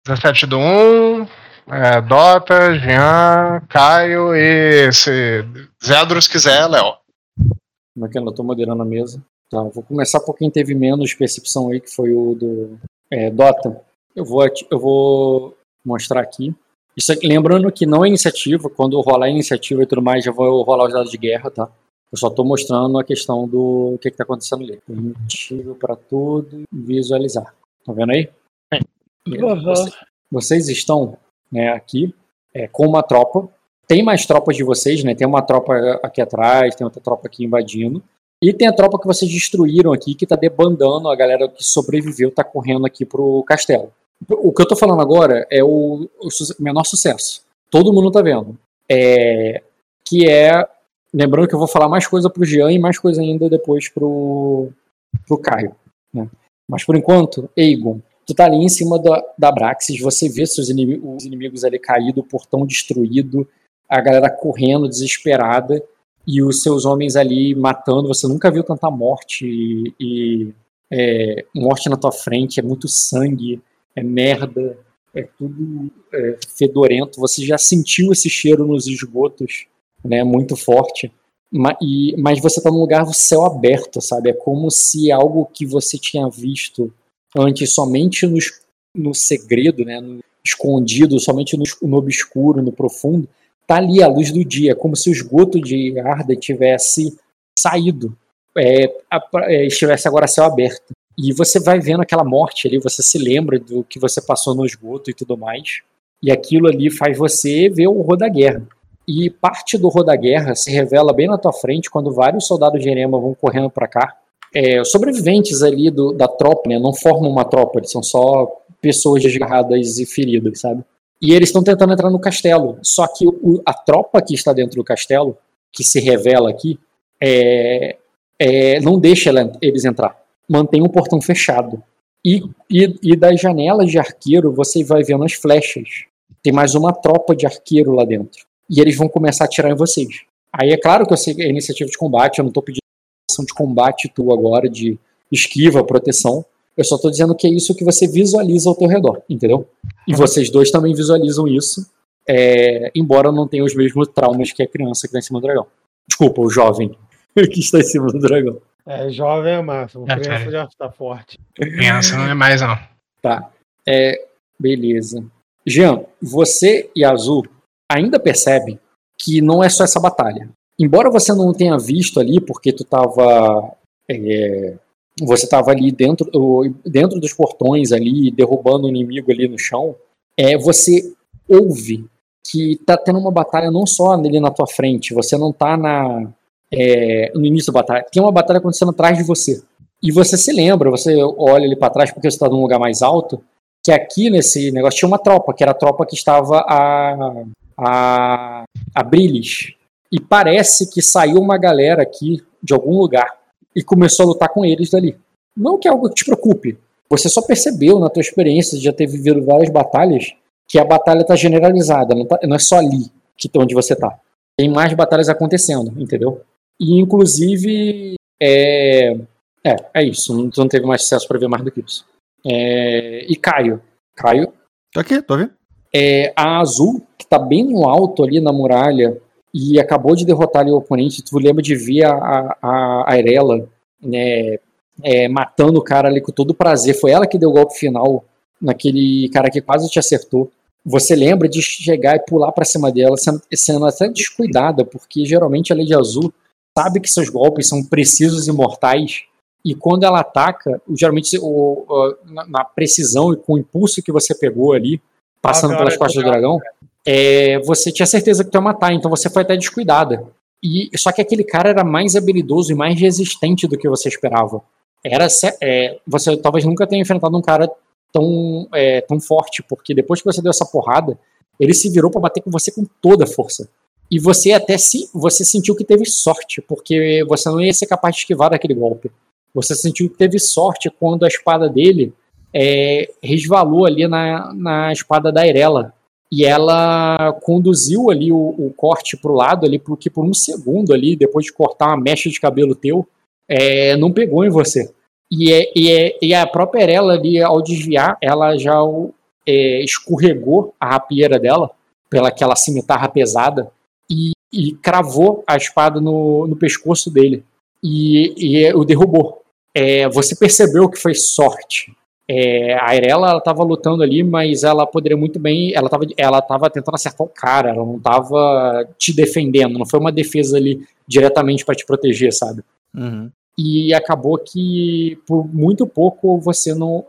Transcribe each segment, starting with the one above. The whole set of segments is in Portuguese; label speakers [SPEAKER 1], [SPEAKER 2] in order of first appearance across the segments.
[SPEAKER 1] 17 do 1, Dota, Jean, Caio e se Zedros quiser, Léo.
[SPEAKER 2] Como é que eu tô moderando a mesa? Tá, vou começar por quem teve menos percepção aí, que foi o do Dota. Eu vou mostrar aqui. Isso aqui, lembrando que não é iniciativa, quando rolar a iniciativa e tudo mais, já vou rolar os dados de guerra, tá? Eu só tô mostrando a questão do que tá acontecendo ali. Permitido para tudo, visualizar. Tá vendo aí? Vocês estão, né, aqui com uma tropa. Tem mais tropas de vocês, né? Tem uma tropa aqui atrás, tem outra tropa aqui invadindo. E tem a tropa que vocês destruíram aqui, que tá debandando, a galera que sobreviveu tá correndo aqui pro castelo. O que eu tô falando agora é o menor sucesso. Todo mundo tá vendo. Lembrando que eu vou falar mais coisa pro Jean e mais coisa ainda depois pro Caio, né? Mas por enquanto, Aegon, tu tá ali em cima da Braxis, você vê os inimigos ali caídos, o portão destruído, a galera correndo desesperada e os seus homens ali matando. Você nunca viu tanta morte e morte na tua frente, é muito sangue, é merda, é tudo fedorento. Você já sentiu esse cheiro nos esgotos, né, muito forte, mas você tá num lugar do céu aberto, sabe? É como se algo que você tinha visto antes somente no segredo, né, no escondido, somente no obscuro, no profundo, tá ali à luz do dia, como se o esgoto de Arda tivesse saído, estivesse agora a céu aberto. E você vai vendo aquela morte ali, você se lembra do que você passou no esgoto e tudo mais, e aquilo ali faz você ver o horror da guerra. E parte do horror da guerra se revela bem na tua frente quando vários soldados de Erema vão correndo para cá. Sobreviventes ali da tropa, né, não formam uma tropa, eles são só pessoas desgarradas e feridas, sabe? E eles estão tentando entrar no castelo, só que a tropa que está dentro do castelo, que se revela aqui, não deixa eles entrar, mantém o portão fechado. E das janelas de arqueiro você vai vendo as flechas, tem mais uma tropa de arqueiro lá dentro, e eles vão começar a atirar em vocês. Aí é claro que eu sei que é iniciativa de combate, eu não estou pedindo ação de combate tua agora, de esquiva, proteção. Eu só tô dizendo que é isso que você visualiza ao teu redor, entendeu? E vocês dois também visualizam isso, embora não tenham os mesmos traumas que a criança que tá em cima do dragão. Desculpa, o jovem que está em cima do dragão.
[SPEAKER 3] Jovem é o máximo, criança já tá forte.
[SPEAKER 1] Criança não é mais, não.
[SPEAKER 2] Tá, beleza. Jean, você e Azul ainda percebem que não é só essa batalha. Embora você não tenha visto ali, porque tu tava... você estava ali dentro dos portões ali, derrubando o inimigo ali no chão, você ouve que tá tendo uma batalha não só ali na tua frente, você não tá no início da batalha, tem uma batalha acontecendo atrás de você. E você se lembra, você olha ali para trás porque você está num lugar mais alto, que aqui nesse negócio tinha uma tropa, que era a tropa que estava a Brilis. E parece que saiu uma galera aqui de algum lugar e começou a lutar com eles dali. Não que é algo que te preocupe. Você só percebeu na tua experiência de já ter vivido várias batalhas que a batalha está generalizada, não é só ali onde você está. Tem mais batalhas acontecendo, entendeu? E inclusive é isso. Não teve mais sucesso para ver mais do que isso. E Caio.
[SPEAKER 4] Tô aqui, tô vendo.
[SPEAKER 2] A Azul, que tá bem no alto ali na muralha e acabou de derrotar ali o oponente. Tu lembra de ver a Airella, né, matando o cara ali com todo prazer. Foi ela que deu o golpe final naquele cara que quase te acertou. Você lembra de chegar e pular pra cima dela, sendo até descuidada, porque geralmente a Lady Azul sabe que seus golpes são precisos e mortais, e quando ela ataca, geralmente na precisão e com o impulso que você pegou ali, passando pelas costas do dragão, você tinha certeza que tu ia matar, então você foi até descuidada. Só que aquele cara era mais habilidoso e mais resistente do que você esperava. Você talvez nunca tenha enfrentado um cara tão forte, porque depois que você deu essa porrada, ele se virou pra bater com você com toda a força. E você você sentiu que teve sorte, porque você não ia ser capaz de esquivar daquele golpe. Você sentiu que teve sorte quando a espada dele resvalou ali na espada da Airella. E ela conduziu ali o corte pro lado, ali, porque por um segundo ali, depois de cortar uma mecha de cabelo teu, não pegou em você. E a própria Airella ali, ao desviar, ela já escorregou a rapieira dela, pelaquela cimitarra pesada, e cravou a espada no pescoço dele. E o derrubou. Você percebeu que foi sorte. A Airella estava lutando ali, mas ela poderia muito bem. Ela estava tentando acertar o cara, ela não estava te defendendo, não foi uma defesa ali diretamente para te proteger, sabe?
[SPEAKER 4] Uhum.
[SPEAKER 2] E acabou que por muito pouco você não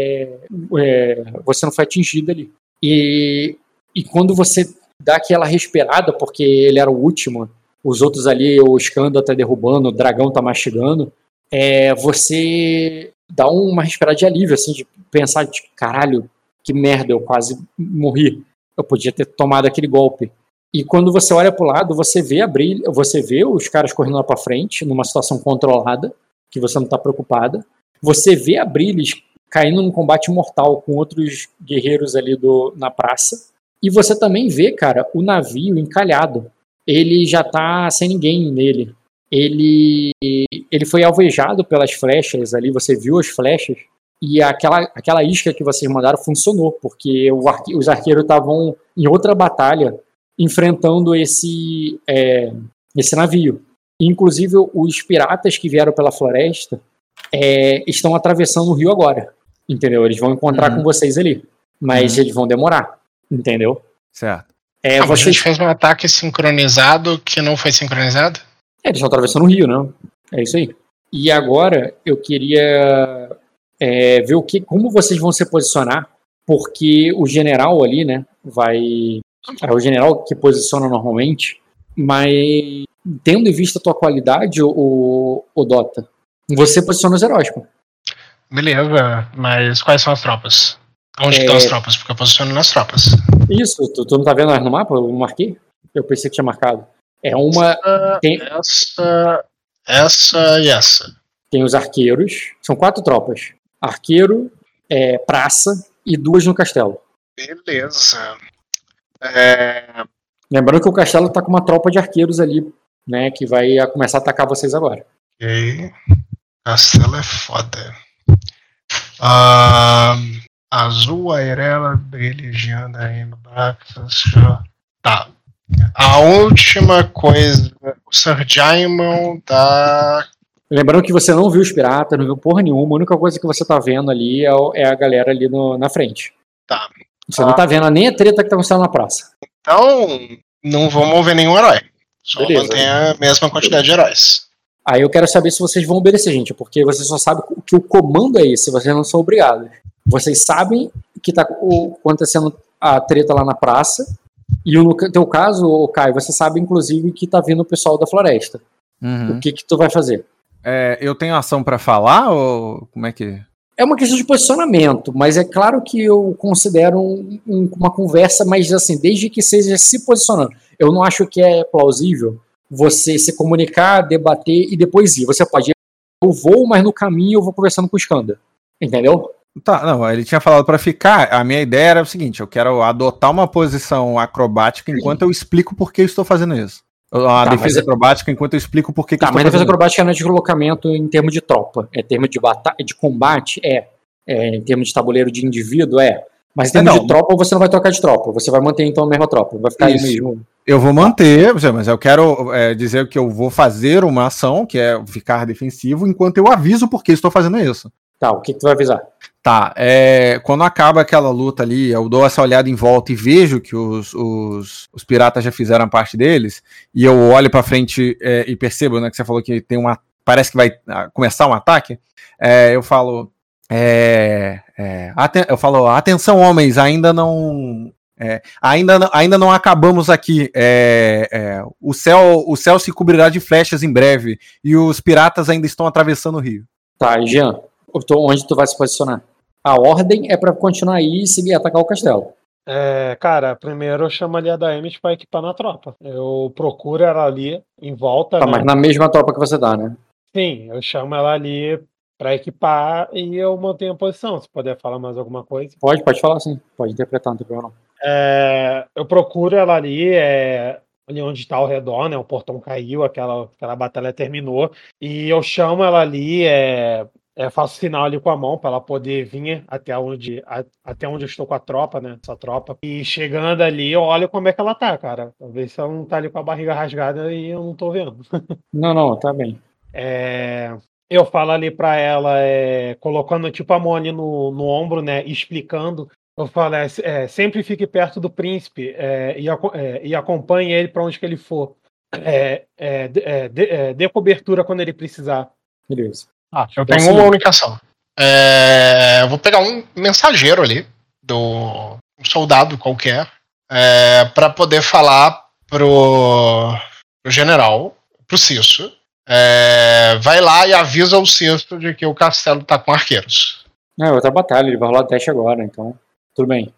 [SPEAKER 2] foi atingido ali. E quando você dá aquela respirada, porque ele era o último, os outros ali, o Skanda tá derrubando, o dragão tá mastigando, você dá uma respirada de alívio, assim, de pensar, de caralho, que merda, eu quase morri. Eu podia ter tomado aquele golpe. E quando você olha pro lado, você vê os caras correndo lá pra frente, numa situação controlada, que você não tá preocupada. Você vê a Brilis caindo num combate mortal com outros guerreiros ali na praça. E você também vê, cara, o navio encalhado. Ele já tá sem ninguém nele. Ele foi alvejado pelas flechas ali, você viu as flechas, e aquela isca que vocês mandaram funcionou, porque os arqueiros estavam em outra batalha enfrentando esse navio. Inclusive, os piratas que vieram pela floresta estão atravessando o rio agora, entendeu? Eles vão encontrar com vocês ali, mas eles vão demorar, entendeu?
[SPEAKER 4] Certo.
[SPEAKER 1] A gente fez um ataque sincronizado que não foi sincronizado?
[SPEAKER 2] Eles estão atravessando o rio, né? É isso aí. E agora eu queria ver como vocês vão se posicionar, porque o general ali, né, é o general que posiciona normalmente, mas tendo em vista a tua qualidade, o Dota, você posiciona os heróis, pô.
[SPEAKER 1] Beleza, mas quais são as tropas? Onde estão as tropas? Porque eu posiciono nas tropas.
[SPEAKER 2] Isso, tu não tá vendo no mapa? Eu marquei? Eu pensei que tinha marcado.
[SPEAKER 1] Essa e essa.
[SPEAKER 2] Tem os arqueiros, são 4 tropas. Arqueiro, praça e 2 no castelo.
[SPEAKER 1] Beleza.
[SPEAKER 2] Lembrando que o castelo tá com uma tropa de arqueiros ali, né, que vai começar a atacar vocês agora.
[SPEAKER 1] Ok. Castelo é foda. Azul, Airella, Brilhando aí no Braxas. Tá. A última coisa, o Sir Jaimon tá...
[SPEAKER 2] Lembrando que você não viu os piratas, não viu porra nenhuma, a única coisa que você tá vendo ali é a galera ali na frente.
[SPEAKER 1] Tá.
[SPEAKER 2] Você não tá vendo nem a treta que tá acontecendo na praça.
[SPEAKER 1] Então, não vou mover nenhum herói. Só manter a mesma quantidade de heróis.
[SPEAKER 2] Aí eu quero saber se vocês vão obedecer, gente, porque vocês só sabem que o comando é esse, vocês não são obrigados. Vocês sabem que tá acontecendo a treta lá na praça, e no teu caso, Caio, você sabe inclusive que tá vindo o pessoal da floresta. O que tu vai fazer?
[SPEAKER 4] Eu tenho ação pra falar, ou como é que...
[SPEAKER 2] É uma questão de posicionamento, mas é claro que eu considero uma conversa, mas assim, desde que seja se posicionando. Eu não acho que é plausível você se comunicar, debater e depois ir. Você pode ir, eu vou, mas no caminho eu vou conversando com o Skanda. Entendeu?
[SPEAKER 4] Tá, não, ele tinha falado pra ficar. A minha ideia era o seguinte: eu quero adotar uma posição acrobática enquanto eu explico por que eu estou fazendo isso. Defesa acrobática enquanto eu explico por que eu estou fazendo isso. Mas
[SPEAKER 2] defesa acrobática não é de deslocamento em termos de tropa. É termo de batalha, de combate, em termos de tabuleiro de indivíduo, Mas em termos de tropa, você não vai trocar de tropa. Você vai manter então a mesma tropa. Vai ficar aí mesmo.
[SPEAKER 4] Eu vou manter, mas eu quero dizer que eu vou fazer uma ação, que é ficar defensivo, enquanto eu aviso por que estou fazendo isso.
[SPEAKER 2] Tá, o que tu vai avisar?
[SPEAKER 4] Tá, quando acaba aquela luta ali, eu dou essa olhada em volta e vejo que os piratas já fizeram a parte deles, e eu olho pra frente e percebo, né, que você falou que tem parece que vai começar um ataque, eu falo, atenção homens, ainda não acabamos aqui, o céu se cobrirá de flechas em breve, e os piratas ainda estão atravessando o rio.
[SPEAKER 2] Tá, Jean, onde tu vai se posicionar? A ordem é pra continuar aí e seguir atacar o castelo.
[SPEAKER 3] Cara, primeiro eu chamo ali a Daemis pra equipar na tropa. Eu procuro ela ali em volta.
[SPEAKER 2] Tá, né? Mas na mesma tropa que você dá, né?
[SPEAKER 3] Sim, eu chamo ela ali pra equipar e eu mantenho a posição. Se puder falar mais alguma coisa.
[SPEAKER 2] Pode falar sim. Pode interpretar, não tem problema não.
[SPEAKER 3] Eu procuro ela ali, ali onde está ao redor, né? O portão caiu, aquela batalha terminou. E eu chamo ela ali, faço sinal ali com a mão para ela poder vir até onde eu estou com a tropa, né? Essa tropa. E chegando ali, eu olho como é que ela tá, cara. Talvez se ela não tá ali com a barriga rasgada e eu não tô vendo.
[SPEAKER 2] Não, tá bem.
[SPEAKER 3] Eu falo ali pra ela, colocando tipo a mão ali no ombro, né? Explicando. Eu falo, sempre fique perto do príncipe e acompanhe ele para onde que ele for. Dê cobertura quando ele precisar.
[SPEAKER 2] Beleza.
[SPEAKER 1] Eu tenho uma única ação. Eu vou pegar um mensageiro ali, um soldado qualquer, para poder falar pro general, pro Cisso. Vai lá e avisa o Cisso de que o castelo tá com arqueiros.
[SPEAKER 2] É outra batalha, ele vai rolar teste agora, então tudo bem.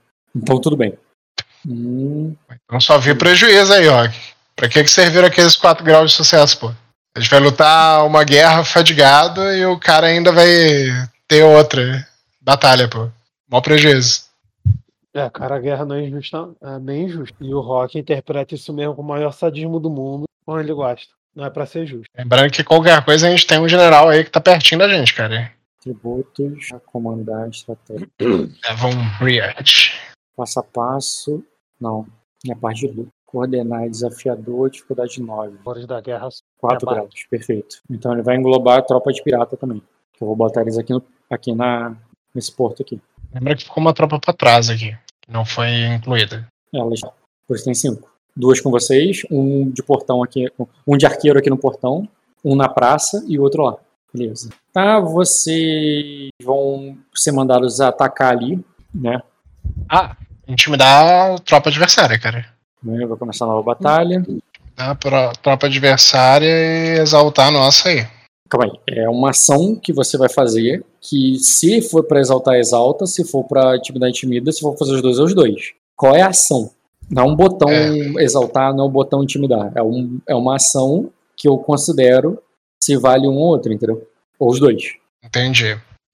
[SPEAKER 1] Então só vi prejuízo aí, Rock. Pra que serviram aqueles 4 graus de sucesso, pô? A gente vai lutar uma guerra fadigado e o cara ainda vai ter outra batalha, pô. Mó prejuízo.
[SPEAKER 3] Cara, a guerra não é injusta, é bem injusta. E o Rock interpreta isso mesmo com o maior sadismo do mundo, quando ele gosta. Não é pra ser justo.
[SPEAKER 1] Lembrando que qualquer coisa a gente tem um general aí que tá pertinho da gente, cara.
[SPEAKER 2] Tributos, comandar, estratégia.
[SPEAKER 1] Evan Briat.
[SPEAKER 2] Passo a passo. Não, é parte de luta. Coordenar desafiador, dificuldade 9.
[SPEAKER 3] Horas da guerra.
[SPEAKER 2] 4 graus, perfeito. Então ele vai englobar a tropa de pirata também. Eu vou botar eles aqui nesse porto aqui.
[SPEAKER 1] Lembra que ficou uma tropa pra trás aqui, que não foi incluída.
[SPEAKER 2] Por isso tem 5. 2 com vocês, um de portão aqui, um de arqueiro aqui no portão, um na praça e o outro lá. Beleza. Tá, vocês vão ser mandados a atacar ali, né?
[SPEAKER 1] Intimidar a tropa adversária, cara.
[SPEAKER 2] Vai começar a nova batalha.
[SPEAKER 1] Dá pra tropa adversária e exaltar a nossa aí.
[SPEAKER 2] Calma aí. É uma ação que você vai fazer que, se for pra exaltar, exalta. Se for pra intimidar, intimida. Se for fazer os dois, é os dois. Qual é a ação? Não é um botão exaltar, não é um botão intimidar. É uma ação que eu considero se vale um ou outro, entendeu? Ou os dois.
[SPEAKER 1] Entendi.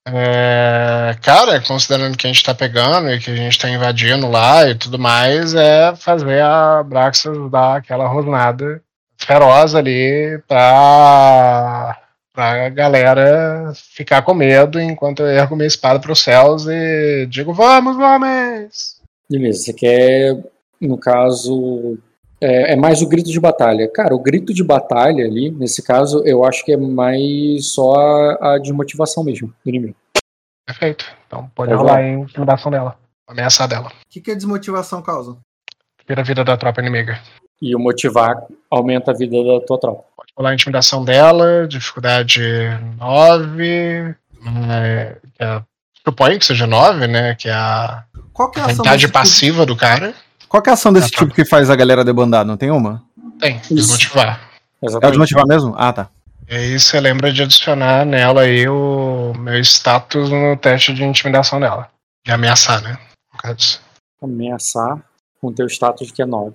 [SPEAKER 1] Cara, considerando que a gente tá pegando e que a gente tá invadindo lá e tudo mais, fazer a Braxas dar aquela rosnada feroz ali pra galera ficar com medo enquanto eu ergo minha espada pros céus e digo, vamos, homens!
[SPEAKER 2] Beleza, você quer, no caso, é mais o grito de batalha. Cara, o grito de batalha ali, nesse caso, eu acho que é mais só a desmotivação mesmo do inimigo.
[SPEAKER 1] Perfeito. Então pode rolar a intimidação dela, ameaçar dela.
[SPEAKER 5] O que a desmotivação causa?
[SPEAKER 1] Tira a vida da tropa inimiga.
[SPEAKER 2] E o motivar aumenta a vida da tua tropa.
[SPEAKER 1] Pode rolar a intimidação dela, dificuldade 9, supõe que seja 9, né? Que é a vontade passiva do cara.
[SPEAKER 4] Qual que é a ação desse tipo que faz a galera debandar? Não tem uma?
[SPEAKER 1] Tem, desmotivar.
[SPEAKER 2] Exatamente.
[SPEAKER 4] É o desmotivar mesmo? Ah, tá.
[SPEAKER 1] E aí você lembra de adicionar nela aí o meu status no teste de intimidação dela. De ameaçar, né? No caso.
[SPEAKER 2] Ameaçar com o teu status que é 9.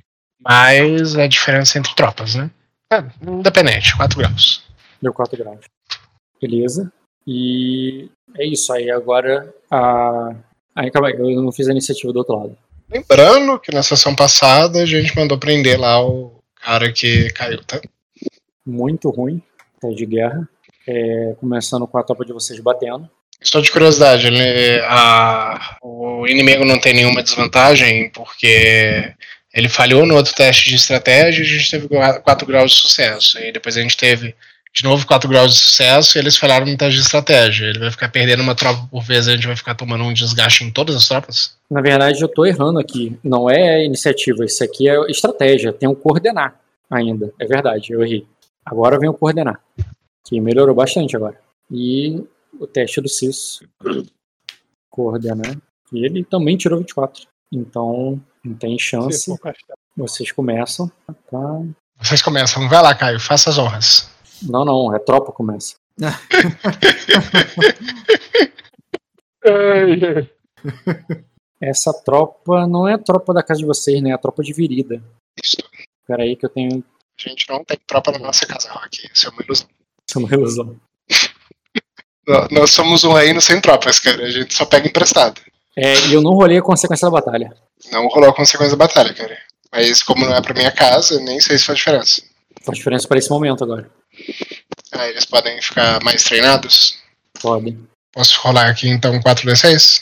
[SPEAKER 1] Mas a diferença entre tropas, né? Independente, 4 graus.
[SPEAKER 2] Deu 4 graus. Beleza. E é isso aí. Agora Aí, calma aí, eu não fiz a iniciativa do outro lado.
[SPEAKER 1] Lembrando que na sessão passada a gente mandou prender lá o cara que caiu, tá?
[SPEAKER 2] Muito ruim, tá de guerra. Começando com a tropa de vocês batendo.
[SPEAKER 1] Só de curiosidade, o inimigo não tem nenhuma desvantagem porque ele falhou no outro teste de estratégia e a gente teve 4 graus de sucesso. E depois a gente teve de novo 4 graus de sucesso e eles falharam no teste de estratégia. Ele vai ficar perdendo uma tropa por vez, a gente vai ficar tomando um desgaste em todas as tropas?
[SPEAKER 2] Na verdade, eu tô errando aqui. Não é iniciativa, isso aqui é estratégia. Tem um coordenar ainda. É verdade, eu errei. Agora vem o coordenar, que melhorou bastante agora. E o teste do Cisso. Coordenar. E ele também tirou 24. Então, não tem chance. Vocês começam. Tá?
[SPEAKER 1] Vocês começam. Vai lá, Caio, faça as honras.
[SPEAKER 2] Não, é tropa começa. Essa tropa não é a tropa da casa de vocês, né? É a tropa de Virida.
[SPEAKER 1] Isso.
[SPEAKER 2] Espera aí que eu tenho...
[SPEAKER 1] A gente não tem tropa na nossa casa, Rock. Isso é uma ilusão.
[SPEAKER 2] Isso é uma ilusão.
[SPEAKER 1] Nós somos um reino sem tropas, cara. A gente só pega emprestado.
[SPEAKER 2] E eu não rolei a consequência da batalha.
[SPEAKER 1] Não rolou a consequência da batalha, cara. Mas como não é pra minha casa, nem sei se faz diferença.
[SPEAKER 2] Faz diferença para esse momento agora.
[SPEAKER 1] Eles podem ficar mais treinados?
[SPEAKER 2] Pode.
[SPEAKER 1] Posso rolar aqui então 4d6?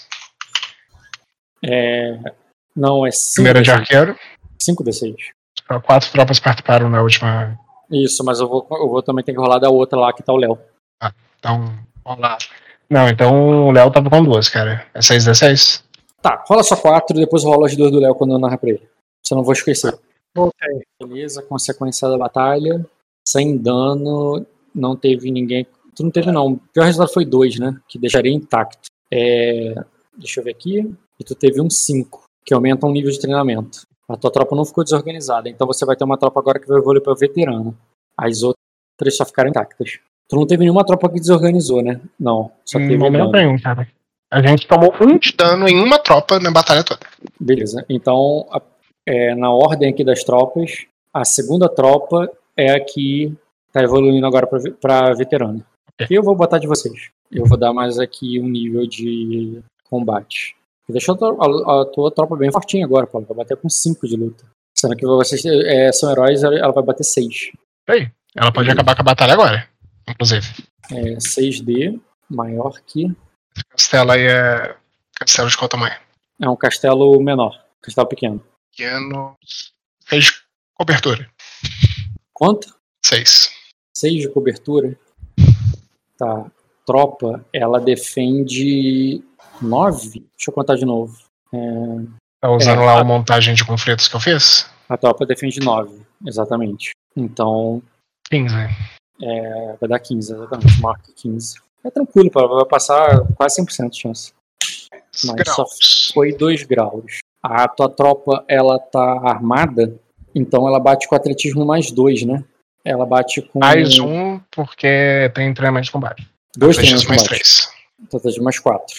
[SPEAKER 2] Não, é 5
[SPEAKER 1] Primeira de arqueiro.
[SPEAKER 2] 5d6.
[SPEAKER 1] 4 tropas participaram na última.
[SPEAKER 2] Isso, mas eu vou também ter que rolar da outra lá que tá o Léo.
[SPEAKER 1] Então, vamos lá. Não, então o Léo tava com 2, cara. É 6d6?
[SPEAKER 2] Tá, rola só 4 e depois rola as 2 do Léo quando eu narrar pra ele. Senão eu vou esquecer.
[SPEAKER 3] Ok.
[SPEAKER 2] Beleza, consequência da batalha. Sem dano, não teve ninguém. Tu não teve, não. O pior resultado foi 2, né? Que deixaria intacto. Deixa eu ver aqui. E tu teve um 5, que aumenta um nível de treinamento. A tua tropa não ficou desorganizada. Então você vai ter uma tropa agora que vai evoluir pra veterana. As outras só ficaram intactas. Tu não teve nenhuma tropa que desorganizou, né? Não. Só teve
[SPEAKER 1] Momento
[SPEAKER 2] dano.
[SPEAKER 1] nenhum, cara. A gente tomou 1 de dano em uma tropa na batalha toda.
[SPEAKER 2] Beleza. Então, na ordem aqui das tropas, a segunda tropa é a que tá evoluindo agora pra veterana.
[SPEAKER 1] Ok.
[SPEAKER 2] E eu vou botar de vocês. Eu vou dar mais aqui um nível de combate. Deixa a tua tropa bem fortinha agora, Paulo. Vai bater com 5 de luta. Sendo que vocês são heróis, ela vai bater 6.
[SPEAKER 1] Aí, ela pode acabar com a batalha agora, inclusive.
[SPEAKER 2] 6D, maior que...
[SPEAKER 1] Esse castelo aí é castelo de qual tamanho?
[SPEAKER 2] É um castelo menor. Castelo pequeno.
[SPEAKER 1] Pequeno. 6 de cobertura.
[SPEAKER 2] Quanto? 6 de cobertura. Tá. Tropa, ela defende 9. Deixa eu contar de novo.
[SPEAKER 1] Tá usando lá a montagem de conflitos que eu fiz?
[SPEAKER 2] A tropa defende 9, exatamente. Então,
[SPEAKER 1] 15.
[SPEAKER 2] vai dar 15, exatamente. Marca 15. É tranquilo, vai passar quase 100% de chance. Mas só foi 2 graus. A tua tropa, ela tá armada, então ela bate com atletismo mais 2, né? Ela bate com...
[SPEAKER 1] Mais 1, porque tem treinamento de combate.
[SPEAKER 2] 2 treinamentos de
[SPEAKER 1] mais
[SPEAKER 2] combate.
[SPEAKER 1] 3.
[SPEAKER 2] Então tá de mais 4.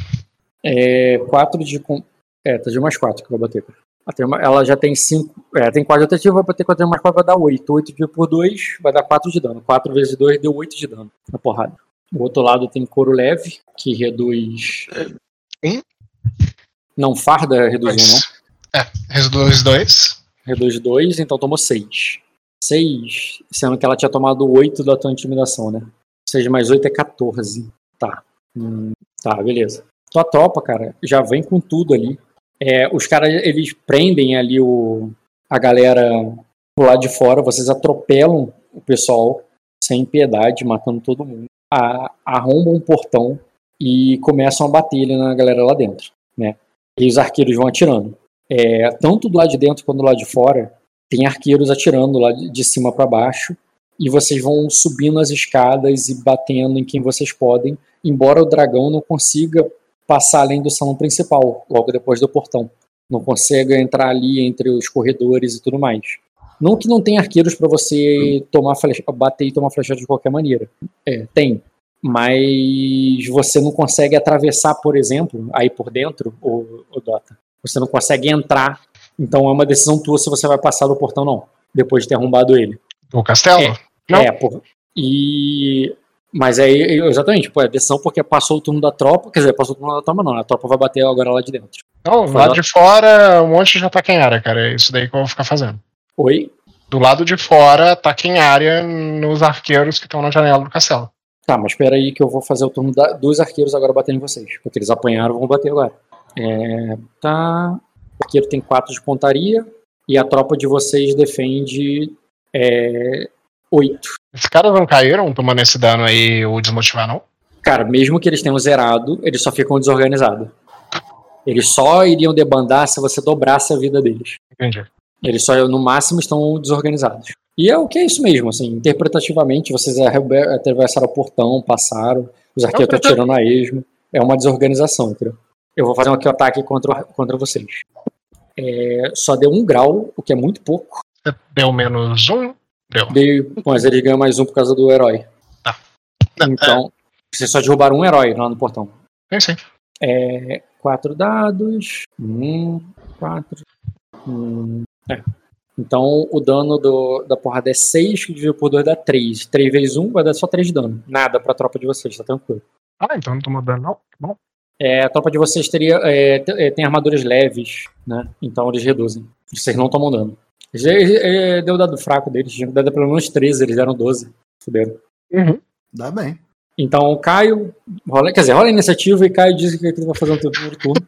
[SPEAKER 2] 4 de... tá de mais 4 que vai bater. Ela já tem 5... tem 4 de atletismo, vai bater com a mais 4, vai dar 8. 8 por 2, vai dar 4 de dano. 4 vezes 2 deu 8 de dano na porrada. O outro lado tem couro leve, que reduz...
[SPEAKER 1] 1?
[SPEAKER 2] Não, farda reduz 1, não?
[SPEAKER 1] Reduz 2.
[SPEAKER 2] Reduz 2, então tomou 6. 6, sendo que ela tinha tomado 8 da tua intimidação, né? 6 mais 8 é 14. Tá. Tá, beleza. Tua tropa, cara, já vem com tudo ali. Os caras, eles prendem ali a galera pro lado de fora, vocês atropelam o pessoal sem piedade, matando todo mundo. Arrombam um portão e começam a bater ali na galera lá dentro, né? E os arqueiros vão atirando. Tanto do lado de dentro quanto do lado de fora, tem arqueiros atirando lá de cima para baixo, e vocês vão subindo as escadas e batendo em quem vocês podem, embora o dragão não consiga passar além do salão principal, logo depois do portão. Não consiga entrar ali entre os corredores e tudo mais. Não que não tenha arqueiros para você bater e tomar flechada de qualquer maneira. Tem. Mas você não consegue atravessar, por exemplo, aí por dentro, o Dota. Você não consegue entrar. Então é uma decisão tua se você vai passar do portão ou não, depois de ter arrombado ele.
[SPEAKER 1] O castelo?
[SPEAKER 2] Mas exatamente, é decisão porque passou o turno da tropa, quer dizer, passou o turno da tropa não, a tropa vai bater agora lá de dentro.
[SPEAKER 1] Não, do lado de fora, um monte já tá em área, cara, é isso daí que eu vou ficar fazendo.
[SPEAKER 2] Oi?
[SPEAKER 1] Do lado de fora, tá em área nos arqueiros que estão na janela do castelo.
[SPEAKER 2] Tá, mas espera aí que eu vou fazer o turno dos arqueiros agora batendo em vocês, porque eles apanharam, vão bater agora. Tá... O arqueiro tem 4 de pontaria e a tropa de vocês defende 8.
[SPEAKER 1] Esses caras não caíram tomando esse dano aí ou desmotivar, não?
[SPEAKER 2] Cara, mesmo que eles tenham zerado, eles só ficam desorganizados. Eles só iriam debandar se você dobrasse a vida deles.
[SPEAKER 1] Entendi.
[SPEAKER 2] Eles só, no máximo, estão desorganizados. E é o que é isso mesmo, assim, interpretativamente, vocês atravessaram o portão, passaram, os arqueiros estão atirando a esmo. É uma desorganização, entendeu? Eu vou fazer aqui um ataque contra vocês. Só deu 1 grau, o que é muito pouco.
[SPEAKER 1] Deu menos 1?
[SPEAKER 2] Mas eles ganham mais 1 por causa do herói.
[SPEAKER 1] Tá.
[SPEAKER 2] Então, vocês só derrubaram um herói lá no portão.
[SPEAKER 1] Sim.
[SPEAKER 2] 4 dados. 4. Então, o dano da porrada é 6, que dividido por 2 dá 3. 3 vezes 1 vai dar só 3 de dano. Nada pra tropa de vocês, tá tranquilo.
[SPEAKER 1] Então não tomou dano, não? Bom.
[SPEAKER 2] A tropa de vocês tem armaduras leves, né? Então eles reduzem. Vocês não tomam dano. Deu dado fraco deles, tinha dado pelo menos 13, eles deram 12. Fuderam.
[SPEAKER 5] Dá bem.
[SPEAKER 2] Então o Caio, rola a iniciativa e Caio diz que ele vai fazer um primeiro turno.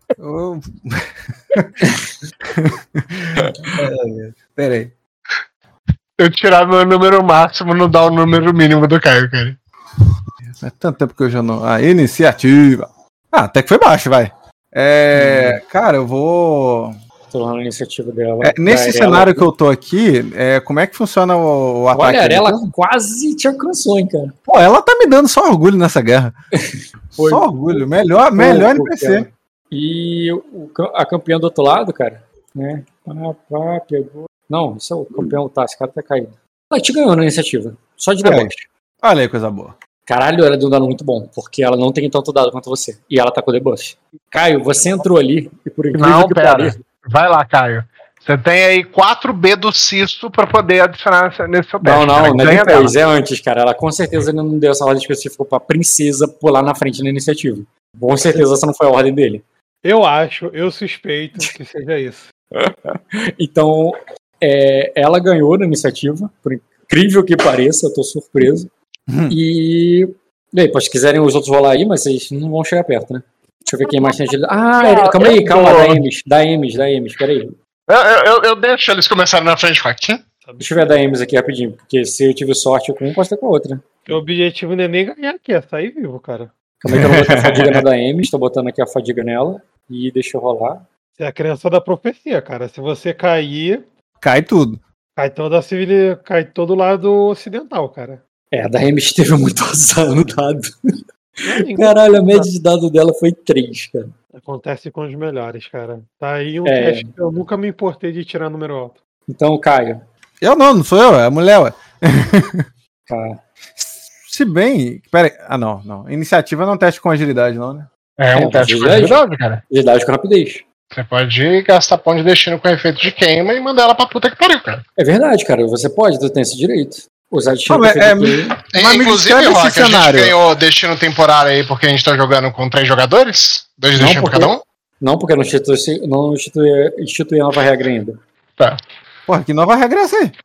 [SPEAKER 4] Peraí.
[SPEAKER 1] Eu tirar meu número máximo não dá o número mínimo do Caio, cara.
[SPEAKER 4] É tanto tempo que eu já não. Iniciativa. Até que foi baixo, vai. Cara, eu vou.
[SPEAKER 2] Tô rolando a iniciativa dela.
[SPEAKER 4] Nesse cenário que eu tô aqui, como é que funciona o ataque?
[SPEAKER 2] Olha, ela quase te alcançou, hein, cara.
[SPEAKER 4] Pô, ela tá me dando só orgulho nessa guerra. Só orgulho. Melhor NPC.
[SPEAKER 2] E a campeã do outro lado, cara, né? Pegou. Não, isso é o campeão, tá? Esse cara tá caído. Ela te ganhou na iniciativa. Só de deboche.
[SPEAKER 4] Olha aí, coisa boa.
[SPEAKER 2] Caralho, ela deu um dano muito bom, porque ela não tem tanto dado quanto você. E ela tá com debuff. Caio, você entrou ali e por incrível que pareça.
[SPEAKER 1] Vai lá, Caio. Você tem aí 4B do Cisto pra poder adicionar nesse seu teste.
[SPEAKER 2] Não é depois, é antes, cara. Ela com certeza não deu essa ordem específica pra princesa pular na frente na iniciativa. Com certeza essa não foi a ordem dele.
[SPEAKER 3] Eu suspeito que seja isso.
[SPEAKER 2] Então, ela ganhou na iniciativa, por incrível que pareça, eu tô surpreso. E bem, se quiserem os outros rolar aí, mas vocês não vão chegar perto, né? Deixa eu ver quem mais tem agilidade. Calma, da Emes, peraí.
[SPEAKER 1] Eu deixo eles começarem na frente com aqui.
[SPEAKER 2] Deixa eu ver a da Emes aqui rapidinho, porque se eu tive sorte com um, posso ter com a outra.
[SPEAKER 3] O objetivo não é nem ganhar aqui, é sair vivo, cara.
[SPEAKER 2] Calma aí que eu vou botar a fadiga na da Emes, tô botando aqui a fadiga nela, e deixa eu rolar.
[SPEAKER 3] Você é a criança da profecia, cara. Se você cair...
[SPEAKER 4] Cai tudo.
[SPEAKER 3] Cai todo o lado ocidental, cara.
[SPEAKER 2] A da Emes teve muito azar no dado. Caralho, a média de dado dela foi 3, cara.
[SPEAKER 3] Acontece com os melhores, cara. Tá aí um teste que eu nunca me importei de tirar número alto.
[SPEAKER 2] Então, Caio.
[SPEAKER 4] Eu não sou eu, é a mulher, ué.
[SPEAKER 2] Tá.
[SPEAKER 4] Se bem. Pera aí. Não. Iniciativa não é um teste com agilidade, não, né?
[SPEAKER 1] É um teste com agilidade, cara.
[SPEAKER 2] Agilidade com rapidez.
[SPEAKER 1] Você pode gastar pão de destino com efeito de queima e mandar ela pra puta que pariu, cara.
[SPEAKER 2] É verdade, cara. Você pode, tu tem esse direito. Usar destino
[SPEAKER 1] inclusive, Rock, a gente ganhou destino temporário aí porque a gente tá jogando com 3 jogadores? 2 destinos pra cada um?
[SPEAKER 2] Não, porque não institui a nova regra ainda.
[SPEAKER 1] Tá.
[SPEAKER 4] Porra, que nova regra é essa aí?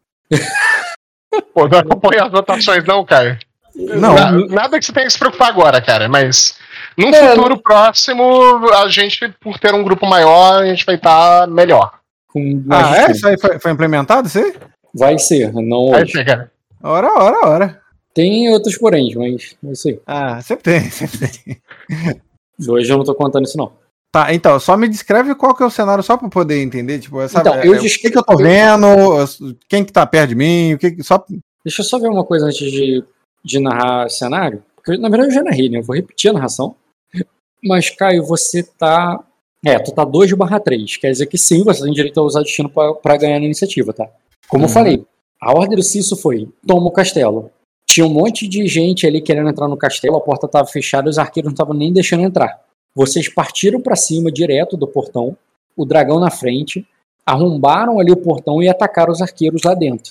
[SPEAKER 1] Pô, não acompanha as votações não, cara.
[SPEAKER 4] Não.
[SPEAKER 1] Nada que você tenha que se preocupar agora, cara, mas num futuro próximo, a gente, por ter um grupo maior, a gente vai estar melhor.
[SPEAKER 4] Isso aí foi implementado, isso aí?
[SPEAKER 2] Vai ser, não
[SPEAKER 1] vai
[SPEAKER 2] hoje.
[SPEAKER 1] Ser, cara.
[SPEAKER 4] Ora.
[SPEAKER 2] Tem outros porém, mas é isso aí.
[SPEAKER 4] Sempre tem.
[SPEAKER 2] Hoje eu não tô contando isso, não.
[SPEAKER 4] Tá, então, só me descreve qual que é o cenário, só pra poder entender, tipo, o que eu tô vendo, quem que tá perto de mim,
[SPEAKER 2] Deixa eu só ver uma coisa antes de narrar o cenário, porque na verdade eu já narrei, né? Eu vou repetir a narração. Mas, Caio, você tá... tu tá 2/3, quer dizer que sim, você tem direito a usar destino pra ganhar na iniciativa, tá? Como eu falei, a ordem do Cisso foi, toma o castelo. Tinha um monte de gente ali querendo entrar no castelo, a porta tava fechada e os arqueiros não estavam nem deixando entrar. Vocês partiram pra cima direto do portão, o dragão na frente, arrombaram ali o portão e atacaram os arqueiros lá dentro.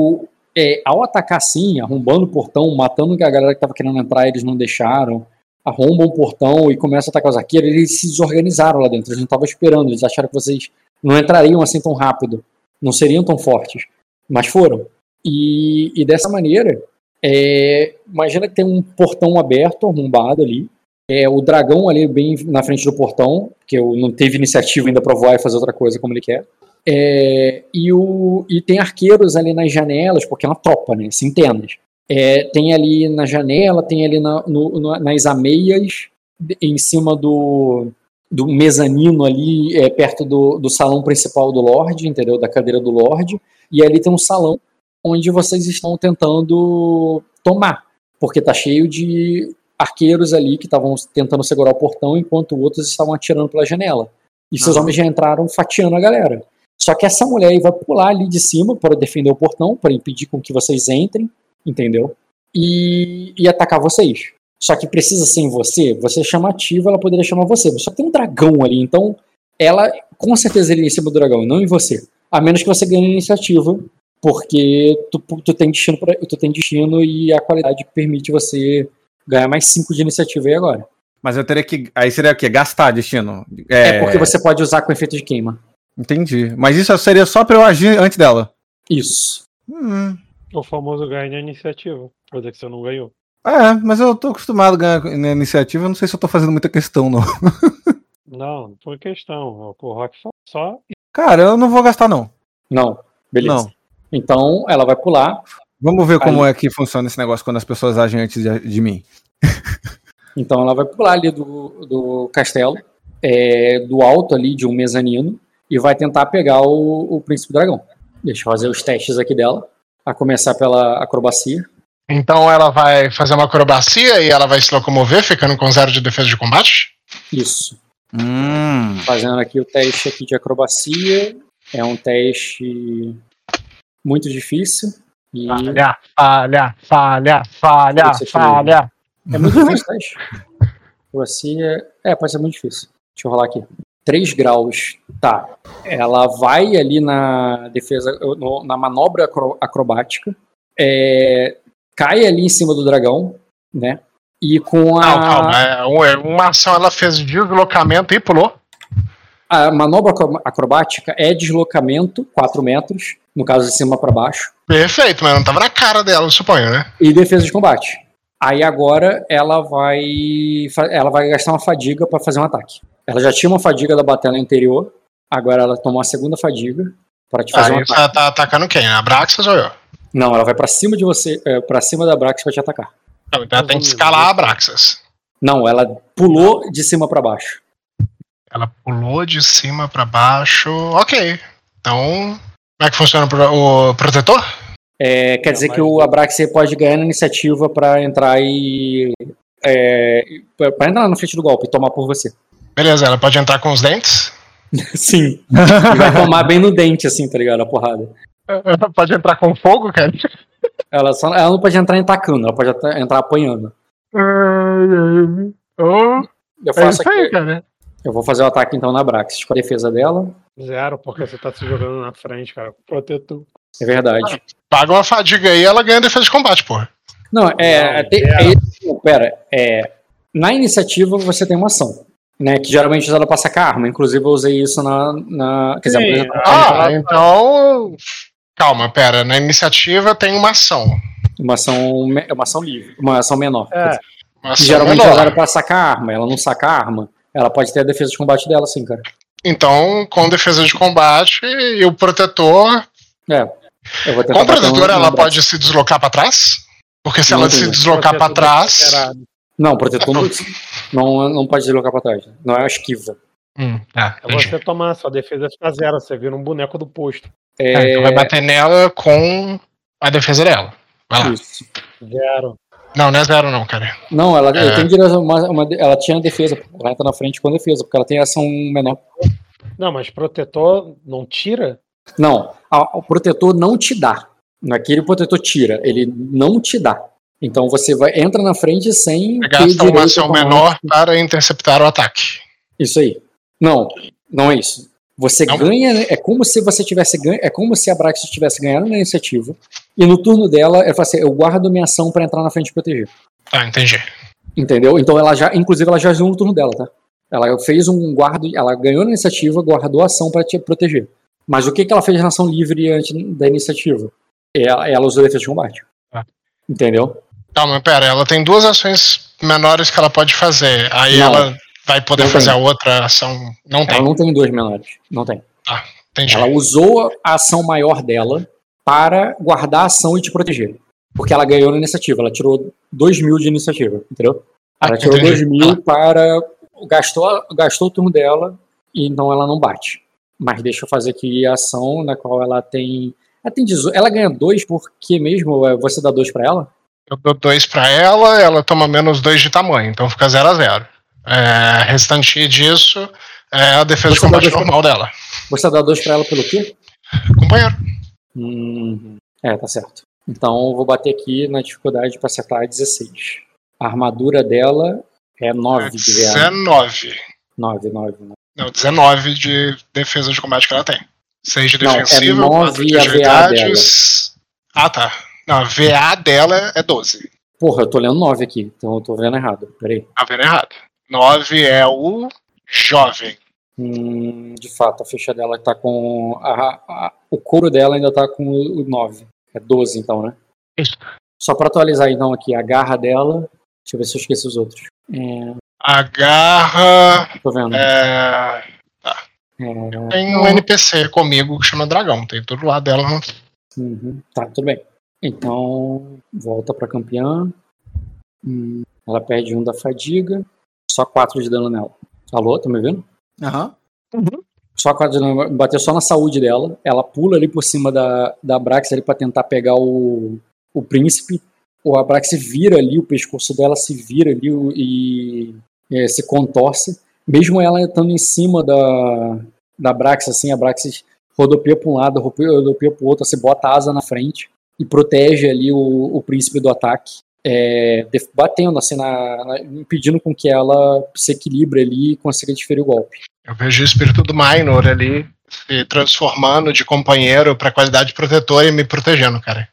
[SPEAKER 2] Ao atacar assim, arrombando o portão, matando a galera que tava querendo entrar, eles não deixaram, arrombam o portão e começam a atacar os arqueiros, eles se desorganizaram lá dentro, eles não estavam esperando, eles acharam que vocês não entrariam assim tão rápido, não seriam tão fortes, mas foram. E dessa maneira, imagina que tem um portão aberto, arrombado ali, o dragão ali bem na frente do portão, que não teve iniciativa ainda pra voar e fazer outra coisa como ele quer. E tem arqueiros ali nas janelas, porque é uma tropa, né? Centenas. Tem ali na janela, tem ali nas ameias, em cima do mezanino ali, perto do salão principal do Lorde, entendeu? Da cadeira do Lorde. E ali tem um salão onde vocês estão tentando tomar, porque tá cheio de arqueiros ali que estavam tentando segurar o portão, enquanto outros estavam atirando pela janela. E seus homens já entraram fatiando a galera. Só que essa mulher aí vai pular ali de cima para defender o portão, para impedir com que vocês entrem, entendeu? E atacar vocês. Só que precisa ser em você é chamativa, ela poderia chamar você. Só que tem um dragão ali, então ela com certeza iria em cima do dragão, e não em você. A menos que você ganhe iniciativa, porque tu tem destino e a qualidade permite você ganhar mais 5 de iniciativa aí agora.
[SPEAKER 4] Mas eu teria que... Aí seria o quê? Gastar destino?
[SPEAKER 2] Porque você pode usar com efeito de queima.
[SPEAKER 4] Entendi. Mas isso seria só pra eu agir antes dela?
[SPEAKER 2] Isso.
[SPEAKER 3] O famoso ganho na iniciativa. Coisa que você não ganhou.
[SPEAKER 4] Mas eu tô acostumado a ganhar na iniciativa, eu não sei se eu tô fazendo muita questão, não.
[SPEAKER 3] Não foi questão. O Rock só.
[SPEAKER 4] Cara, eu não vou gastar, não.
[SPEAKER 2] Não, beleza.
[SPEAKER 4] Não.
[SPEAKER 2] Então ela vai pular.
[SPEAKER 4] Vamos ver como é que funciona esse negócio quando as pessoas agem antes de mim.
[SPEAKER 2] Então ela vai pular ali do castelo, do alto ali de um mezanino, e vai tentar pegar o Príncipe Dragão. Deixa eu fazer os testes aqui dela, a começar pela acrobacia.
[SPEAKER 1] Então ela vai fazer uma acrobacia e ela vai se locomover, ficando com 0 de defesa de combate?
[SPEAKER 2] Isso. Fazendo aqui o teste aqui de acrobacia. É um teste muito difícil. E...
[SPEAKER 1] Falha.
[SPEAKER 2] É muito difícil o teste. Acrobacia... pode ser muito difícil. Deixa eu rolar aqui. 3 graus. Tá. Ela vai ali na defesa, na manobra acrobática. Cai ali em cima do dragão, né? E com a...
[SPEAKER 1] Calma. Uma ação ela fez deslocamento e pulou.
[SPEAKER 2] A manobra acrobática é deslocamento, 4 metros, no caso de cima para baixo.
[SPEAKER 1] Perfeito, mas não tava na cara dela, eu suponho, né?
[SPEAKER 2] E defesa de combate. Aí agora ela vai gastar uma fadiga para fazer um ataque. Ela já tinha uma fadiga da batalha anterior, agora ela tomou a segunda fadiga para te fazer um ataque.
[SPEAKER 1] Você tá atacando quem? A Braxas ou eu?
[SPEAKER 2] Não, ela vai para cima de você, para cima da Braxas para te atacar.
[SPEAKER 1] Não, então ela tem que escalar a Braxas.
[SPEAKER 2] Não, ela pulou de cima para baixo.
[SPEAKER 1] Ela pulou de cima pra baixo. Ok. Então, como é que funciona o protetor?
[SPEAKER 2] Quer dizer que o Abraxas pode ganhar na iniciativa pra entrar e... pra entrar na frente do golpe e tomar por você.
[SPEAKER 1] Beleza, ela pode entrar com os dentes?
[SPEAKER 2] Sim. E vai tomar bem no dente, assim, tá ligado? A porrada.
[SPEAKER 1] Ela pode entrar com fogo, cara?
[SPEAKER 2] Ela não pode entrar atacando, ela pode entrar apanhando. Eu faço
[SPEAKER 1] isso aí,
[SPEAKER 2] aqui...
[SPEAKER 1] cara.
[SPEAKER 2] Eu vou fazer o ataque então na Abraxas com a defesa dela.
[SPEAKER 3] 0, porque você tá se jogando na frente, cara. Protetor.
[SPEAKER 2] É verdade.
[SPEAKER 1] Paga uma fadiga aí e ela ganha defesa de combate, porra.
[SPEAKER 2] Não, pera. Na iniciativa você tem uma ação, né? Que geralmente ela passa com a arma. Inclusive eu usei isso quer dizer,
[SPEAKER 1] então... Calma, pera. Na iniciativa tem uma ação.
[SPEAKER 2] uma ação livre. Uma ação menor.
[SPEAKER 1] Uma
[SPEAKER 2] Que
[SPEAKER 1] ação
[SPEAKER 2] geralmente
[SPEAKER 1] menor.
[SPEAKER 2] ela era pra sacar a arma. Ela não saca a arma. Ela pode ter a defesa de combate dela, sim, cara.
[SPEAKER 1] Então, com defesa de combate e o protetor...
[SPEAKER 2] Eu vou tentar
[SPEAKER 1] Com o
[SPEAKER 2] bater
[SPEAKER 1] protetor ela
[SPEAKER 2] no
[SPEAKER 1] pode se deslocar pra trás? Porque se
[SPEAKER 2] Não
[SPEAKER 1] ela
[SPEAKER 2] entendi.
[SPEAKER 1] se deslocar pra trás...
[SPEAKER 2] Não, o protetor não pode deslocar pra trás. Não é uma esquiva.
[SPEAKER 3] É você tomar, sua defesa fica 0, você vira um boneco do posto.
[SPEAKER 1] Então vai bater nela com a defesa dela. Vai lá.
[SPEAKER 2] Isso.
[SPEAKER 3] 0.
[SPEAKER 1] Não é 0 não, cara.
[SPEAKER 2] Não, ela tem direção, ela tinha defesa. Ela entra na frente com defesa, porque ela tem ação menor.
[SPEAKER 3] Não, mas protetor não tira?
[SPEAKER 2] Não, o protetor não te dá. Naquele protetor tira, ele não te dá. Então você entra na frente sem ter
[SPEAKER 1] Gasta uma
[SPEAKER 2] direito
[SPEAKER 1] ação
[SPEAKER 2] automático.
[SPEAKER 1] menor para interceptar o ataque.
[SPEAKER 2] Isso aí. Não é isso. Você ganha, é como se você tivesse ganho, é como se a Braxis tivesse ganhado na iniciativa. E no turno dela, ela fala assim: eu guardo minha ação para entrar na frente e proteger.
[SPEAKER 1] Entendi.
[SPEAKER 2] Entendeu? Então inclusive ela já agiu no turno dela, tá? Ela fez um guardo, ela ganhou na iniciativa, guardou a ação para te proteger. Mas o que ela fez na ação livre antes da iniciativa? Ela usou defesa de combate. Entendeu?
[SPEAKER 1] Calma, pera, ela tem 2 ações menores que ela pode fazer. Aí ela vai poder fazer a outra ação. Não tem.
[SPEAKER 2] Ela não tem 2 menores. Não tem.
[SPEAKER 1] Entendi.
[SPEAKER 2] Ela usou a ação maior dela para guardar a ação e te proteger. Porque ela ganhou na iniciativa. Ela tirou 2.000 de iniciativa. Entendeu? Ela tirou 2.000 para... Gastou o turno dela e então ela não bate. Mas deixa eu fazer aqui a ação na qual ela tem... Ela ganha 2 porque mesmo você dá 2 para ela?
[SPEAKER 1] Eu dou 2 pra ela toma menos 2 de tamanho, então fica 0 a 0. Restante disso é a defesa de combate normal dela.
[SPEAKER 2] Você dá 2 pra ela pelo quê?
[SPEAKER 1] Companheiro.
[SPEAKER 2] Tá certo. Então eu vou bater aqui na dificuldade pra acertar 16. A armadura dela é 9 de VA.
[SPEAKER 1] 19.
[SPEAKER 2] 9.
[SPEAKER 1] Não, 19 de defesa de combate que ela tem. 6 de defensiva,
[SPEAKER 2] é
[SPEAKER 1] 4 de
[SPEAKER 2] a VA
[SPEAKER 1] agilidades. Tá. Não, a VA dela é 12.
[SPEAKER 2] Porra, eu tô lendo 9 aqui, então eu tô vendo errado. Peraí.
[SPEAKER 1] Tá vendo errado. 9 é o jovem.
[SPEAKER 2] De fato, a ficha dela tá com... o couro dela ainda tá com o 9. É 12 então, né?
[SPEAKER 1] Isso.
[SPEAKER 2] Só pra atualizar então aqui, a garra dela. Deixa eu ver se eu esqueci os outros.
[SPEAKER 1] A garra.
[SPEAKER 2] Tô vendo.
[SPEAKER 1] Tem um NPC comigo que chama Dragão. Tem tudo lá dela.
[SPEAKER 2] Tá, tudo bem. Então, volta pra campeã. Ela perde 1 da fadiga. Só 4 de dano nela. Alô, tá me vendo?
[SPEAKER 4] Aham.
[SPEAKER 2] Só 4 de dano. Bateu só na saúde dela. Ela pula ali por cima da Brax ali pra tentar pegar o príncipe. A Brax vira ali, o pescoço dela se vira ali e se contorce. Mesmo ela estando em cima da Brax, assim, a Brax rodopeia para um lado, rodopeia para o outro, você bota a asa na frente e protege ali o príncipe do ataque, batendo, assim, impedindo com que ela se equilibre ali e consiga desferir o golpe.
[SPEAKER 1] Eu vejo o espírito do Minor ali se transformando de companheiro pra qualidade protetora e me protegendo, cara.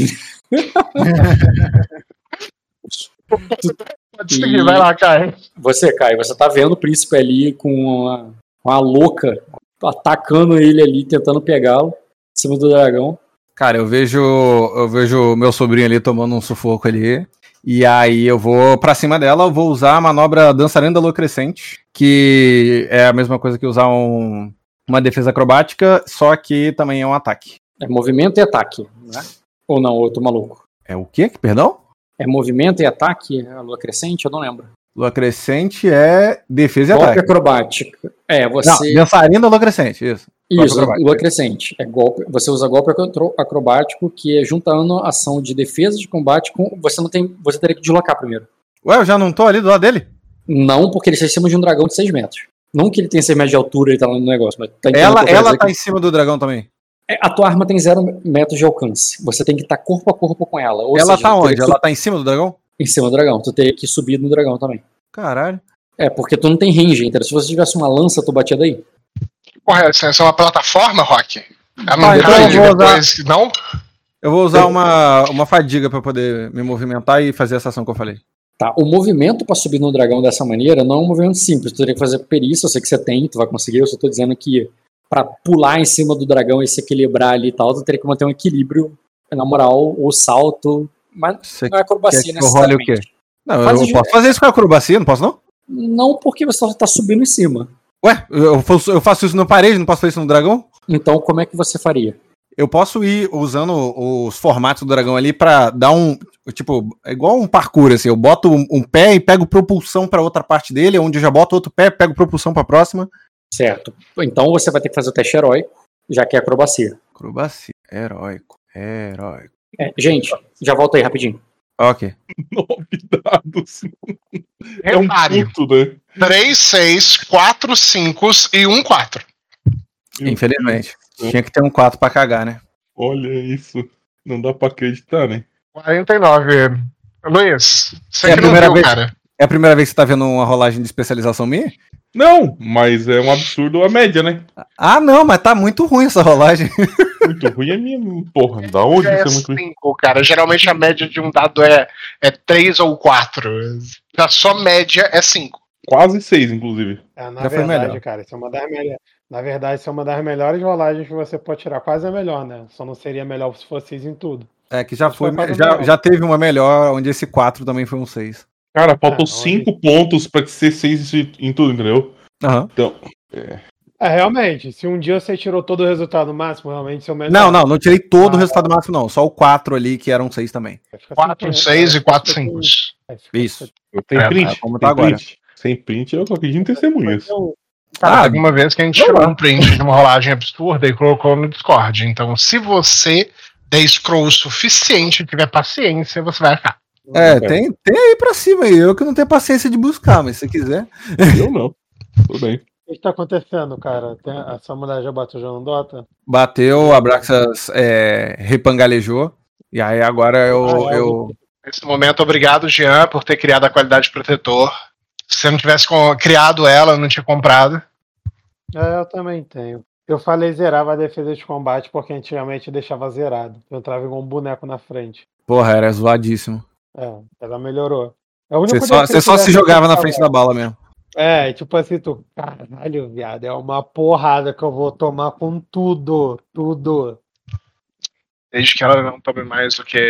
[SPEAKER 1] Pode seguir, vai lá, Kai.
[SPEAKER 2] Você tá vendo o príncipe ali com uma louca atacando ele ali, tentando pegá-lo em cima do dragão.
[SPEAKER 4] Cara, eu vejo meu sobrinho ali tomando um sufoco ali. E aí eu vou pra cima dela, eu vou usar a manobra Dançarina da Lua Crescente, que é a mesma coisa que usar uma defesa acrobática, só que também é um ataque.
[SPEAKER 2] É movimento e ataque, né? Ou não, eu tô maluco.
[SPEAKER 4] É o quê? Perdão?
[SPEAKER 2] É movimento e ataque, a Lua Crescente? Eu não lembro.
[SPEAKER 4] Lua Crescente é defesa e
[SPEAKER 2] golpe
[SPEAKER 4] ataque.
[SPEAKER 2] Acrobático. Você...
[SPEAKER 4] Não, Dançarina da Lua Crescente, isso.
[SPEAKER 2] Isso, Lua Crescente. É golpe. Você usa golpe acrobático, que é juntando ação de defesa de combate com. Você teria que deslocar primeiro.
[SPEAKER 4] Ué, eu já não tô ali do lado dele?
[SPEAKER 2] Não, porque ele está em cima de um dragão de 6 metros. Não que ele tenha 6 metros de altura e tá lá no negócio, mas
[SPEAKER 4] ela tá em cima do dragão também.
[SPEAKER 2] A tua arma tem 0 metros de alcance. Você tem que estar corpo a corpo com ela. Ou
[SPEAKER 4] ela
[SPEAKER 2] seja,
[SPEAKER 4] tá onde? Ela tá em cima do dragão?
[SPEAKER 2] Em cima do dragão. Tu teria que subir no dragão também.
[SPEAKER 4] Caralho.
[SPEAKER 2] Porque tu não tem range, entendeu? Se você tivesse uma lança, tu batia daí.
[SPEAKER 1] Correto, isso é uma plataforma, Rock? Ela não
[SPEAKER 4] então
[SPEAKER 1] cai
[SPEAKER 4] eu vou
[SPEAKER 1] depois, não?
[SPEAKER 4] Eu vou usar uma fadiga pra poder me movimentar e fazer essa ação que eu falei.
[SPEAKER 2] Tá, o movimento pra subir no dragão dessa maneira não é um movimento simples. Tu teria que fazer perícia, eu sei que você tem, tu vai conseguir. Eu só tô dizendo que pra pular em cima do dragão e se equilibrar ali e tal, tu teria que manter um equilíbrio, na moral, ou salto. Mas
[SPEAKER 4] você
[SPEAKER 2] não é acrobacia
[SPEAKER 4] necessariamente. O quê? Não, eu posso fazer isso com a acrobacia, não posso não?
[SPEAKER 2] Não, porque você só tá subindo em cima.
[SPEAKER 4] Ué, eu faço isso na parede, não posso fazer isso no dragão?
[SPEAKER 2] Então, como é que você faria?
[SPEAKER 4] Eu posso ir usando os formatos do dragão ali pra dar um... Tipo, é igual um parkour, assim. Eu boto um pé e pego propulsão pra outra parte dele, onde eu já boto outro pé, pego propulsão pra próxima.
[SPEAKER 2] Certo. Então você vai ter que fazer o teste heróico, já que é acrobacia.
[SPEAKER 4] Acrobacia. Heróico.
[SPEAKER 2] Gente, já volto aí rapidinho.
[SPEAKER 4] Ok.
[SPEAKER 6] 9 dados. É um puto, né?
[SPEAKER 1] 3, 6, 4, 5 e 1, 4.
[SPEAKER 4] Infelizmente. Tinha que ter um 4 pra cagar, né?
[SPEAKER 6] Olha isso. Não dá pra acreditar, né?
[SPEAKER 1] 49. Luiz, você
[SPEAKER 4] É a
[SPEAKER 1] que não
[SPEAKER 4] primeira
[SPEAKER 1] viu,
[SPEAKER 4] vez-
[SPEAKER 1] cara.
[SPEAKER 4] É a primeira vez que você tá vendo uma rolagem de especialização minha?
[SPEAKER 6] Não, mas é um absurdo a média, né?
[SPEAKER 4] Ah, não, mas tá muito ruim essa rolagem.
[SPEAKER 6] Muito ruim é minha. Porra, da onde
[SPEAKER 1] É
[SPEAKER 6] isso é muito ruim?
[SPEAKER 1] 5, cara. Geralmente a média de um dado é 3 ou 4. A só média é 5.
[SPEAKER 6] Quase 6, inclusive.
[SPEAKER 3] Na
[SPEAKER 4] Já foi
[SPEAKER 3] verdade,
[SPEAKER 4] melhor.
[SPEAKER 3] cara, isso é uma das melhores. Na verdade, isso é uma das melhores rolagens que você pode tirar. Quase a melhor, né? Só não seria melhor se fosse 6 em tudo.
[SPEAKER 4] É que já
[SPEAKER 3] Mas foi
[SPEAKER 4] foi.
[SPEAKER 3] quase melhor.
[SPEAKER 4] Já teve uma melhor, onde esse 4 também foi um 6.
[SPEAKER 6] Cara, faltou
[SPEAKER 3] Ah,
[SPEAKER 6] 5 pontos pra ser 6 em tudo, entendeu?
[SPEAKER 4] Aham.
[SPEAKER 6] Então,
[SPEAKER 3] realmente, se um dia você tirou todo o resultado máximo, realmente seu melhor.
[SPEAKER 4] Não tirei todo o resultado máximo, não. Só o 4 ali, que eram 6 também.
[SPEAKER 1] 4, 6 e 4, 5.
[SPEAKER 4] Isso.
[SPEAKER 6] eu tenho print.
[SPEAKER 4] como
[SPEAKER 6] Tem
[SPEAKER 4] tá agora.
[SPEAKER 6] print. Sem print, eu acredito em testemunhas.
[SPEAKER 1] Cara, teve uma vez que a gente tirou um print de uma rolagem absurda e colocou no Discord. Então, se você der scroll suficiente e tiver paciência, você vai achar.
[SPEAKER 4] Tem aí pra cima aí. Eu que não tenho paciência de buscar, mas se quiser.
[SPEAKER 6] Eu não. Tudo bem.
[SPEAKER 3] O que tá acontecendo, cara? Essa mulher já bateu já no Dota?
[SPEAKER 4] Bateu, a Braxas repangalejou. E aí agora eu.
[SPEAKER 1] Nesse momento, obrigado, Jean, por ter criado a qualidade protetor. Se você não tivesse criado ela, eu não tinha comprado.
[SPEAKER 3] Eu também tenho. Eu falei zerava a defesa de combate porque antigamente eu deixava zerado. Eu entrava igual um boneco na frente.
[SPEAKER 4] Porra, era zoadíssimo.
[SPEAKER 3] Ela melhorou. É o único
[SPEAKER 4] Você só se jogava na frente da bala mesmo.
[SPEAKER 3] Tipo assim, tu, caralho, viado, é uma porrada que eu vou tomar com tudo.
[SPEAKER 1] Desde que ela não tome mais do que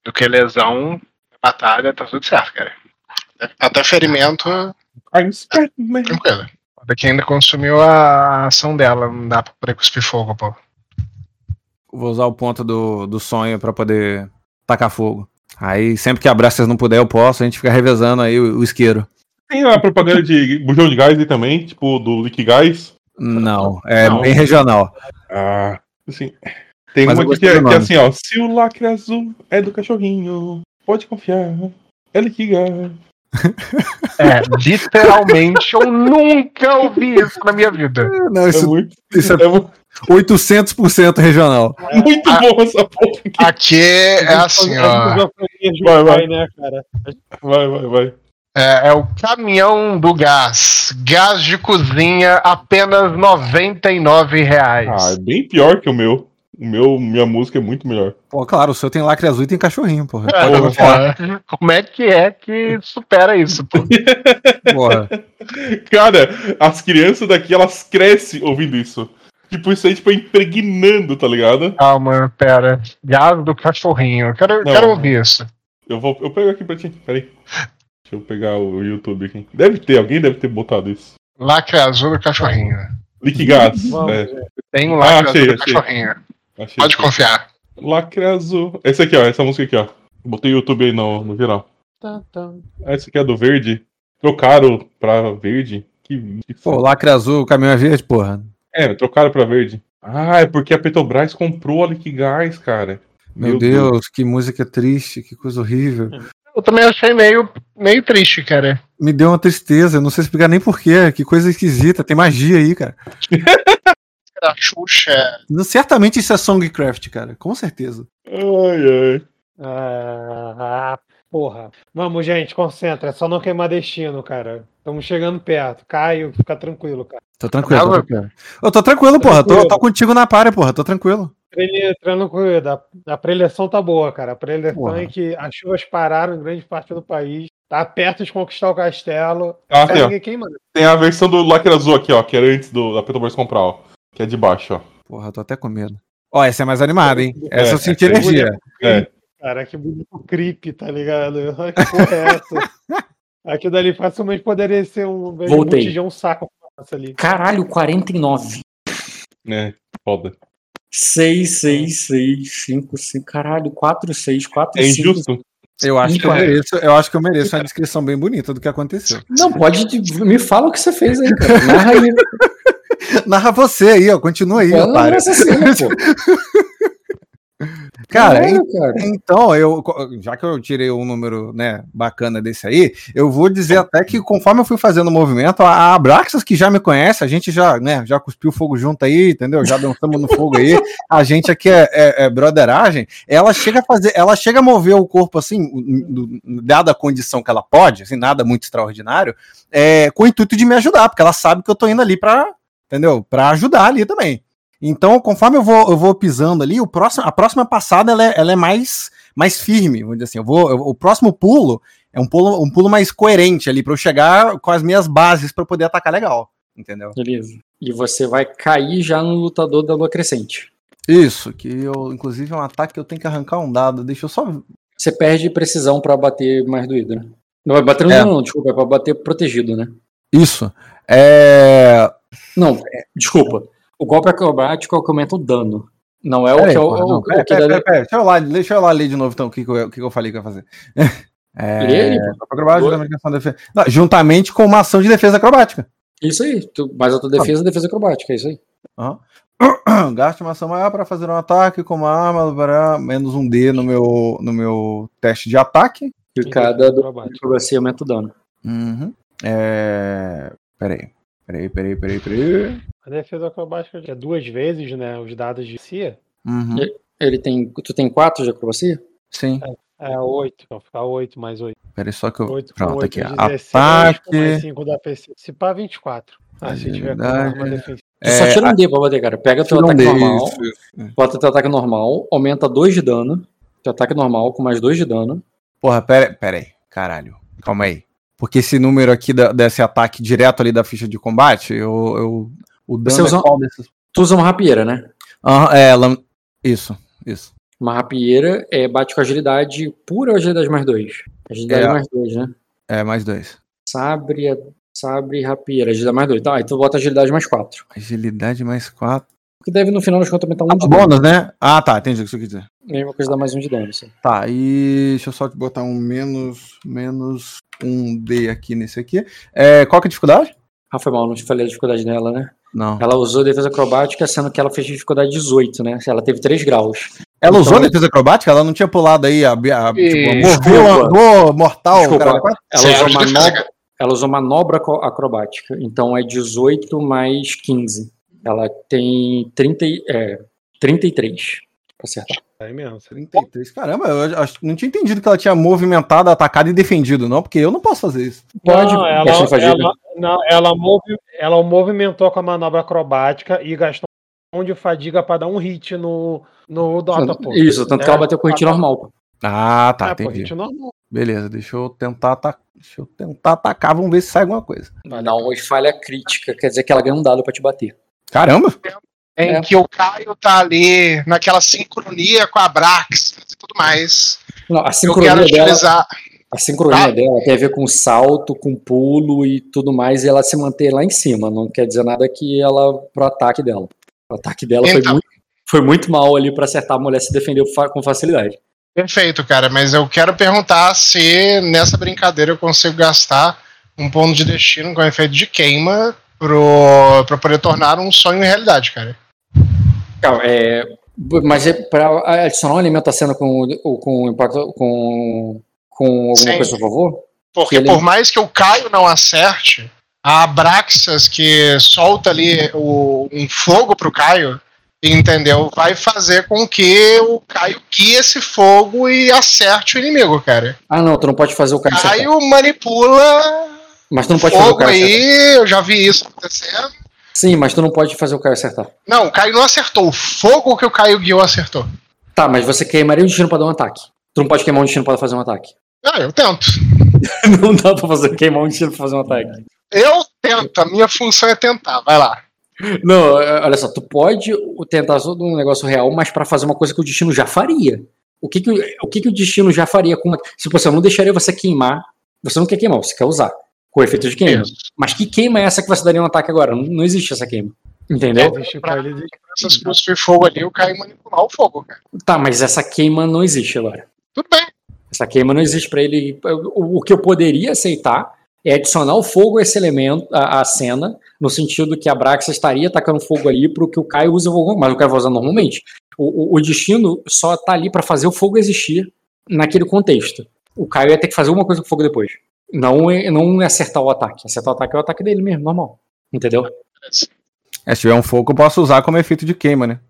[SPEAKER 1] do que lesão, batalha, tá tudo certo, cara. Até ferimento,
[SPEAKER 6] I'm Spider-Man.
[SPEAKER 1] tranquilo. Daqui ainda consumiu a ação dela, não dá pra poder cuspir fogo, pô.
[SPEAKER 4] Vou usar o ponto do sonho pra poder tacar fogo. Aí, sempre que a Braxas não puder, eu posso, a gente fica revezando aí o isqueiro.
[SPEAKER 6] Tem a propaganda de bujão de gás aí também, tipo do Lick Gás.
[SPEAKER 4] Não, é
[SPEAKER 6] Não.
[SPEAKER 4] bem regional.
[SPEAKER 6] Ah, assim. Tem
[SPEAKER 4] Mas
[SPEAKER 6] uma
[SPEAKER 4] eu
[SPEAKER 6] aqui
[SPEAKER 4] gostei do
[SPEAKER 6] que é
[SPEAKER 4] nome.
[SPEAKER 6] assim, ó. Se o lacre azul é do cachorrinho, pode confiar. É Lick Gás.
[SPEAKER 1] Literalmente, eu nunca ouvi isso na minha vida.
[SPEAKER 4] Não,
[SPEAKER 6] É muito,
[SPEAKER 4] isso é
[SPEAKER 6] é mu-
[SPEAKER 4] 800% regional.
[SPEAKER 6] muito bom essa porra aqui.
[SPEAKER 1] Aqui é assim, ó.
[SPEAKER 6] Vai.
[SPEAKER 3] Né, cara?
[SPEAKER 6] Vai.
[SPEAKER 1] É o caminhão do gás. Gás de cozinha, apenas R$99.
[SPEAKER 6] Ah, é bem pior que o meu. Minha música é muito melhor.
[SPEAKER 4] Pô, claro, o seu tem lacre azul e tem cachorrinho, porra.
[SPEAKER 6] Porra.
[SPEAKER 1] Como é que supera isso, pô?
[SPEAKER 4] Porra.
[SPEAKER 6] Cara, as crianças daqui, elas crescem ouvindo isso. Tipo, isso aí, tipo, é impregnando, tá ligado?
[SPEAKER 1] Calma, pera. Gás do cachorrinho. Eu quero ouvir isso.
[SPEAKER 6] Eu pego aqui pra ti, peraí. Deixa eu pegar o YouTube aqui. Alguém deve ter botado isso.
[SPEAKER 1] Lacre azul do cachorrinho.
[SPEAKER 6] Lick Gás.
[SPEAKER 3] Vamos,
[SPEAKER 6] É.
[SPEAKER 1] Tem um lacre
[SPEAKER 6] achei,
[SPEAKER 1] azul do
[SPEAKER 6] achei.
[SPEAKER 1] cachorrinho.
[SPEAKER 6] Achei
[SPEAKER 1] Pode
[SPEAKER 6] aqui.
[SPEAKER 1] confiar.
[SPEAKER 6] Lacre azul. Esse aqui, ó. Essa música aqui, ó. Botei o YouTube aí no geral. Essa aqui é do verde. Trocaram pra verde. Que
[SPEAKER 4] Pô, lacre azul, caminhão é verde, porra.
[SPEAKER 6] trocaram pra verde. Ah, é porque a Petrobras comprou a Lick Gás, cara.
[SPEAKER 4] Meu Deus, que música triste, que coisa horrível.
[SPEAKER 1] Eu também achei meio triste, cara.
[SPEAKER 4] Me deu uma tristeza, eu não sei explicar nem porquê, que coisa esquisita, tem magia aí, cara.
[SPEAKER 1] A Xuxa.
[SPEAKER 4] Certamente isso é Songcraft, cara, com certeza.
[SPEAKER 6] Ai.
[SPEAKER 3] Porra. Vamos, gente, concentra. É só não queimar destino, cara. Estamos chegando perto. Caio, fica tranquilo, cara.
[SPEAKER 4] Tô tranquilo. Eu tô tranquilo, porra.
[SPEAKER 3] Tranquilo.
[SPEAKER 4] Tô contigo na party, porra. Tô tranquilo.
[SPEAKER 3] Tranquilo. A preleção tá boa, cara. A preleção
[SPEAKER 4] Porra.
[SPEAKER 3] é que as chuvas pararam em grande parte do país. Tá perto de conquistar o castelo.
[SPEAKER 6] Ah, tem, ó.
[SPEAKER 3] Ninguém queimando.
[SPEAKER 6] Tem a versão do Lacre Azul aqui, ó. Que era antes da Petrobras comprar, ó. Que é de baixo, ó.
[SPEAKER 4] Porra, eu tô até com medo. Ó, essa é mais animada, hein? Essa eu senti
[SPEAKER 6] essa é
[SPEAKER 4] energia.
[SPEAKER 3] Cara, que bonito creep, tá ligado? Que porra é essa? Aquilo dali facilmente poderia ser um
[SPEAKER 2] Voltei.
[SPEAKER 3] botijão, um saco ali.
[SPEAKER 2] Caralho, 49.
[SPEAKER 6] É, foda.
[SPEAKER 2] 6, 5, 5. Caralho, 4, 6, 4,
[SPEAKER 6] É
[SPEAKER 2] 5.
[SPEAKER 6] injusto?
[SPEAKER 4] Eu acho que eu mereço uma descrição bem bonita do que aconteceu.
[SPEAKER 2] Não, pode. Me fala o que você fez aí, cara. Narra aí.
[SPEAKER 4] Narra você aí, ó. Continua aí, otário. Cara, então, já que eu tirei um número, né, bacana desse aí, eu vou dizer até que conforme eu fui fazendo o movimento, a Abraxas, que já me conhece, a gente já, né, já cuspiu fogo junto aí, entendeu? Já dançamos no fogo aí, a gente aqui é broderagem, ela chega a mover o corpo assim, dada a condição que ela pode, assim, nada muito extraordinário, com o intuito de me ajudar, porque ela sabe que eu tô indo ali pra ajudar ali também. Então, conforme eu vou pisando ali, a próxima passada ela é mais firme, vamos dizer assim. O próximo pulo é um pulo mais coerente ali, pra eu chegar com as minhas bases pra poder atacar legal, entendeu?
[SPEAKER 2] Beleza. E você vai cair já no lutador da lua crescente.
[SPEAKER 4] Isso, inclusive é um ataque que eu tenho que arrancar um dado, deixa eu só...
[SPEAKER 2] Você perde precisão pra bater mais doído, né? Não vai bater não, desculpa, é pra bater protegido, né?
[SPEAKER 4] Isso.
[SPEAKER 2] Não, desculpa. O golpe acrobático é o que aumenta o dano. Não é o que é o que dá.
[SPEAKER 4] Deixa eu lá ler de novo então o que eu falei que eu ia fazer. Juntamente com uma ação de defesa acrobática.
[SPEAKER 2] Isso aí. Mas a tua defesa é defesa acrobática, é isso aí.
[SPEAKER 4] Gaste uma ação maior para fazer um ataque com uma arma para menos um D no meu teste de ataque.
[SPEAKER 2] E cada acrobacia aumenta o dano.
[SPEAKER 4] Peraí.
[SPEAKER 3] A defesa acrobática é 2 vezes, né? Os dados de CIA.
[SPEAKER 2] Tu tem 4 de acrobacia?
[SPEAKER 4] Sim.
[SPEAKER 3] 8. Então fica 8 mais 8.
[SPEAKER 4] Peraí, só que eu.
[SPEAKER 3] 8
[SPEAKER 4] pronto,
[SPEAKER 3] 8,
[SPEAKER 4] aqui.
[SPEAKER 3] 16,
[SPEAKER 4] Ataque.
[SPEAKER 3] mais 5 da PC. Se pá, 24. Se tiver com arma defensiva.
[SPEAKER 2] Tu só tira um D pra bater, cara. Pega teu ataque normal.
[SPEAKER 4] Isso.
[SPEAKER 2] Bota teu ataque normal. Aumenta 2 de dano. Teu ataque normal com mais 2 de dano.
[SPEAKER 4] Porra, peraí. Caralho. Calma aí. Porque esse número aqui desse ataque direto ali da ficha de combate, o dano
[SPEAKER 2] Tu usa uma rapieira, né?
[SPEAKER 4] Isso.
[SPEAKER 2] Uma rapieira bate com agilidade pura ou agilidade mais 2? Agilidade mais 2, né?
[SPEAKER 4] Mais 2.
[SPEAKER 2] Sabre e rapieira. Agilidade mais 2. Tá, então bota agilidade mais 4.
[SPEAKER 4] Agilidade mais 4.
[SPEAKER 2] Porque deve no final das contas aumentar 1 de
[SPEAKER 4] bônus,
[SPEAKER 2] dano.
[SPEAKER 4] né? Ah, tá. Entendi o que você quer dizer.
[SPEAKER 2] Mesma coisa dá mais 1 de dano. Assim.
[SPEAKER 4] Tá, e deixa eu só botar um menos 1D aqui nesse aqui. Qual que é a dificuldade?
[SPEAKER 2] Ah, foi mal. Não te falei a dificuldade dela, né?
[SPEAKER 4] Não.
[SPEAKER 2] Ela usou defesa acrobática, sendo que ela fez dificuldade 18, né? Ela teve 3 graus.
[SPEAKER 4] Ela usou defesa acrobática? Ela não tinha pulado aí moveu o andor mortal?
[SPEAKER 2] Desculpa, ela usou manobra acrobática. Então é 18 mais 15. Ela tem 33 pra acertar.
[SPEAKER 3] É mesmo.
[SPEAKER 4] 33. Caramba, eu não tinha entendido que ela tinha movimentado, atacado e defendido, não, porque eu não posso fazer isso.
[SPEAKER 2] Pode,
[SPEAKER 3] ela movimentou com a manobra acrobática e gastou 1 de fadiga pra dar um hit no Dota, pô.
[SPEAKER 2] Isso, tanto que ela bateu com hit normal.
[SPEAKER 4] Ah, tá, entendi.
[SPEAKER 3] Hit normal.
[SPEAKER 4] Beleza, deixa eu tentar atacar, vamos ver se sai alguma coisa.
[SPEAKER 2] Vai dar uma falha crítica, quer dizer que ela ganha um dado pra te bater.
[SPEAKER 4] Caramba!
[SPEAKER 1] Em que o Caio tá ali naquela sincronia com a Brax e tudo mais.
[SPEAKER 2] Não, a
[SPEAKER 1] sincronia
[SPEAKER 2] dela tem a ver com salto, com pulo e tudo mais, e ela se manter lá em cima. Não quer dizer nada que ela pro ataque dela. O ataque dela foi muito mal ali pra acertar. A mulher se defendeu com facilidade.
[SPEAKER 1] Perfeito, cara, mas eu quero perguntar se nessa brincadeira eu consigo gastar um ponto de destino com efeito de queima pra poder tornar um sonho realidade, cara.
[SPEAKER 2] Calma, mas pra adicionar um elemento à cena com impacto, com alguma coisa a favor?
[SPEAKER 1] Porque por mais que o Caio não acerte, a Abraxas que solta ali um fogo pro Caio, entendeu? Vai fazer com que o Caio guie esse fogo e acerte o inimigo, cara.
[SPEAKER 2] Ah, não, tu não pode fazer o Caio acertar.
[SPEAKER 1] Caio manipula.
[SPEAKER 2] Mas tu não pode fazer o Caio
[SPEAKER 1] acertar. Eu já vi isso acontecendo.
[SPEAKER 2] Sim, mas tu não pode fazer o Caio acertar.
[SPEAKER 1] Não, o Caio não acertou. O fogo que o Caio guiou acertou.
[SPEAKER 2] Tá, mas você queimaria um destino pra dar um ataque. Tu não pode queimar um destino pra fazer um ataque.
[SPEAKER 1] Ah, eu tento.
[SPEAKER 2] Não dá pra queimar um destino pra fazer um ataque.
[SPEAKER 1] Eu tento, a minha função é tentar, vai lá.
[SPEAKER 2] Não, olha só, tu pode tentar todo um negócio real, mas pra fazer uma coisa que o destino já faria. O que o destino já faria com uma... Se você não deixaria você queimar, você não quer queimar, você quer usar. Com efeito de queima. Isso. Mas que queima é essa que você daria um ataque agora? Não existe essa queima. Entendeu?
[SPEAKER 1] Essas cruzes de fogo ali, o Caio manipular o fogo, cara.
[SPEAKER 2] Tá, mas essa queima não existe agora.
[SPEAKER 1] Tudo bem.
[SPEAKER 2] Essa queima não existe pra ele. O que eu poderia aceitar é adicionar o fogo a esse elemento, a cena, no sentido que a Braxa estaria atacando fogo ali pro que o Caio usa o fogo, mas o Caio vai usar normalmente. O destino só tá ali pra fazer o fogo existir naquele contexto. O Caio ia ter que fazer alguma coisa com o fogo depois. Não acertar o ataque. Acertar o ataque é o ataque dele mesmo, normal. Entendeu?
[SPEAKER 4] Se tiver um fogo, eu posso usar como efeito de queima, né?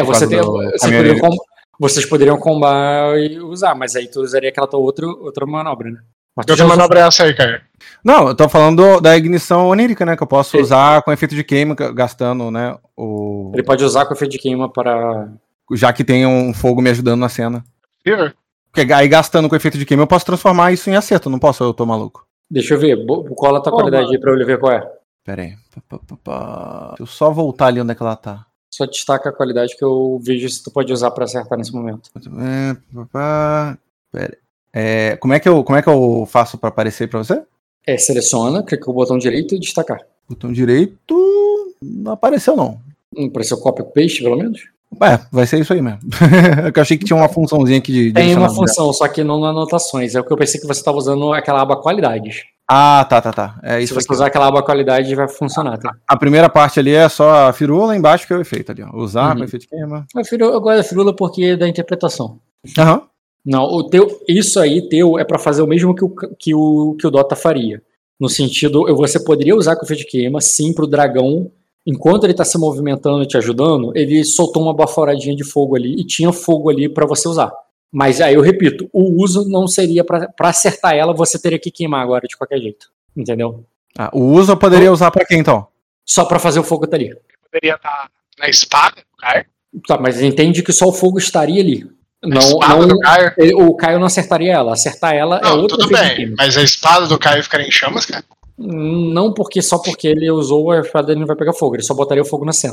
[SPEAKER 2] Vocês poderiam combar e usar, mas aí tu usaria aquela tua outra manobra, né?
[SPEAKER 1] Que outra manobra é essa aí, cara?
[SPEAKER 4] Não, eu tô falando da ignição onírica, né? Que eu posso usar com efeito de queima, gastando, né?
[SPEAKER 2] Ele pode usar com efeito de queima para...
[SPEAKER 4] Já que tem um fogo me ajudando na cena.
[SPEAKER 1] Sim.
[SPEAKER 4] Porque aí gastando com efeito de queima, eu posso transformar isso em acerto, não posso? Eu tô maluco.
[SPEAKER 2] Deixa eu ver, cola a tua qualidade aí pra eu ver qual é.
[SPEAKER 4] Pera aí. Deixa eu só voltar ali onde é que ela tá.
[SPEAKER 2] Só destaca a qualidade que eu vejo se tu pode usar pra acertar nesse momento.
[SPEAKER 4] Pera aí. Como é que eu faço pra aparecer pra você?
[SPEAKER 2] Seleciona, clica com o botão direito e destacar.
[SPEAKER 4] Botão direito... Não apareceu, não.
[SPEAKER 2] Não apareceu copy paste, pelo menos?
[SPEAKER 4] Vai ser isso aí mesmo. Eu achei que tinha uma funçãozinha aqui de
[SPEAKER 2] tem uma função, só que não nas anotações. É o que eu pensei que você estava usando aquela aba qualidades.
[SPEAKER 4] Ah, tá. É isso.
[SPEAKER 2] Se você usar aquela aba qualidade, vai funcionar, tá?
[SPEAKER 4] A primeira parte ali é só a firula, embaixo que é o efeito ali, ó. Usar com efeito de queima.
[SPEAKER 2] Eu gosto da firula porque é da interpretação.
[SPEAKER 4] Aham.
[SPEAKER 2] Não, isso aí é pra fazer o mesmo que o Dota faria. No sentido, você poderia usar com efeito de queima, sim, pro dragão. Enquanto ele tá se movimentando e te ajudando, ele soltou uma baforadinha de fogo ali e tinha fogo ali pra você usar. Mas aí eu repito, o uso não seria pra acertar ela, você teria que queimar agora de qualquer jeito. Entendeu?
[SPEAKER 4] O uso eu poderia usar pra quem então?
[SPEAKER 2] Só pra fazer o fogo tá ali.
[SPEAKER 1] Ele poderia estar na espada do Caio.
[SPEAKER 2] Tá, mas entende que só o fogo estaria ali.
[SPEAKER 1] Do Caio?
[SPEAKER 2] O Caio não acertaria ela. Acertar ela é outro.
[SPEAKER 1] Tudo bem, mas a espada do Caio ficaria em chamas, cara?
[SPEAKER 2] Não só porque ele usou a espada dele não vai pegar fogo, ele só botaria o fogo na cena.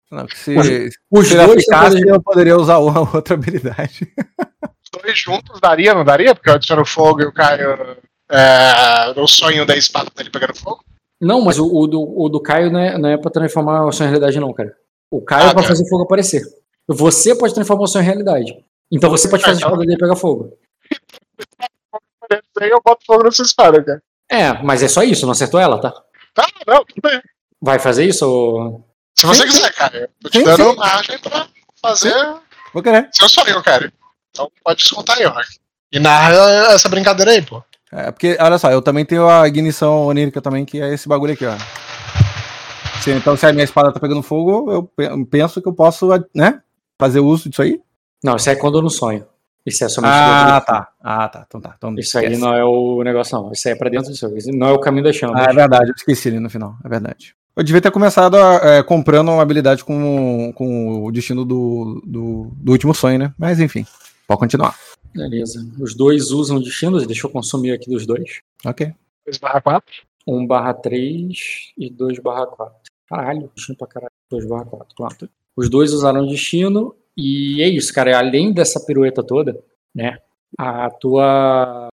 [SPEAKER 4] Não, que se
[SPEAKER 2] Os
[SPEAKER 4] ela
[SPEAKER 2] dois
[SPEAKER 4] ficasse, eu poderia usar uma outra habilidade.
[SPEAKER 1] Os dois juntos daria, não daria? Porque eu adiciono fogo e o Caio. O sonho da espada dele pegando fogo?
[SPEAKER 2] Não, mas o do Caio não é pra transformar o sonho em realidade, não, cara. O Caio é pra fazer fogo aparecer. Você pode transformar o sonho em realidade. Então você pode fazer a espada dele pegar fogo.
[SPEAKER 1] Aí eu boto fogo na sua espada, cara.
[SPEAKER 2] Mas é só isso, não acertou ela, tá?
[SPEAKER 1] Tá, não, tudo bem.
[SPEAKER 2] Vai fazer isso ou...
[SPEAKER 1] Se você quiser, cara. Eu tô te dando margem pra fazer
[SPEAKER 4] Vou querer.
[SPEAKER 1] seu sonho, cara. Então pode descontar aí, ó. E narra essa brincadeira aí, pô.
[SPEAKER 4] Porque, olha só, eu também tenho a ignição onírica também, que é esse bagulho aqui, ó. Então, se a minha espada tá pegando fogo, eu penso que eu posso, né, fazer uso disso aí.
[SPEAKER 2] Não, isso é quando eu não sonho. Isso é somente
[SPEAKER 4] tá. Então tá. Então,
[SPEAKER 2] isso aí não é o negócio, não. Isso aí é pra dentro do seu. Isso não é o caminho da chama.
[SPEAKER 4] É verdade, eu esqueci ali no final. É verdade. Eu devia ter começado comprando uma habilidade com o destino do último sonho, né? Mas enfim, pode continuar.
[SPEAKER 2] Beleza. Os dois usam destinos. Deixa eu consumir aqui dos dois.
[SPEAKER 4] Ok.
[SPEAKER 1] 2/4.
[SPEAKER 2] 1/3 e 2/4. Caralho, destino pra caralho. 2/4. Pronto. Os dois usaram destino. E é isso, cara. Além dessa pirueta toda, né? A tua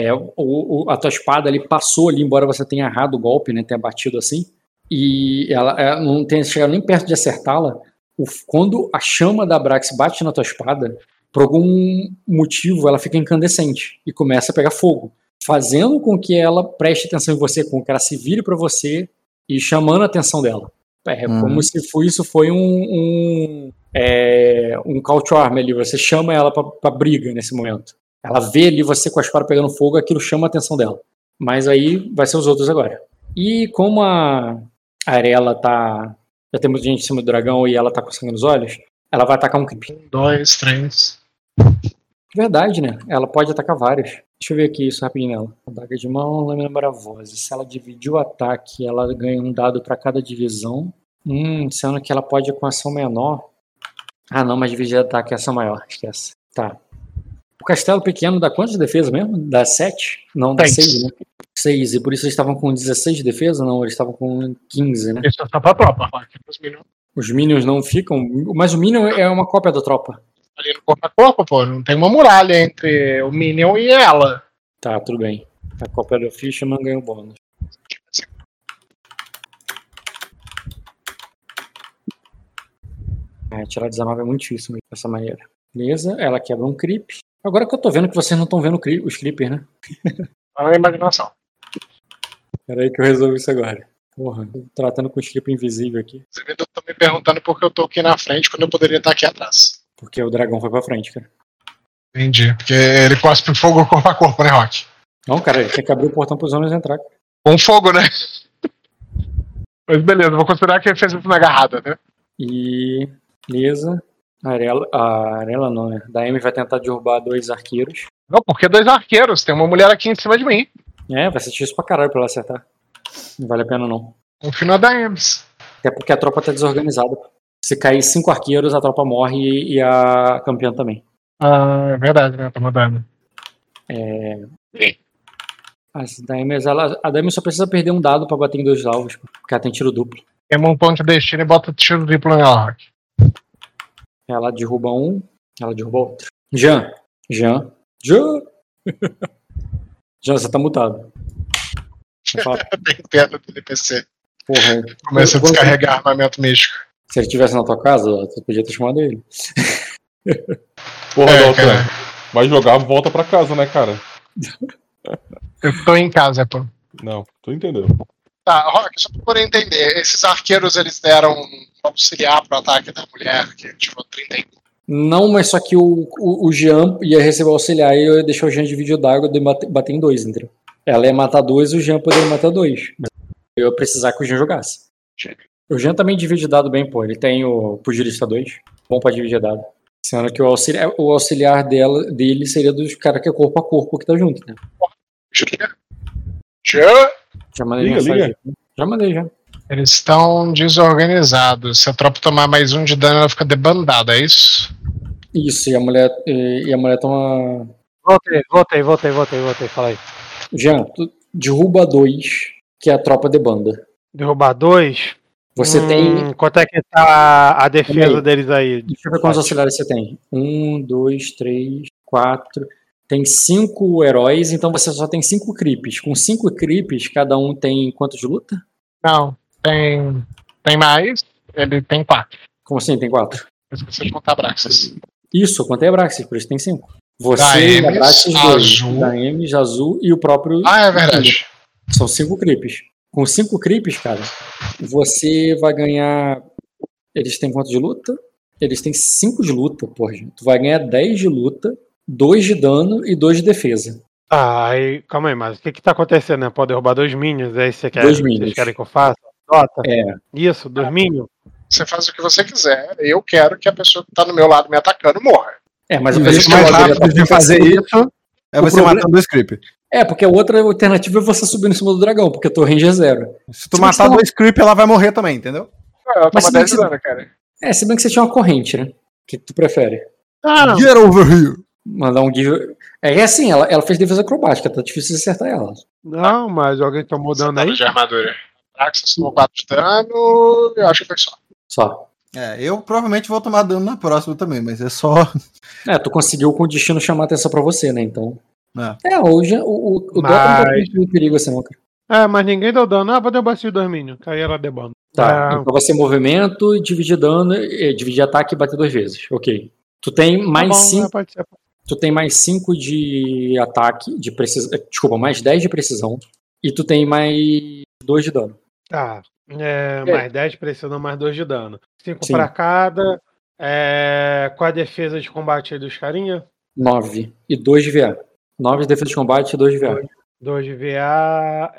[SPEAKER 2] espada ali passou ali, embora você tenha errado o golpe, né? Tenha batido assim. E ela não tenha chegado nem perto de acertá-la. Quando a chama da Abrax bate na tua espada, por algum motivo ela fica incandescente e começa a pegar fogo, fazendo com que ela preste atenção em você, com que ela se vire para você e chamando a atenção dela. Como se isso foi um call to arm ali. Você chama ela pra briga nesse momento. Ela vê ali você com a espada pegando fogo, aquilo chama a atenção dela. Mas aí vai ser os outros agora. E como a Arela já tem muita gente em cima do dragão e ela tá com sangue nos olhos, ela vai atacar um creep.
[SPEAKER 1] 1, 2, 3.
[SPEAKER 2] Verdade, né? Ela pode atacar vários. Deixa eu ver aqui isso rapidinho nela. Adaga de mão, lâmina maravosa. Se ela dividir o ataque, ela ganha um dado pra cada divisão. Sendo que ela pode com ação menor. Ah, não, mas dividir ataque é ação maior. Esquece. Tá. O castelo pequeno dá quanto de defesa mesmo? Dá 7? Não, dá 6, né? 6, e por isso eles estavam com 16 de defesa? Não, eles estavam com 15, né?
[SPEAKER 1] Isso é só pra tropa, os minions.
[SPEAKER 2] Os minions não ficam... Mas o minion é uma cópia da tropa.
[SPEAKER 1] Ali no corpo a corpo, pô, não tem uma muralha entre o minion e ela.
[SPEAKER 2] Tá, tudo bem. A cópia do Fisherman ganha um bônus. Tirar 19 é muito difícil mesmo, dessa maneira. Beleza, ela quebra um creep. Agora que eu tô vendo que vocês não estão vendo os creepers, né?
[SPEAKER 1] Olha a imaginação.
[SPEAKER 2] Peraí que eu resolvo isso agora. Porra, tô tratando com o creeper invisível aqui.
[SPEAKER 1] Você tá me perguntando por que eu tô aqui na frente quando eu poderia estar aqui atrás.
[SPEAKER 2] Porque o dragão foi pra frente, cara.
[SPEAKER 1] Entendi, porque ele cospe fogo corpo a corpo, né, Rock?
[SPEAKER 2] Não, cara, ele tem que abrir o portão pros homens entrar.
[SPEAKER 1] Com fogo, né? Mas beleza, vou considerar que ele fez isso na agarrada, né?
[SPEAKER 2] E... beleza. A Arela não, né? Da Amy vai tentar derrubar 2 arqueiros.
[SPEAKER 1] Não, porque 2 arqueiros? Tem uma mulher aqui em cima de mim.
[SPEAKER 2] Vai ser difícil pra caralho pra ela acertar. Não vale a pena, não.
[SPEAKER 1] Confio na Daemis.
[SPEAKER 2] Até porque a tropa tá desorganizada. Se cair 5 arqueiros, a tropa morre e a campeã também.
[SPEAKER 1] Ah, é verdade, né? Tá mudando.
[SPEAKER 2] A Daemis só precisa perder um dado pra bater em 2 alvos, porque ela tem tiro duplo.
[SPEAKER 1] Queima um ponto de destino e bota tiro duplo nela, Rock.
[SPEAKER 2] Ela derruba um, ela derruba outro. Jean, Jean, você tá mutado.
[SPEAKER 1] Tem pena do NPC.
[SPEAKER 2] Porra.
[SPEAKER 1] Começa a descarregar armamento místico.
[SPEAKER 2] Se ele estivesse na tua casa, tu podia ter chamado ele.
[SPEAKER 6] Porra, Dalton. Vai jogar, volta pra casa, né, cara?
[SPEAKER 1] Eu tô em casa, pô.
[SPEAKER 6] Não, tô entendendo.
[SPEAKER 1] Tá, Rock, só pra poder entender. Esses arqueiros, eles deram auxiliar pro ataque da mulher, que tirou 31.
[SPEAKER 2] Não, mas só que o Jean ia receber auxiliar e eu ia deixar o Jean dividir o d'água e bater em 2, entendeu? Ela ia matar 2 e o Jean poderia matar 2. Eu ia precisar que o Jean jogasse. O Jean também divide dado bem, pô. Ele tem o Pugilista 2. Bom pra dividir dado. Sendo que o auxiliar dele seria dos caras que é corpo a corpo que tá junto, né? Já mandei mensagem. Já mandei, já.
[SPEAKER 1] Eles estão desorganizados. Se a tropa tomar mais 1 de dano, ela fica debandada, é isso?
[SPEAKER 2] Isso, e a mulher toma...
[SPEAKER 3] Voltei, fala aí.
[SPEAKER 2] Jean, tu derruba 2, que é a tropa debanda.
[SPEAKER 3] Derrubar 2?
[SPEAKER 2] Você tem.
[SPEAKER 3] Quanto é que tá a defesa deles aí?
[SPEAKER 2] Deixa eu ver quantos auxiliares você tem. 1, 2, 3, 4. Tem 5 heróis, então você só tem 5 creeps. Com 5 creeps, cada um tem quanto de luta?
[SPEAKER 1] Não, tem mais. Ele tem 4.
[SPEAKER 2] Como assim tem 4?
[SPEAKER 1] Eu esqueci de contar Abraxas.
[SPEAKER 2] Isso, eu contei Abraxas, por isso tem 5. Você,
[SPEAKER 1] Daemis,
[SPEAKER 2] Abraxas 2.
[SPEAKER 1] Azul.
[SPEAKER 2] Daemis, Azul e o próprio.
[SPEAKER 1] Ah, é verdade.
[SPEAKER 2] São 5 creeps. Com 5 creeps, cara, você vai ganhar. Eles têm quanto de luta? Eles têm 5 de luta, porra. Tu vai ganhar 10 de luta, 2 de dano e 2 de defesa.
[SPEAKER 3] Aí, calma aí, mas o que tá acontecendo, né? Pode derrubar 2 minions, é isso que você quer?
[SPEAKER 2] 2 minions.
[SPEAKER 3] Vocês querem que eu faça? Dota?
[SPEAKER 2] É.
[SPEAKER 3] Isso, 2 minions?
[SPEAKER 1] Você faz o que você quiser. Eu quero que a pessoa que tá do meu lado me atacando morra.
[SPEAKER 2] Mas
[SPEAKER 4] O
[SPEAKER 2] a
[SPEAKER 4] jeito mais rápido de fazer isso é você matando 2 creep.
[SPEAKER 2] Porque a outra alternativa é você subir em cima do dragão, porque a tua range é 0.
[SPEAKER 4] Se tu matar 2 creep, ela vai morrer também, entendeu?
[SPEAKER 1] Eu
[SPEAKER 2] Mas
[SPEAKER 1] tomo 10 de dano, cara.
[SPEAKER 2] se bem que você tinha uma corrente, né? O que tu prefere?
[SPEAKER 3] Não.
[SPEAKER 4] Get over here!
[SPEAKER 2] Mandar um give. É assim, ela fez defesa acrobática, tá difícil de acertar ela.
[SPEAKER 3] Não, mas alguém tomou dano aí?
[SPEAKER 1] De armadura. Abraxas tomou 4 de dano. Eu acho que foi só.
[SPEAKER 2] Só.
[SPEAKER 4] Eu provavelmente vou tomar dano na próxima também, mas é só.
[SPEAKER 2] Tu conseguiu com o destino chamar a atenção pra você, né? Então. Hoje o Dota não tá com perigo assim, não, cara.
[SPEAKER 3] Mas ninguém deu dano. Vou derrubar esses 2 minions. Aí ela debando.
[SPEAKER 2] Tá, então vai ser movimento, dividir dano, dividir ataque e bater 2 vezes. Ok. Tu tem mais 5. Tu tem mais 5 de ataque, de precisão. Desculpa, mais 10 de precisão. E tu tem mais 2 de dano.
[SPEAKER 3] Mais 10 de precisão, mais 2 de dano. 5
[SPEAKER 2] Sim.
[SPEAKER 3] pra cada. Com a defesa de combate aí dos carinha?
[SPEAKER 2] 9. E 2 de VA. 9 de defesa de combate e 2 de VA.
[SPEAKER 3] 2 de VA.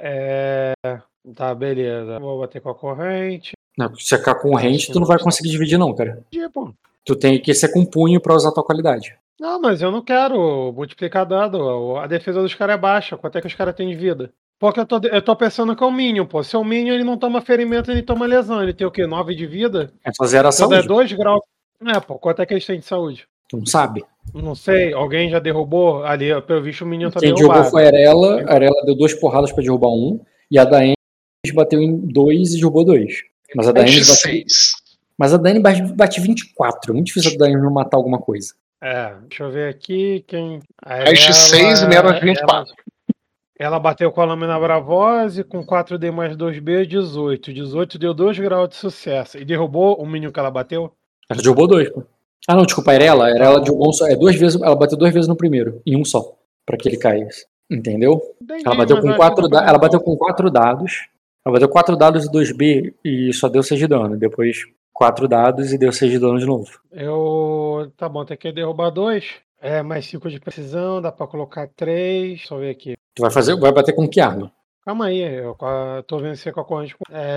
[SPEAKER 3] Tá, beleza. Vou bater com a corrente.
[SPEAKER 2] Não, se ficar com corrente, tu não vai conseguir dividir, não, cara.
[SPEAKER 3] Pô.
[SPEAKER 2] Tu tem que ser com punho pra usar a tua qualidade.
[SPEAKER 3] Não, mas eu não quero multiplicar dado. A defesa dos caras é baixa. Quanto é que os caras têm de vida? Porque eu tô pensando que é o Minion, pô. Se é o Minion, ele não toma ferimento, ele toma lesão. Ele tem o quê? 9 de vida?
[SPEAKER 2] É fazer a saúde.
[SPEAKER 3] É 2 graus. Pô. Quanto é que eles têm de saúde?
[SPEAKER 2] Tu não sabe.
[SPEAKER 3] Não sei. Alguém já derrubou? Ali, pelo visto, o Minion tá
[SPEAKER 2] Quem
[SPEAKER 3] derrubado.
[SPEAKER 2] derrubou foi a Arela. A Arela deu 2 porradas pra derrubar 1. E a Daemis bateu em 2 e derrubou 2. Mas a Daemis bateu... Mas a Daemis bate 24. É muito difícil a Daemis não matar alguma coisa.
[SPEAKER 3] Deixa eu ver aqui.
[SPEAKER 1] Mexe 6 e menos 24.
[SPEAKER 3] Ela bateu com a lâmina Bravose, com 4D mais 2B, 18. 18 deu 2 graus de sucesso. E derrubou o minion que ela bateu?
[SPEAKER 2] Ela derrubou 2, pô. Ah, não, desculpa, a Arela derrubou só. 2 vezes, ela bateu 2 vezes no primeiro, em um só, pra que ele caísse. Entendeu?
[SPEAKER 3] Entendi,
[SPEAKER 2] ela bateu com 4 dados. Ela bateu 4 dados e 2B e só deu 6 de dano. Depois 4 dados e deu 6 de dano de novo.
[SPEAKER 3] Tá bom, tem que derrubar 2. Mais 5 de precisão, dá pra colocar 3. Deixa eu ver aqui.
[SPEAKER 2] Tu vai bater com que arma?
[SPEAKER 3] Calma aí, eu tô vencendo com a corrente.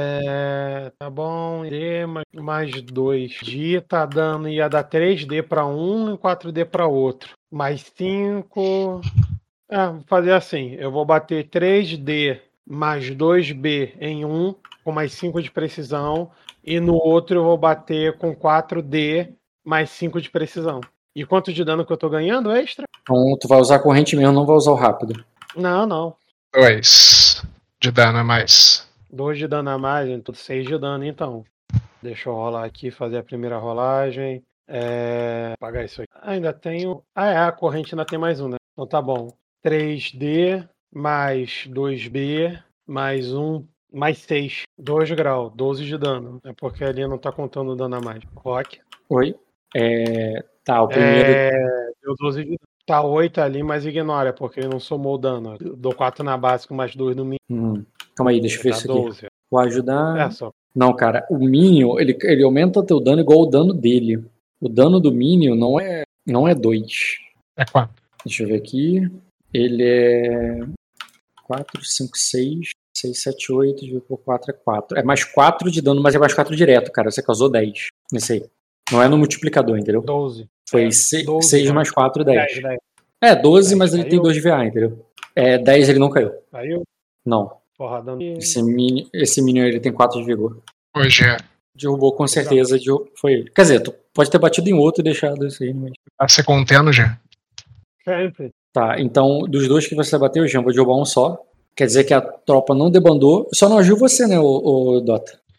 [SPEAKER 3] Tá bom, D mais 2. D tá dando, ia dar 3D pra um e 4D pra outro. Mais 5. Vou fazer assim, eu vou bater 3D mais 2B em um, com mais 5 de precisão. E no outro eu vou bater com 4D mais 5 de precisão. E quanto de dano que eu tô ganhando extra?
[SPEAKER 2] Então tu vai usar a corrente mesmo, não vai usar o rápido.
[SPEAKER 3] Não.
[SPEAKER 1] 2 de dano a mais.
[SPEAKER 3] 2 de dano a mais, então 6 de dano então. Deixa eu rolar aqui, fazer a primeira rolagem. Apagar isso aqui. Ainda tenho... a corrente ainda tem mais um, né? Então tá bom. 3D mais 2B mais 1 mais 6. 2 graus, 12 de dano. É porque ali não tá contando dano a mais. Rock.
[SPEAKER 2] Oi? Tá, o primeiro...
[SPEAKER 3] Deu 12 de dano. Tá 8 ali, mas ignora, porque ele não somou o dano. Eu dou 4 na básica, mais 2 no mínimo.
[SPEAKER 2] Calma aí, deixa eu ver isso aqui.
[SPEAKER 3] 12.
[SPEAKER 2] Vou ajudar...
[SPEAKER 3] Só.
[SPEAKER 2] Não, cara, o Minion, ele aumenta o teu dano igual o dano dele. O dano do Minion não é 2.
[SPEAKER 1] É 4.
[SPEAKER 2] Deixa eu ver aqui. Ele é 4, 5, 6, 6, 7, 8, dividido por 4 é 4. É mais 4 de dano, mas é mais 4 direto, cara. Você causou 10 nesse aí. Não é no multiplicador, entendeu?
[SPEAKER 3] 12.
[SPEAKER 2] Foi 6 mais 4, 10.
[SPEAKER 3] 10.
[SPEAKER 2] 12, mas ele tem 2 de VA, entendeu? 10 ele não caiu.
[SPEAKER 3] Caiu?
[SPEAKER 2] Não.
[SPEAKER 3] Porra, dano.
[SPEAKER 2] Esse Minion ele tem 4 de vigor.
[SPEAKER 1] Hoje
[SPEAKER 2] Derrubou com certeza. Foi ele. Quer dizer, tu pode ter batido em outro e deixado isso aí. Mas...
[SPEAKER 1] Tá se contendo já.
[SPEAKER 3] Sempre.
[SPEAKER 2] Tá, então dos 2 que você bateu, Jean, vou derrubar um só. Quer dizer que a tropa não debandou. Só não agiu você, né, o Dota?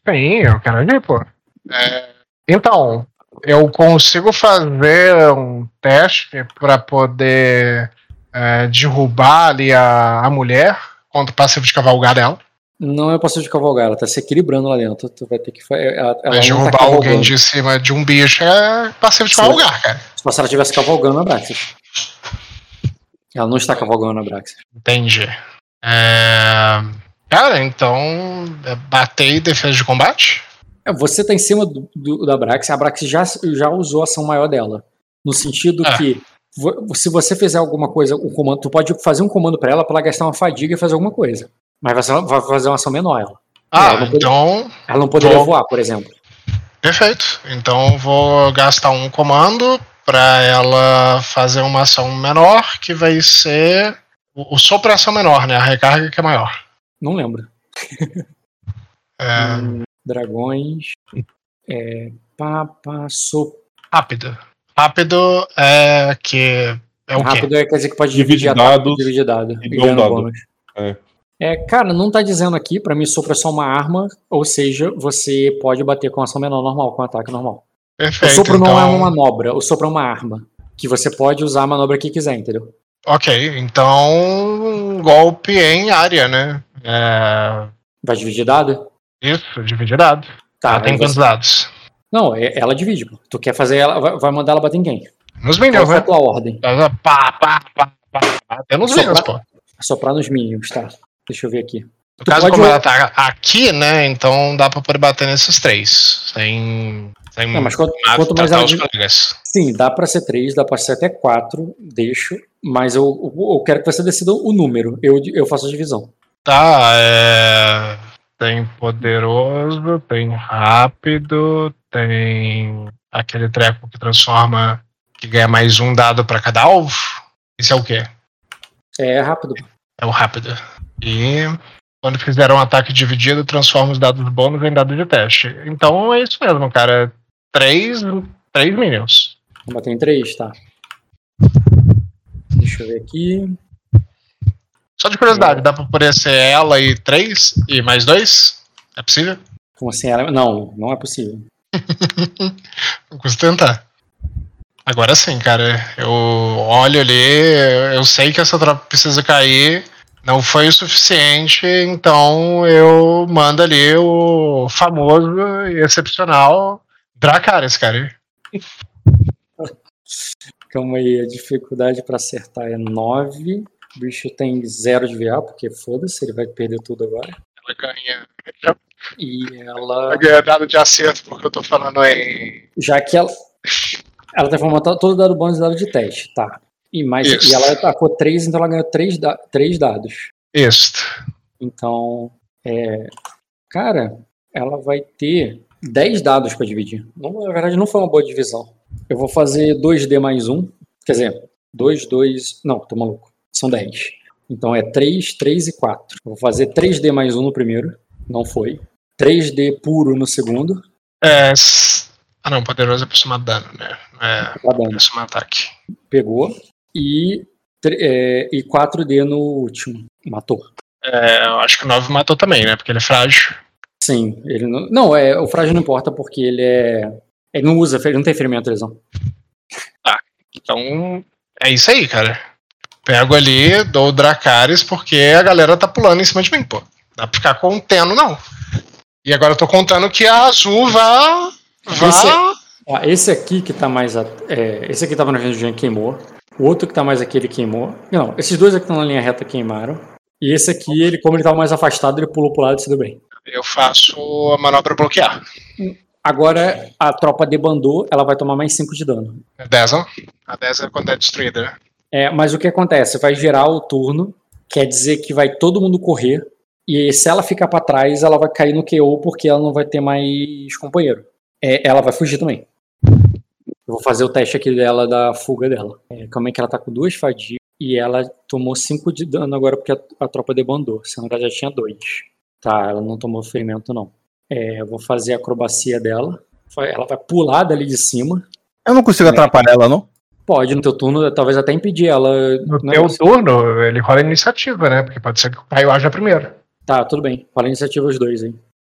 [SPEAKER 1] Sim, eu quero ver, pô. Então, eu consigo fazer um teste pra poder derrubar ali a mulher contra o passivo de cavalgar dela.
[SPEAKER 2] Não é passivo de cavalgar, ela tá se equilibrando lá dentro. Tu vai ter que. Ela
[SPEAKER 1] Mas
[SPEAKER 2] não tá
[SPEAKER 1] derrubar alguém
[SPEAKER 2] cavalgando.
[SPEAKER 1] de cima de um bicho é passivo de
[SPEAKER 2] Sim.
[SPEAKER 1] cavalgar, cara.
[SPEAKER 2] Só se ela estivesse cavalgando a Braxis. Ela não está cavalgando a Braxis.
[SPEAKER 1] Entendi. Cara, então bater e defesa de combate?
[SPEAKER 2] Você tá em cima da Braxis, a Braxis já usou a ação maior dela. No sentido que se você fizer alguma coisa, um comando, tu pode fazer um comando pra ela gastar uma fadiga e fazer alguma coisa. Mas vai fazer uma ação menor ela. Ela não poderia voar, por exemplo.
[SPEAKER 1] Perfeito. Então vou gastar um comando pra ela fazer uma ação menor, que vai ser o sopro é ação menor, né? A recarga que é maior.
[SPEAKER 2] Não lembro. Dragões. Sopro.
[SPEAKER 1] Rápido. Rápido é que. É o
[SPEAKER 2] Rápido
[SPEAKER 1] quê?
[SPEAKER 2] quer dizer que pode
[SPEAKER 6] Dividir
[SPEAKER 2] dados, dividir
[SPEAKER 6] dado
[SPEAKER 2] e ganhar
[SPEAKER 6] dado.
[SPEAKER 2] bônus.
[SPEAKER 6] É.
[SPEAKER 2] Cara, não tá dizendo aqui, pra mim sopro é só uma arma, ou seja, você pode bater com ação menor normal, com ataque normal.
[SPEAKER 1] Perfeito.
[SPEAKER 2] O sopro não é uma manobra, o sopro é uma arma, que você pode usar a manobra que quiser, entendeu?
[SPEAKER 1] Ok, então golpe em área, né?
[SPEAKER 2] Vai dividir dado?
[SPEAKER 1] Isso, dividir dado.
[SPEAKER 2] Tá,
[SPEAKER 1] Tem quantos dados?
[SPEAKER 2] Não, ela divide, pô. Tu quer fazer ela, vai mandar ela bater em quem?
[SPEAKER 1] Nos minions,
[SPEAKER 2] Qual
[SPEAKER 1] né?
[SPEAKER 2] foi a tua ordem?
[SPEAKER 1] Até nos minions, pô.
[SPEAKER 2] Soprar nos minions, tá. Deixa eu ver aqui.
[SPEAKER 1] No caso, como ela tá aqui, né? Então dá pra poder bater nesses três. Sem
[SPEAKER 2] não, mas quanto mais ela...
[SPEAKER 1] os colegas.
[SPEAKER 2] Sim, dá pra ser 3, dá pra ser até 4, deixo. Mas eu quero que você decida o número. Eu faço a divisão.
[SPEAKER 1] Tá, tem poderoso, tem rápido, tem aquele treco que transforma, que ganha mais um dado pra cada alvo. Isso é o quê?
[SPEAKER 2] É rápido.
[SPEAKER 1] É o rápido. E quando fizer um ataque dividido, transforma os dados bônus em dados de teste. Então é isso mesmo, cara. 3 minions.
[SPEAKER 2] Vou bater em 3, tá. Deixa eu ver aqui.
[SPEAKER 1] Só de curiosidade, dá pra poder ser ela e 3 e mais 2? É possível?
[SPEAKER 2] Como assim? Não é possível.
[SPEAKER 1] Não custa tentar. Agora sim, cara. Eu olho ali, eu sei que essa tropa precisa cair. Não foi o suficiente, então eu mando ali o famoso e excepcional Dracarys, cara.
[SPEAKER 2] Calma aí, a dificuldade pra acertar é 9. O bicho tem 0 de VA, porque foda-se, ele vai perder tudo agora.
[SPEAKER 1] Ela ganha.
[SPEAKER 2] E ela...
[SPEAKER 1] Ela ganha dado de acerto, porque eu tô falando em...
[SPEAKER 2] Já que ela tem formatado todo dado bônus e dado de teste, tá. E ela atacou 3, então ela ganhou 3 dados.
[SPEAKER 1] Isso.
[SPEAKER 2] Então, cara, ela vai ter 10 dados pra dividir. Não, na verdade, não foi uma boa divisão. Eu vou fazer 2D mais 1. Quer dizer, 2... Não, tô maluco. São 10. Então é 3, 3 e 4. Eu vou fazer 3D mais 1 no primeiro. Não foi. 3D puro no segundo.
[SPEAKER 1] Não, poderoso é pra somar dano, né? Pra somar ataque.
[SPEAKER 2] Pegou. E 4D no último. Matou.
[SPEAKER 1] Eu acho que o 9 matou também, né? Porque ele é frágil.
[SPEAKER 2] Sim, ele não. Não, o frágil não importa porque ele não usa, ele não tem ferimento, lesão.
[SPEAKER 1] Então é isso aí, cara. Pego ali, dou o Dracarys porque a galera tá pulando em cima de mim, pô. Dá pra ficar contendo, não. E agora eu tô contando que a azul vá.
[SPEAKER 2] Esse aqui que tá mais. Esse aqui tava na linha do Jean, queimou. O outro que tá mais aqui, ele queimou. Não, esses dois aqui que estão na linha reta queimaram. E esse aqui, como ele tava mais afastado, ele pulou pro lado e se deu bem.
[SPEAKER 1] Eu faço a manobra bloquear.
[SPEAKER 2] Agora a tropa debandou, ela vai tomar mais 5 de dano.
[SPEAKER 1] 10, não? A 10 é quando é destruída, né?
[SPEAKER 2] Mas o que acontece? Vai gerar o turno, quer dizer que vai todo mundo correr. E se ela ficar pra trás, ela vai cair no KO porque ela não vai ter mais companheiro. Ela vai fugir também. Eu vou fazer o teste aqui dela, da fuga dela. Calma aí que ela tá com 2 fadigas. E ela tomou 5 de dano agora porque a tropa debandou. Senão ela já tinha 2. Tá, ela não tomou ferimento não. Eu vou fazer a acrobacia dela. Ela vai pular dali de cima.
[SPEAKER 4] Eu não consigo atrapalhar ela, não?
[SPEAKER 2] Pode, no teu turno, talvez até impedir ela.
[SPEAKER 1] No teu turno, ele rola iniciativa, né? Porque pode ser que o Caio haja primeiro.
[SPEAKER 2] Tá, tudo bem. Rola iniciativa os dois aí.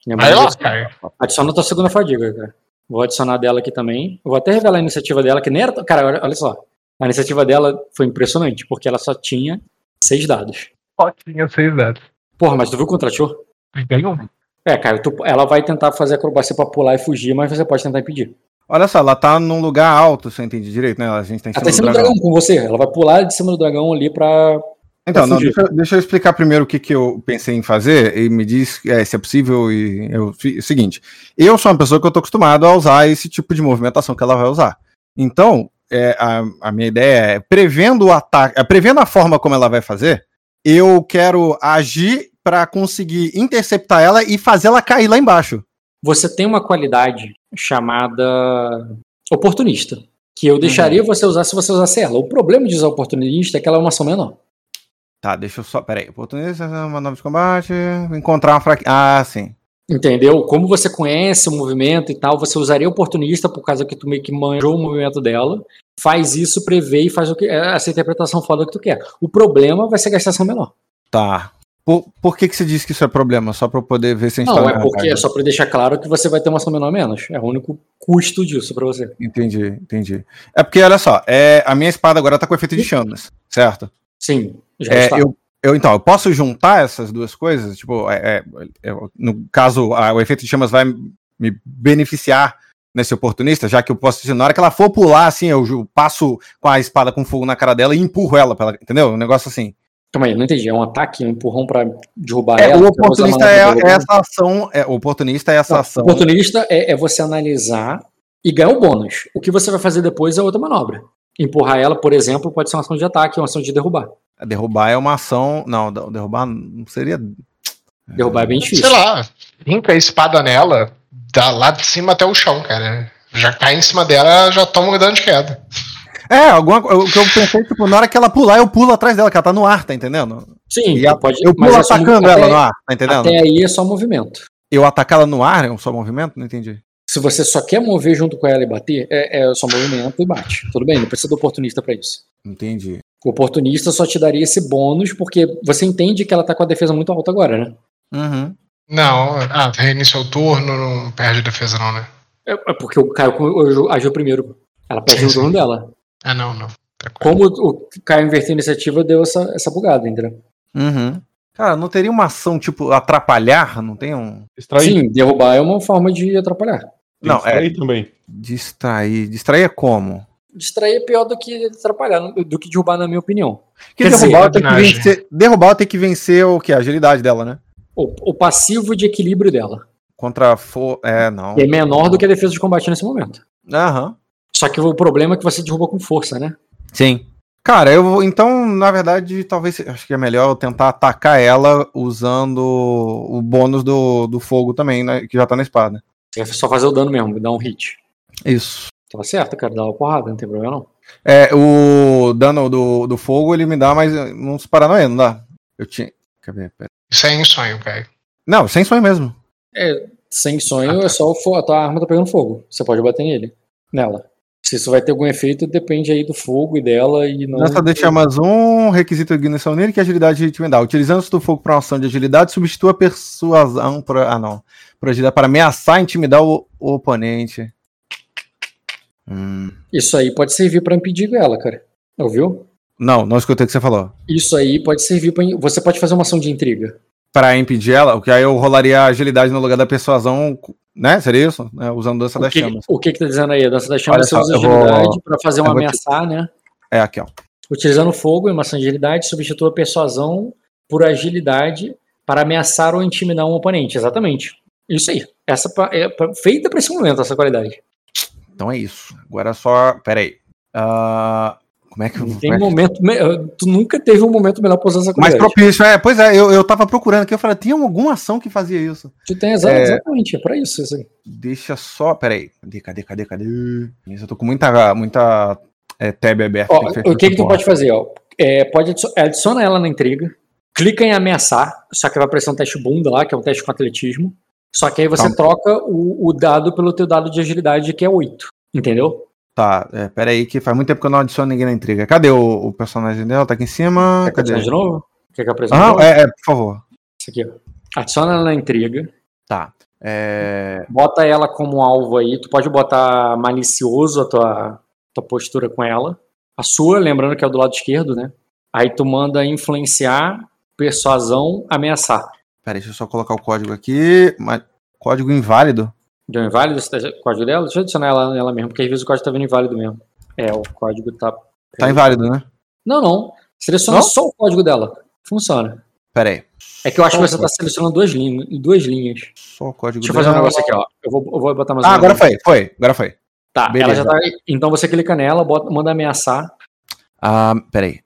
[SPEAKER 1] Vai lá, Caio.
[SPEAKER 2] Adiciona a tua segunda fadiga, cara. Vou adicionar dela aqui também. Eu vou até revelar a iniciativa dela, que nem era... Cara, olha só. A iniciativa dela foi impressionante, porque ela só tinha 6 dados.
[SPEAKER 1] Só tinha 6 dados.
[SPEAKER 2] Porra, mas tu viu contra Cho?
[SPEAKER 1] Tem um.
[SPEAKER 2] Caio, ela vai tentar fazer acrobacia pra pular e fugir, mas você pode tentar impedir.
[SPEAKER 4] Olha só, ela tá num lugar alto, se eu entendi direito, né? A gente tá
[SPEAKER 2] em cima do dragão com você. Ela vai pular de cima do dragão ali pra...
[SPEAKER 4] Então, não, deixa eu explicar primeiro o que eu pensei em fazer e me diz se é possível. O seguinte, eu sou uma pessoa que eu tô acostumado a usar esse tipo de movimentação que ela vai usar. Então, a minha ideia é, prevendo o ataque, prevendo a forma como ela vai fazer, eu quero agir para conseguir interceptar ela e fazer ela cair lá embaixo.
[SPEAKER 2] Você tem uma qualidade chamada oportunista, que eu deixaria você usar se você usasse ela. O problema de usar oportunista é que ela é uma ação menor.
[SPEAKER 4] Tá, deixa eu só... Peraí. Oportunista, manobra de combate... Encontrar uma fraqueza... Ah, sim.
[SPEAKER 2] Entendeu? Como você conhece o movimento e tal, você usaria oportunista por causa que tu meio que manjou o movimento dela. Faz isso, prevê e faz essa interpretação foda que tu quer. O problema vai ser gastar ação menor.
[SPEAKER 4] Tá. Por que você disse que isso é problema? Só pra eu poder ver se a gente
[SPEAKER 2] Não, é porque é só pra deixar claro que você vai ter uma ação menor a menos. É o único custo disso pra você.
[SPEAKER 4] Entendi. É porque, olha só, a minha espada agora tá com efeito de chamas, certo?
[SPEAKER 2] Sim, já está.
[SPEAKER 4] Então, eu posso juntar essas duas coisas? Tipo, no caso, o efeito de chamas vai me beneficiar nesse oportunista, já que eu posso dizer, na hora que ela for pular, assim, eu passo com a espada com fogo na cara dela e empurro ela, entendeu? Um negócio assim.
[SPEAKER 2] Calma aí, não entendi. É um ataque, um empurrão pra derrubar ela?
[SPEAKER 4] O oportunista essa ação. O oportunista é essa ação.
[SPEAKER 2] O oportunista é você analisar e ganhar o bônus. O que você vai fazer depois é outra manobra. Empurrar ela, por exemplo, pode ser uma ação de ataque ou uma ação de derrubar.
[SPEAKER 4] Derrubar é uma ação... Não, derrubar não seria...
[SPEAKER 2] Derrubar é bem difícil.
[SPEAKER 1] Sei lá, finca a espada nela, dá lá de cima até o chão, cara. Já cai em cima dela, já toma um dano de queda.
[SPEAKER 4] O que eu pensei, tipo, na hora que ela pular, eu pulo atrás dela, que ela tá no ar, tá entendendo?
[SPEAKER 2] Sim,
[SPEAKER 4] eu pulo atacando ela no ar, tá entendendo?
[SPEAKER 2] Até aí é só movimento.
[SPEAKER 4] Eu atacar ela no ar é só movimento? Não entendi.
[SPEAKER 2] Se você só quer mover junto com ela e bater, é só movimento e bate. Tudo bem, não precisa do oportunista pra isso.
[SPEAKER 4] Entendi.
[SPEAKER 2] O oportunista só te daria esse bônus porque você entende que ela tá com a defesa muito alta agora, né?
[SPEAKER 4] Uhum.
[SPEAKER 1] Não, reiniciou o turno, não perde a defesa não, né?
[SPEAKER 2] É porque o Caio agiu primeiro. Ela perde o turno dela.
[SPEAKER 1] Não.
[SPEAKER 2] Como o Caio inverteu a iniciativa, deu essa bugada, entendeu?
[SPEAKER 4] Uhum. Cara, não teria uma ação, tipo, atrapalhar? Não tem um...
[SPEAKER 6] Distrair.
[SPEAKER 2] Sim, derrubar é uma forma de atrapalhar.
[SPEAKER 4] Não,
[SPEAKER 6] distrair também.
[SPEAKER 4] Distrair. Distrair é como?
[SPEAKER 2] Distrair é pior do que atrapalhar, do que derrubar, na minha opinião.
[SPEAKER 4] Porque derrubar tem que vencer o quê? A agilidade dela, né?
[SPEAKER 2] O passivo de equilíbrio dela.
[SPEAKER 4] Contra... não.
[SPEAKER 2] É menor do que a defesa de combate nesse momento.
[SPEAKER 4] Aham.
[SPEAKER 2] Só que o problema é que você derruba com força, né?
[SPEAKER 4] Sim. Cara, então, na verdade, talvez, acho que é melhor eu tentar atacar ela usando o bônus do fogo também, né, que já tá na espada.
[SPEAKER 2] Você vai só fazer o dano mesmo, dar um hit.
[SPEAKER 4] Isso.
[SPEAKER 2] Tava certo, cara, dá uma porrada, não tem problema não.
[SPEAKER 4] O dano do fogo ele me dá, mas não se parar não dá. Eu tinha... Cadê? Pera.
[SPEAKER 1] Isso é em sonho, Caio.
[SPEAKER 4] Não, sem sonho mesmo.
[SPEAKER 2] Sem sonho é só a tua arma tá pegando fogo. Você pode bater nela. Se isso vai ter algum efeito, depende aí do fogo e dela e não...
[SPEAKER 4] Nessa de chamas 1, requisito de ignição nele, que agilidade te dá. Utilizando-se do fogo para uma ação de agilidade, substitua a persuasão por agilidade para ameaçar e intimidar o oponente.
[SPEAKER 2] Isso aí pode servir pra impedir ela, cara. Ouviu?
[SPEAKER 4] Não escutei o que você falou.
[SPEAKER 2] Isso aí pode servir pra... Você pode fazer uma ação de intriga.
[SPEAKER 4] Para impedir ela, o que aí eu rolaria a agilidade no lugar da persuasão, né? Seria isso? Usando a dança das chamas.
[SPEAKER 2] O que tá dizendo aí? A dança das chamas você usa agilidade pra fazer uma ameaçar, né?
[SPEAKER 4] Aqui, ó.
[SPEAKER 2] Utilizando fogo e uma ação de agilidade, substitua a persuasão por agilidade para ameaçar ou intimidar um oponente. Exatamente. Isso aí. Essa é feita pra esse momento, essa qualidade.
[SPEAKER 4] Então é isso. Agora só... Pera aí. Como é que eu...
[SPEAKER 2] Tem momento... Tu nunca teve um momento melhor pra usar essa qualidade.
[SPEAKER 4] Mais propício, pois é. Eu tava procurando aqui, eu falei, tinha alguma ação que fazia isso?
[SPEAKER 2] Tu tem exatamente, é pra isso aí.
[SPEAKER 4] Deixa só... Pera aí. Cadê? Eu tô com muita tab aberta.
[SPEAKER 2] O que tu pode fazer? Adiciona ela na intriga, clica em ameaçar, só que vai aparecer um teste bunda lá, que é um teste com atletismo. Só que aí você troca o dado pelo teu dado de agilidade, que é 8. Entendeu?
[SPEAKER 4] Tá, pera aí, que faz muito tempo que eu não adiciono ninguém na intriga. Cadê o personagem dela? Tá aqui em cima.
[SPEAKER 2] Cadê? De novo? Quer que eu apresente de novo?
[SPEAKER 4] Por favor.
[SPEAKER 2] Isso aqui, ó. Adiciona ela na intriga.
[SPEAKER 4] Tá.
[SPEAKER 2] Bota ela como alvo aí. Tu pode botar malicioso a tua postura com ela. A sua, lembrando que é do lado esquerdo, né? Aí tu manda influenciar, persuasão, ameaçar.
[SPEAKER 4] Peraí, deixa eu só colocar o código aqui. Código inválido.
[SPEAKER 2] Deu inválido o código dela? Deixa eu adicionar ela mesmo, porque às vezes o código tá vendo inválido mesmo. O código tá...
[SPEAKER 4] Tá inválido, né?
[SPEAKER 2] Não. Seleciona só o código dela. Funciona.
[SPEAKER 4] Peraí.
[SPEAKER 2] É que eu acho que você tá selecionando duas linhas.
[SPEAKER 4] Só o código
[SPEAKER 2] Deixa eu fazer um negócio aqui, ó. Eu vou botar mais
[SPEAKER 4] agora foi.
[SPEAKER 2] Tá,
[SPEAKER 4] beleza.
[SPEAKER 2] ela já tá... Então você clica nela, manda ameaçar.
[SPEAKER 4] Peraí.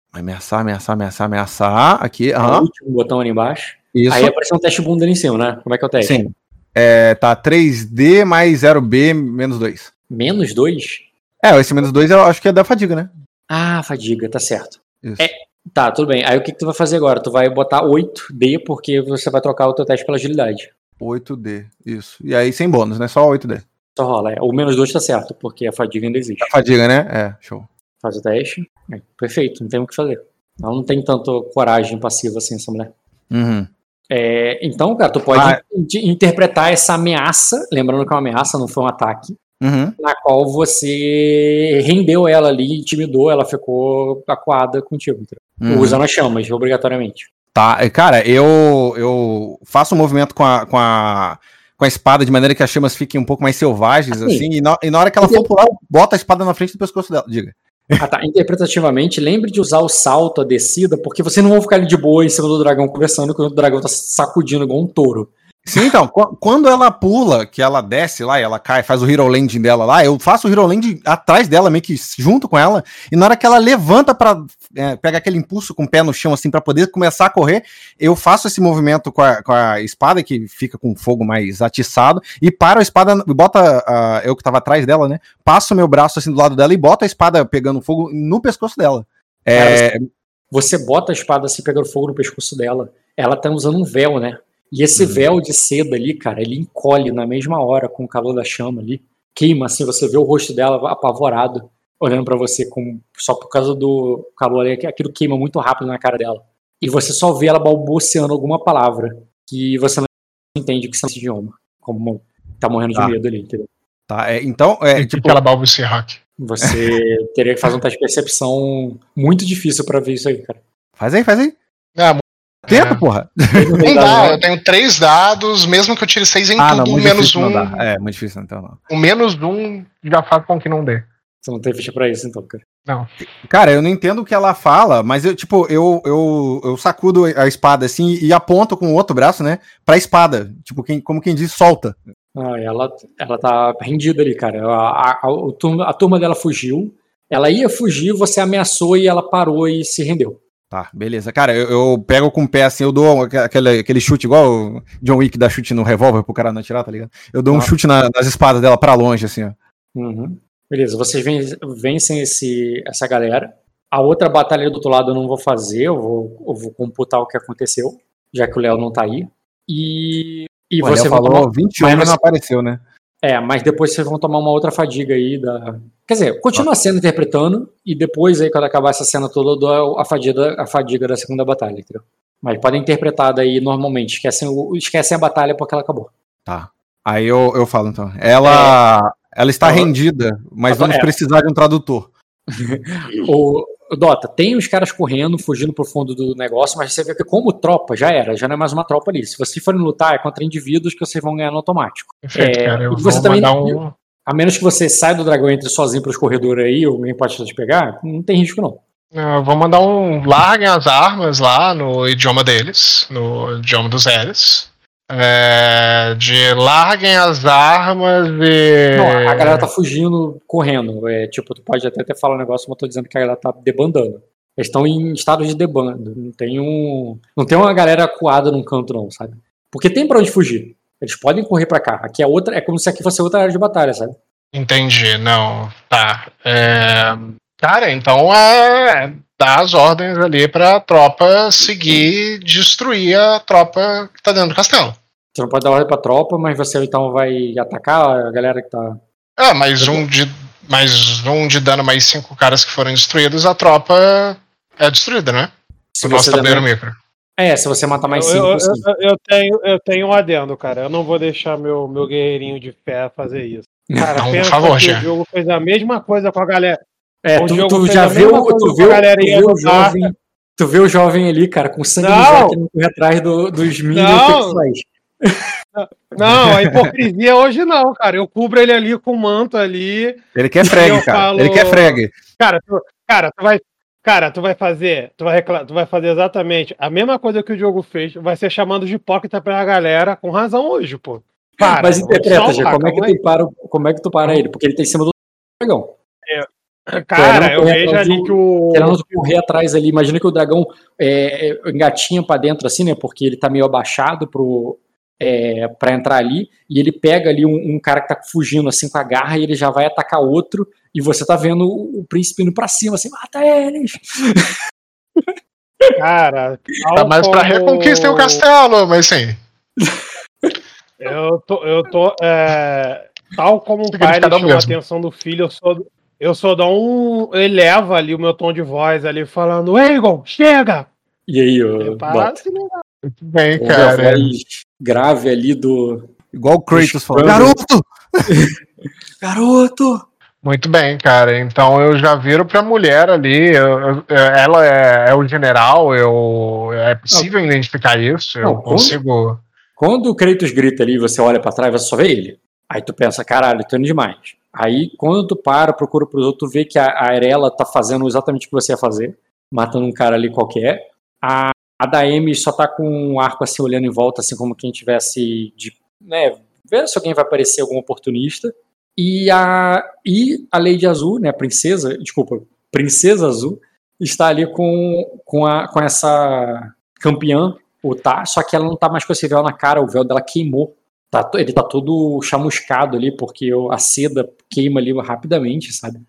[SPEAKER 4] Ameaçar. Aqui,
[SPEAKER 2] O último botão ali embaixo.
[SPEAKER 4] Isso.
[SPEAKER 2] Aí apareceu um teste bunda ali em cima, né? Como é que é o teste?
[SPEAKER 4] Sim. Tá 3D mais 0B menos 2.
[SPEAKER 2] Menos 2?
[SPEAKER 4] Esse menos 2 eu acho que é da fadiga, né?
[SPEAKER 2] Ah, fadiga, tá certo.
[SPEAKER 4] Isso.
[SPEAKER 2] Tá, tudo bem. Aí o que tu vai fazer agora? Tu vai botar 8D porque você vai trocar o teu teste pela agilidade.
[SPEAKER 4] 8D, isso. E aí sem bônus, né? Só 8D.
[SPEAKER 2] Só rola. O menos 2 tá certo, porque a fadiga ainda existe.
[SPEAKER 4] A fadiga, né? Show.
[SPEAKER 2] Faz o teste. Perfeito, não tem o que fazer. Ela não tem tanto coragem passiva assim, essa mulher.
[SPEAKER 4] Uhum.
[SPEAKER 2] Então, cara, tu pode interpretar essa ameaça, lembrando que é uma ameaça, não foi um ataque, na qual você rendeu ela ali, intimidou, ela ficou acuada contigo. Usando as chamas, obrigatoriamente.
[SPEAKER 4] Tá, cara, eu faço um movimento com a espada de maneira que as chamas fiquem um pouco mais selvagens, assim, e na hora que ela for pular, bota a espada na frente do pescoço dela, diga.
[SPEAKER 2] Tá. Interpretativamente, lembre de usar o salto, a descida, porque vocês não vão ficar ali de boa em cima do dragão conversando quando o dragão tá sacudindo igual um touro.
[SPEAKER 4] Sim, então, quando ela pula, que ela desce lá e ela cai, faz o hero landing dela lá, eu faço o hero landing atrás dela, meio que junto com ela, e na hora que ela levanta pra pegar aquele impulso com o pé no chão, assim, pra poder começar a correr, eu faço esse movimento com a espada, que fica com fogo mais atiçado, e paro a espada, bota eu que tava atrás dela, né, passo o meu braço assim do lado dela e boto a espada pegando fogo no pescoço dela.
[SPEAKER 2] Você bota a espada assim pegando fogo no pescoço dela, ela tá usando um véu, né? E esse véu de seda ali, cara, ele encolhe na mesma hora com o calor da chama ali. Queima, assim, você vê o rosto dela apavorado, olhando pra você só por causa do calor ali. Aquilo queima muito rápido na cara dela. E você só vê ela balbuciando alguma palavra que você não entende o que são esse idioma. Como tá morrendo de medo ali, entendeu?
[SPEAKER 4] Tá, então...
[SPEAKER 1] tipo que ela balbucia, Rock.
[SPEAKER 2] Você teria que fazer um teste de percepção muito difícil pra ver isso aí, cara.
[SPEAKER 4] Faz aí. Tenta, porra.
[SPEAKER 1] Não dá, eu tenho 3 dados, mesmo que eu tire 6 em tudo,
[SPEAKER 4] não,
[SPEAKER 1] menos 1.
[SPEAKER 4] Muito difícil, então não.
[SPEAKER 1] O menos 1 já faz com que não dê.
[SPEAKER 2] Você não tem ficha pra isso, então, cara.
[SPEAKER 1] Não.
[SPEAKER 4] Cara, eu não entendo o que ela fala, mas eu sacudo a espada assim e aponto com o outro braço, né, pra espada. Tipo, como quem diz, solta.
[SPEAKER 2] Ela tá rendida ali, cara. A turma dela fugiu. Ela ia fugir, você ameaçou e ela parou e se rendeu.
[SPEAKER 4] Tá, beleza. Cara, eu pego com o pé assim, eu dou aquele chute igual o John Wick dá chute no revólver pro cara não atirar, tá ligado? Eu dou um chute nas espadas dela pra longe, assim, ó.
[SPEAKER 2] Beleza, vocês vencem essa galera. A outra batalha do outro lado eu não vou fazer, eu vou computar o que aconteceu, já que o Léo não tá aí. E você
[SPEAKER 4] falou 21, mas não apareceu, né?
[SPEAKER 2] Mas depois vocês vão tomar uma outra fadiga aí Quer dizer, continua a cena interpretando e depois aí, quando acabar essa cena toda, eu dou a fadiga da segunda batalha, entendeu? Mas podem interpretar daí normalmente, esquecem a batalha porque ela acabou.
[SPEAKER 4] Tá. Aí eu falo então. Ela está rendida, mas vamos precisar de um tradutor.
[SPEAKER 2] O Dota, tem os caras correndo, fugindo pro fundo do negócio, mas você vê que como tropa, já não é mais uma tropa ali. Se vocês forem lutar, é contra indivíduos que vocês vão ganhar no automático.
[SPEAKER 1] Perfeito, cara, eu
[SPEAKER 2] você
[SPEAKER 1] vou
[SPEAKER 2] também,
[SPEAKER 1] mandar
[SPEAKER 2] a menos que você saia do dragão e entre sozinho pros corredores aí, ou alguém pode te pegar, não tem risco não.
[SPEAKER 1] Eu vou mandar larguem as armas lá no idioma deles, no idioma dos Eres. De larguem as armas e...
[SPEAKER 2] Não, a galera tá fugindo, correndo. Tipo, tu pode até falar um negócio, mas eu tô dizendo que a galera tá debandando. Eles estão em estado de debando. Não tem uma galera acuada num canto não, sabe? Porque tem pra onde fugir. Eles podem correr pra cá. Aqui é como se aqui fosse outra área de batalha, sabe?
[SPEAKER 1] Entendi, não. Tá. Cara, então dar as ordens ali pra tropa seguir, destruir a tropa que tá dentro do castelo.
[SPEAKER 2] Você não pode dar ordem pra tropa, mas você então vai atacar a galera que tá...
[SPEAKER 1] mais um de dano, mais 5 caras que foram destruídos, a tropa é destruída, né?
[SPEAKER 2] Se
[SPEAKER 1] o nosso
[SPEAKER 2] você
[SPEAKER 1] tabuleiro micro.
[SPEAKER 2] Se você matar mais 5, sim.
[SPEAKER 3] Eu tenho um adendo, cara. Eu não vou deixar meu guerreirinho de fé fazer isso. Cara,
[SPEAKER 1] Não, por
[SPEAKER 3] pensa
[SPEAKER 1] favor,
[SPEAKER 3] que
[SPEAKER 1] Jean.
[SPEAKER 3] o jogo fez a mesma coisa com a galera.
[SPEAKER 2] Tu já vê o jovem. Tu vê o jovem ali, cara, com sangue no jogo, querendo correr atrás dos minions sexuais.
[SPEAKER 3] Não, a hipocrisia hoje não, cara. Eu cubro ele ali com o manto ali.
[SPEAKER 4] Ele quer frag, cara.
[SPEAKER 3] Falo,
[SPEAKER 4] ele quer frag.
[SPEAKER 3] Cara, tu vai fazer exatamente a mesma coisa que o jogo fez. Vai ser chamando de hipócrita pra galera, com razão hoje, pô.
[SPEAKER 2] Mas interpreta, já, como é que tu para ele? Porque ele tá em cima do dragão.
[SPEAKER 3] Cara, eu vejo ali que o...
[SPEAKER 2] Querendo correr atrás ali. Imagina que o dragão engatinha pra dentro assim, né? Porque ele tá meio abaixado pra entrar ali. E ele pega ali um cara que tá fugindo assim com a garra e ele já vai atacar outro. E você tá vendo o príncipe indo pra cima assim, mata eles!
[SPEAKER 3] Cara,
[SPEAKER 1] tá mais pra reconquistar o castelo, mas sim.
[SPEAKER 3] Eu tô tal como um pai chama a atenção do filho, eu só dou um. Eleva ali o meu tom de voz ali, falando: Aegon, chega!
[SPEAKER 2] E aí,
[SPEAKER 1] muito bem, cara.
[SPEAKER 2] Grave ali do.
[SPEAKER 4] Igual o Kratos falando: Garoto!
[SPEAKER 2] Garoto!
[SPEAKER 1] Muito bem, cara. Então eu já viro pra mulher ali. Ela é o general. É possível identificar isso? Eu consigo.
[SPEAKER 2] Quando o Kratos grita ali, você olha pra trás, você só vê ele. Aí tu pensa, caralho, tô indo demais. Aí quando tu procura pros outros, tu vê que a Arela tá fazendo exatamente o que você ia fazer, matando um cara ali qualquer. A Daemi só tá com um arco assim olhando em volta, assim como quem tivesse vendo se alguém vai aparecer algum oportunista. E a Lady Azul, né, Princesa Azul, está ali com essa campeã, só que ela não tá mais com esse véu na cara, o véu dela queimou. Ele tá todo chamuscado ali, porque a seda queima ali rapidamente, sabe?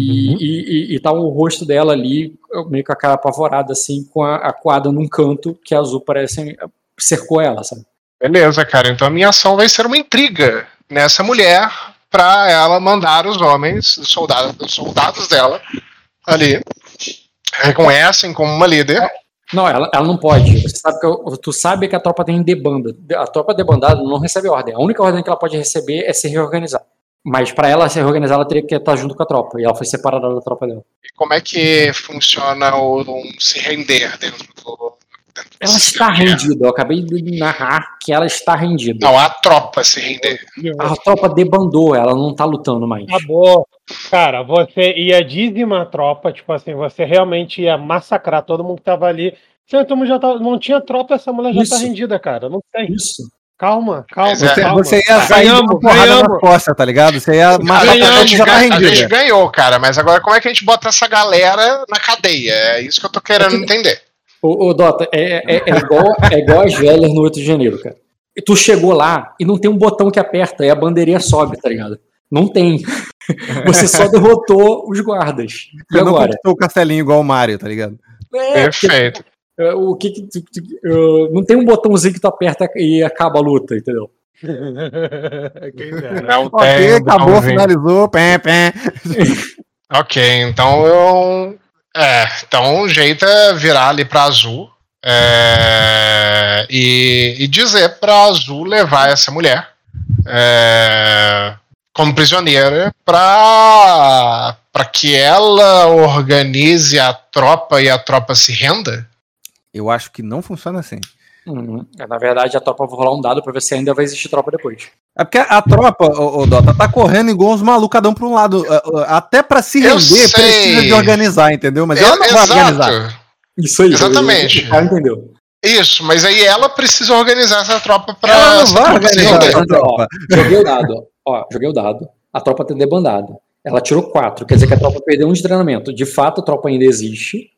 [SPEAKER 2] E tá o rosto dela ali, meio com a cara apavorada, assim, acuada num canto que a Azul parece cercou ela, sabe?
[SPEAKER 1] Beleza, cara. Então a minha ação vai ser uma intriga nessa mulher pra ela mandar os homens, os soldados dela ali, reconhecem como uma líder.
[SPEAKER 2] Não, ela não pode. Tu sabe que a tropa tem debanda. A tropa debandada não recebe ordem. A única ordem que ela pode receber é se reorganizar. Mas para ela se reorganizar, ela teria que estar junto com a tropa. E ela foi separada da tropa dela.
[SPEAKER 1] E como é que funciona o se render dentro do...
[SPEAKER 2] Ela está rendida. Eu acabei de narrar que ela está rendida.
[SPEAKER 1] Não, a tropa se render.
[SPEAKER 2] A tropa debandou. Ela não tá lutando mais.
[SPEAKER 3] Acabou. Cara, você ia dizimar a tropa, tipo assim, você realmente ia massacrar todo mundo que tava ali. Não tinha tropa, essa mulher já tá rendida, cara. Não tem.
[SPEAKER 2] Isso.
[SPEAKER 3] Calma.
[SPEAKER 4] Você ia sair de uma porrada na costa, tá ligado? Você ia matar a gente já tá rendida.
[SPEAKER 1] A gente ganhou, cara, mas agora como é que a gente bota essa galera na cadeia? É isso que eu tô querendo entender.
[SPEAKER 2] Ô Dota, é igual as velhas no 8 de janeiro, cara. E tu chegou lá e não tem um botão que aperta e a bandeirinha sobe, tá ligado? Não tem. Você só derrotou os guardas.
[SPEAKER 4] E agora? Não conquistou o castelinho igual o Mario, tá ligado?
[SPEAKER 1] Perfeito.
[SPEAKER 2] Não tem um botãozinho que tu aperta e acaba a luta, entendeu?
[SPEAKER 4] Ok, acabou, finalizou. Pé.
[SPEAKER 1] Ok, então então o jeito é virar ali pra Azul e dizer pra Azul levar essa mulher como prisioneira pra que ela organize a tropa e a tropa se renda?
[SPEAKER 4] Eu acho que não funciona assim.
[SPEAKER 2] Na verdade, a tropa vai rolar um dado pra ver se ainda vai existir tropa depois.
[SPEAKER 4] É porque a tropa, o Dota, tá correndo igual uns malucos, cada um pra um lado. Até pra se render, precisa de organizar, entendeu? Mas ela não vai organizar.
[SPEAKER 2] Isso aí.
[SPEAKER 1] Exatamente.
[SPEAKER 2] O cara entendeu.
[SPEAKER 1] Isso, mas aí ela precisa organizar essa tropa pra...
[SPEAKER 4] Ela não vai organizar essa tropa.
[SPEAKER 2] Joguei o dado. A tropa tá debandada. Ela tirou 4, quer dizer que a tropa perdeu um de treinamento. De fato, a tropa ainda existe.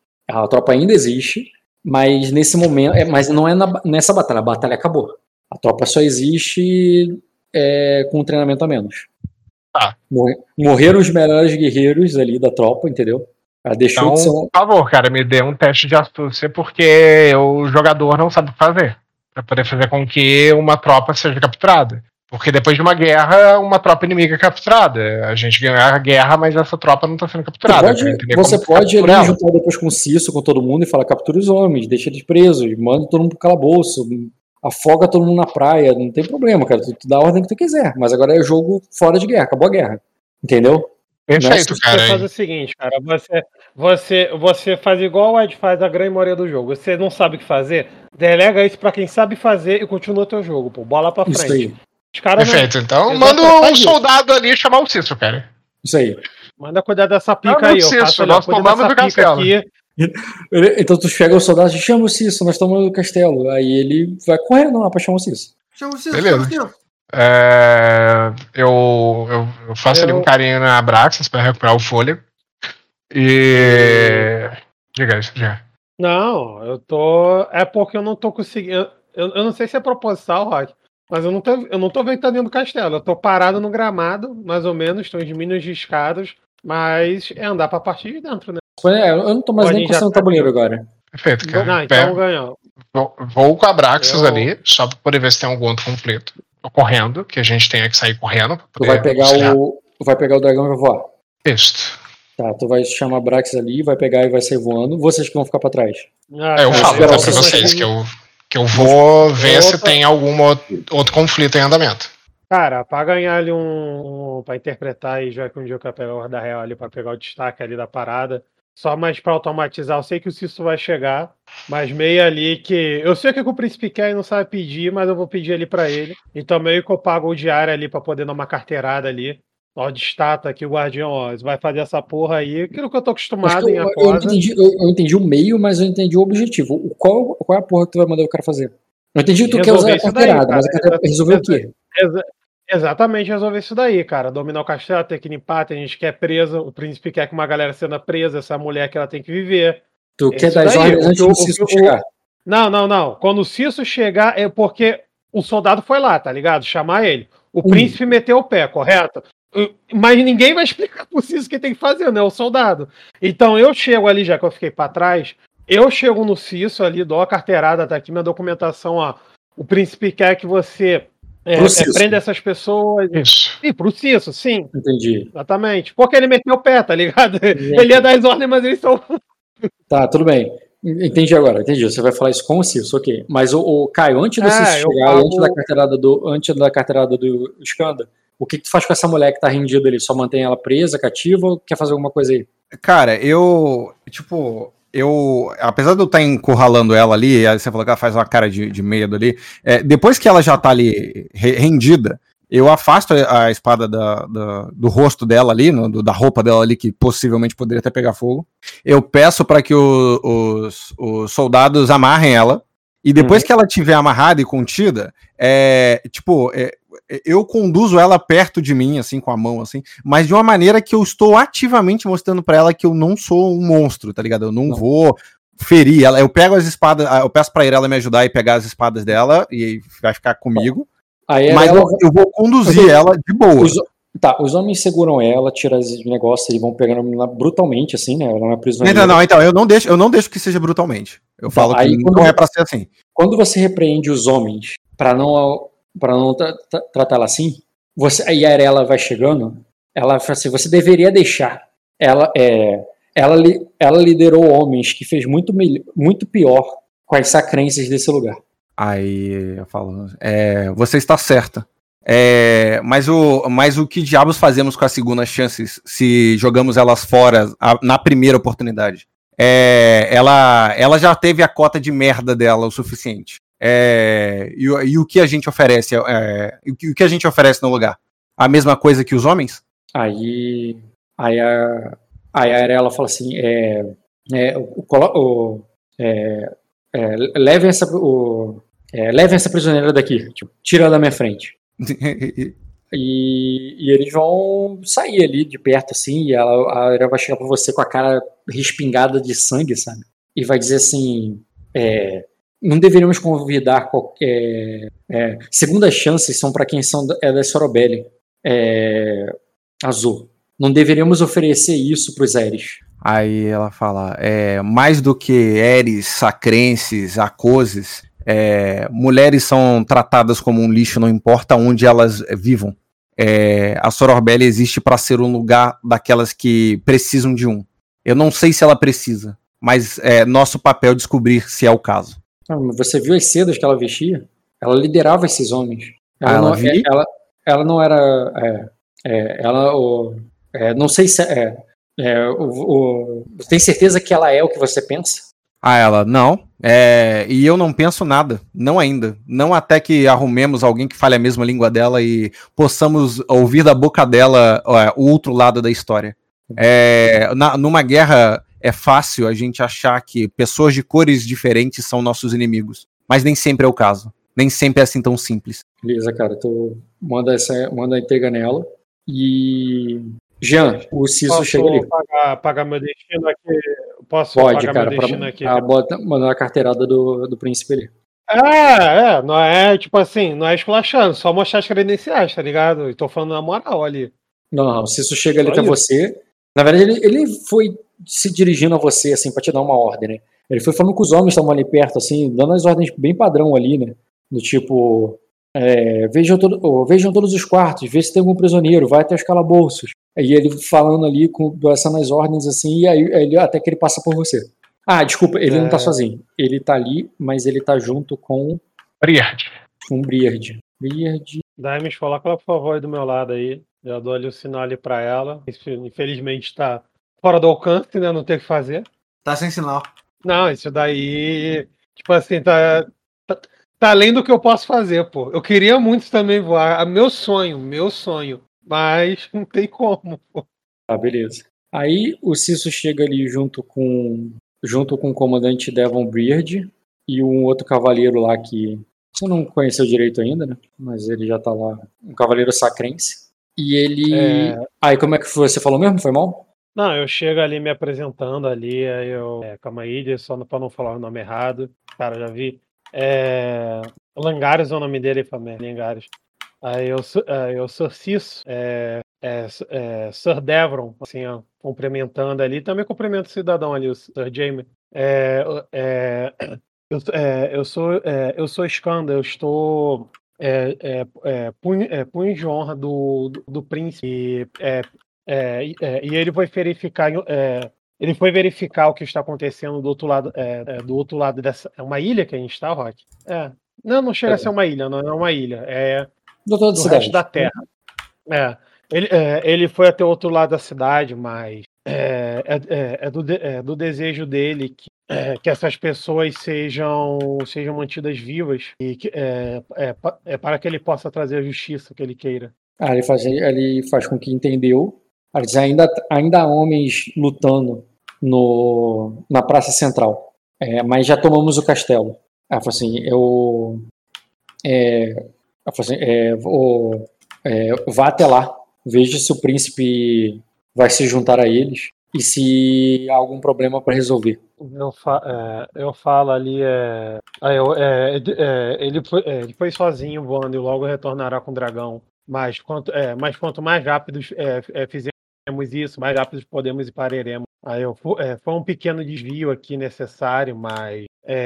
[SPEAKER 2] Mas nesse momento, mas não é nessa batalha, a batalha acabou. A tropa só existe com um treinamento a menos. Morreram os melhores guerreiros ali da tropa, entendeu? Ela deixou
[SPEAKER 1] então,
[SPEAKER 2] de ser
[SPEAKER 1] por favor, cara, me dê um teste de astúcia, porque o jogador não sabe o que fazer, pra poder fazer com que uma tropa seja capturada. Porque depois de uma guerra, uma tropa inimiga é capturada. A gente ganhou a guerra, mas essa tropa não tá sendo capturada.
[SPEAKER 2] Você pode ali juntar depois com o Cício, com todo mundo, e falar: captura os homens, deixa eles presos, manda todo mundo pro calabouço, afoga todo mundo na praia, não tem problema, cara. Tu dá a ordem que tu quiser, mas agora é jogo fora de guerra, acabou a guerra. Entendeu?
[SPEAKER 1] Perfeito, cara.
[SPEAKER 3] Você faz o seguinte, cara, você faz igual o Ed faz a grande maioria do jogo. Você não sabe o que fazer, delega isso pra quem sabe fazer e continua teu jogo, pô. Bola pra frente.
[SPEAKER 2] Isso aí.
[SPEAKER 3] Os caras
[SPEAKER 1] Perfeito,
[SPEAKER 3] não...
[SPEAKER 1] então manda um soldado ali chamar o Cício, cara.
[SPEAKER 2] Isso aí.
[SPEAKER 3] Manda cuidar dessa pica aí,
[SPEAKER 1] Cício, nós tomamos o castelo.
[SPEAKER 2] Aqui. Então tu chega o soldado e chama o Cício, nós tomamos o castelo. Aí ele vai correndo lá pra chamar o Cício.
[SPEAKER 5] Chama o Cício,
[SPEAKER 1] beleza.
[SPEAKER 5] chama o Cício.
[SPEAKER 1] Eu faço ali um carinho na Abraxas pra recuperar o fôlego. E. Diga isso, já.
[SPEAKER 3] Não, eu tô. É porque eu não tô conseguindo. Eu não sei se é proposital, Rock, mas eu não tô ventando do castelo. Eu tô parado no gramado, mais ou menos, estão os minions discados, mas é andar pra partir de dentro, né?
[SPEAKER 2] Eu não tô mais nem encostando no tabuleiro agora.
[SPEAKER 1] Perfeito, cara.
[SPEAKER 3] Não, então ganhou.
[SPEAKER 1] Vou com a Abraxas ali, só pra poder ver se tem algum outro conflito ocorrendo, que a gente tenha que sair correndo.
[SPEAKER 2] Tu vai pegar o dragão e vai voar.
[SPEAKER 1] Isso.
[SPEAKER 2] Tá, tu vai chamar a Brax ali, vai pegar e vai sair voando. Vocês que vão ficar pra trás.
[SPEAKER 1] Eu falo pra vocês que eu vou ver se tem algum outro conflito em andamento.
[SPEAKER 3] Cara, pra ganhar ali pra interpretar e já que um dia eu quero pegar o Guarda Real ali pra pegar o destaque ali da parada, só mais pra automatizar, eu sei que o Cício vai chegar, mas meio ali que... Eu sei o que o Príncipe quer e não sabe pedir, mas eu vou pedir ali pra ele. Então meio que eu pago o diário ali pra poder dar uma carteirada ali. Ó, de estátua aqui, o guardião, ó, você vai fazer essa porra aí, aquilo que eu tô acostumado em Acosa.
[SPEAKER 2] Eu entendi o meio, mas eu entendi o objetivo. Qual é a porra que tu vai mandar o cara fazer? Eu entendi que tu quer usar a carteirada, mas a carteirada resolveu o quê?
[SPEAKER 3] Exatamente, resolver isso daí, cara. Dominar o castelo, ter que limpar, tem gente que é presa, o príncipe quer que uma galera seja presa, essa mulher que ela tem que viver.
[SPEAKER 2] Tu quer dar as ordens antes do Cício chegar?
[SPEAKER 3] Não. Quando o Cício chegar, é porque o soldado foi lá, tá ligado? Chamar ele. O príncipe meteu o pé, correto? Mas ninguém vai explicar pro Cício o que tem que fazer, né? O soldado. Então eu chego ali, já que eu fiquei pra trás, eu chego no Cício ali, dou a carteirada, tá aqui minha documentação, ó. O príncipe quer que você prenda essas pessoas.
[SPEAKER 1] Isso.
[SPEAKER 3] E pro Cício, sim.
[SPEAKER 2] Entendi.
[SPEAKER 3] Exatamente. Porque ele meteu o pé, tá ligado? Ele ia dar as ordens, mas eles são...
[SPEAKER 2] Tá, tudo bem. Entendi agora, entendi. Você vai falar isso com o Cício, ok. Mas o Caio, antes do Cício chegar, antes da carteirada do Skanda, o que tu faz com essa mulher que tá rendida ali? Só mantém ela presa, cativa, ou quer fazer alguma coisa aí?
[SPEAKER 4] Cara, apesar de eu estar encurralando ela ali, aí você falou que ela faz uma cara de medo ali, depois que ela já tá ali rendida, eu afasto a espada do rosto dela ali, da roupa dela ali, que possivelmente poderia até pegar fogo. Eu peço para que os soldados amarrem ela, e depois que ela estiver amarrada e contida, eu conduzo ela perto de mim, assim, com a mão, assim, mas de uma maneira que eu estou ativamente mostrando pra ela que eu não sou um monstro, tá ligado? Eu não vou ferir ela. Eu pego as espadas, eu peço pra ela me ajudar e pegar as espadas dela, e vai ficar comigo. Mas eu vou conduzir ela de boa.
[SPEAKER 2] Os homens seguram ela, tiram os negócios, eles vão pegando brutalmente, assim, né? Ela não é prisioneira.
[SPEAKER 4] Então, eu não deixo que seja brutalmente. Eu falo que não é pra ser assim.
[SPEAKER 2] Quando você repreende os homens pra não tratar ela assim, aí a Arela vai chegando, ela fala assim, você deveria deixar. Ela liderou homens que fez muito pior com as sacrências desse lugar.
[SPEAKER 4] Aí eu falo, você está certa. Mas o que diabos fazemos com as segundas chances se jogamos elas fora na primeira oportunidade? Ela já teve a cota de merda dela o suficiente. E o que a gente oferece? O que a gente oferece no lugar? A mesma coisa que os homens?
[SPEAKER 2] Aí a Arela fala assim: levem essa prisioneira daqui, tipo, tira ela da minha frente. E eles vão sair ali de perto, assim, e a Arela vai chegar pra você com a cara respingada de sangue, sabe? E vai dizer assim: não deveríamos convidar qualquer... segundas chances são para quem da Sorobelli Azul. Não deveríamos oferecer isso para os Eres.
[SPEAKER 4] Aí ela fala, mais do que Eres, Sacrenses, Acoses, mulheres são tratadas como um lixo, não importa onde elas vivam. A Sor Orbelli existe para ser um lugar daquelas que precisam de um. Eu não sei se ela precisa, mas é nosso papel descobrir se é o caso.
[SPEAKER 2] Você viu as sedas que ela vestia? Ela liderava esses homens. Ela não era... não sei se... tem certeza que ela é o que você pensa?
[SPEAKER 4] Ela, não. E eu não penso nada. Não ainda. Não até que arrumemos alguém que fale a mesma língua dela e possamos ouvir da boca dela o outro lado da história. Numa guerra é fácil a gente achar que pessoas de cores diferentes são nossos inimigos. Mas nem sempre é o caso. Nem sempre é assim tão simples.
[SPEAKER 2] Beleza, cara. Tu manda a entrega nela. E... Jean, o Ciso chega ali.
[SPEAKER 3] Pagar meu destino aqui? Posso
[SPEAKER 2] Pode,
[SPEAKER 3] pagar
[SPEAKER 2] cara,
[SPEAKER 3] meu destino aqui?
[SPEAKER 2] Mandar a carteirada do príncipe ali.
[SPEAKER 3] Não é tipo assim, não é esculachando, só mostrar as credenciais, tá ligado? Eu tô falando na moral ali.
[SPEAKER 2] Não, o Ciso chega ali até você. Na verdade, ele foi se dirigindo a você, assim, pra te dar uma ordem, né? Ele foi falando com os homens que estavam ali perto, assim, dando as ordens bem padrão ali, né? Do tipo, vejam todos os quartos, vê se tem algum prisioneiro, vai até os calabouços. E ele falando ali, passando as ordens, assim, e aí até que ele passa por você. Desculpa, ele não tá sozinho. Ele tá ali, mas ele tá junto com...
[SPEAKER 1] Briard.
[SPEAKER 2] Com Briard.
[SPEAKER 3] Daimes, coloca ela, por favor, aí do meu lado aí. Já dou ali o sinal ali pra ela. Infelizmente tá fora do alcance, né? Não tem o que fazer.
[SPEAKER 5] Tá sem sinal.
[SPEAKER 3] Não, isso daí... Tipo assim, tá além do que eu posso fazer, pô. Eu queria muito também voar. Meu sonho. Mas não tem como, pô.
[SPEAKER 2] Beleza. Aí o Ciso chega ali junto com o comandante Devon Briard e um outro cavaleiro lá que você não conheceu direito ainda, né? Mas ele já tá lá. Um cavaleiro sacrense. E ele... Aí como é que você falou mesmo? Foi mal?
[SPEAKER 3] Não, eu chego ali me apresentando ali, aí eu... calma aí, só pra não falar o nome errado. Cara, já vi. Langares é o nome dele, Langares. Aí eu sou Ciso, Sir Devon, assim, ó, cumprimentando ali. Também cumprimento o cidadão ali, o Sir Jaime. Eu sou Skanda, eu estou punho de honra do príncipe. E ele foi verificar. Ele foi verificar o que está acontecendo do outro lado dessa. É uma ilha que a gente está, Rock? Não chega a ser uma ilha, não é uma ilha.
[SPEAKER 2] Do
[SPEAKER 3] resto da terra. Ele foi até o outro lado da cidade, mas do desejo dele que essas pessoas sejam mantidas vivas e para que ele possa trazer a justiça que ele queira.
[SPEAKER 2] Ele faz com que entendeu. Ainda há homens lutando na Praça Central, mas já tomamos o castelo. Ela falou assim, vá até lá, veja se o príncipe vai se juntar a eles e se há algum problema para resolver.
[SPEAKER 3] Eu falo ali, ele foi sozinho voando e logo retornará com o dragão. Mas quanto mais rápido fizermos isso, mais rápido podemos e pararemos. Foi um pequeno desvio aqui necessário, mas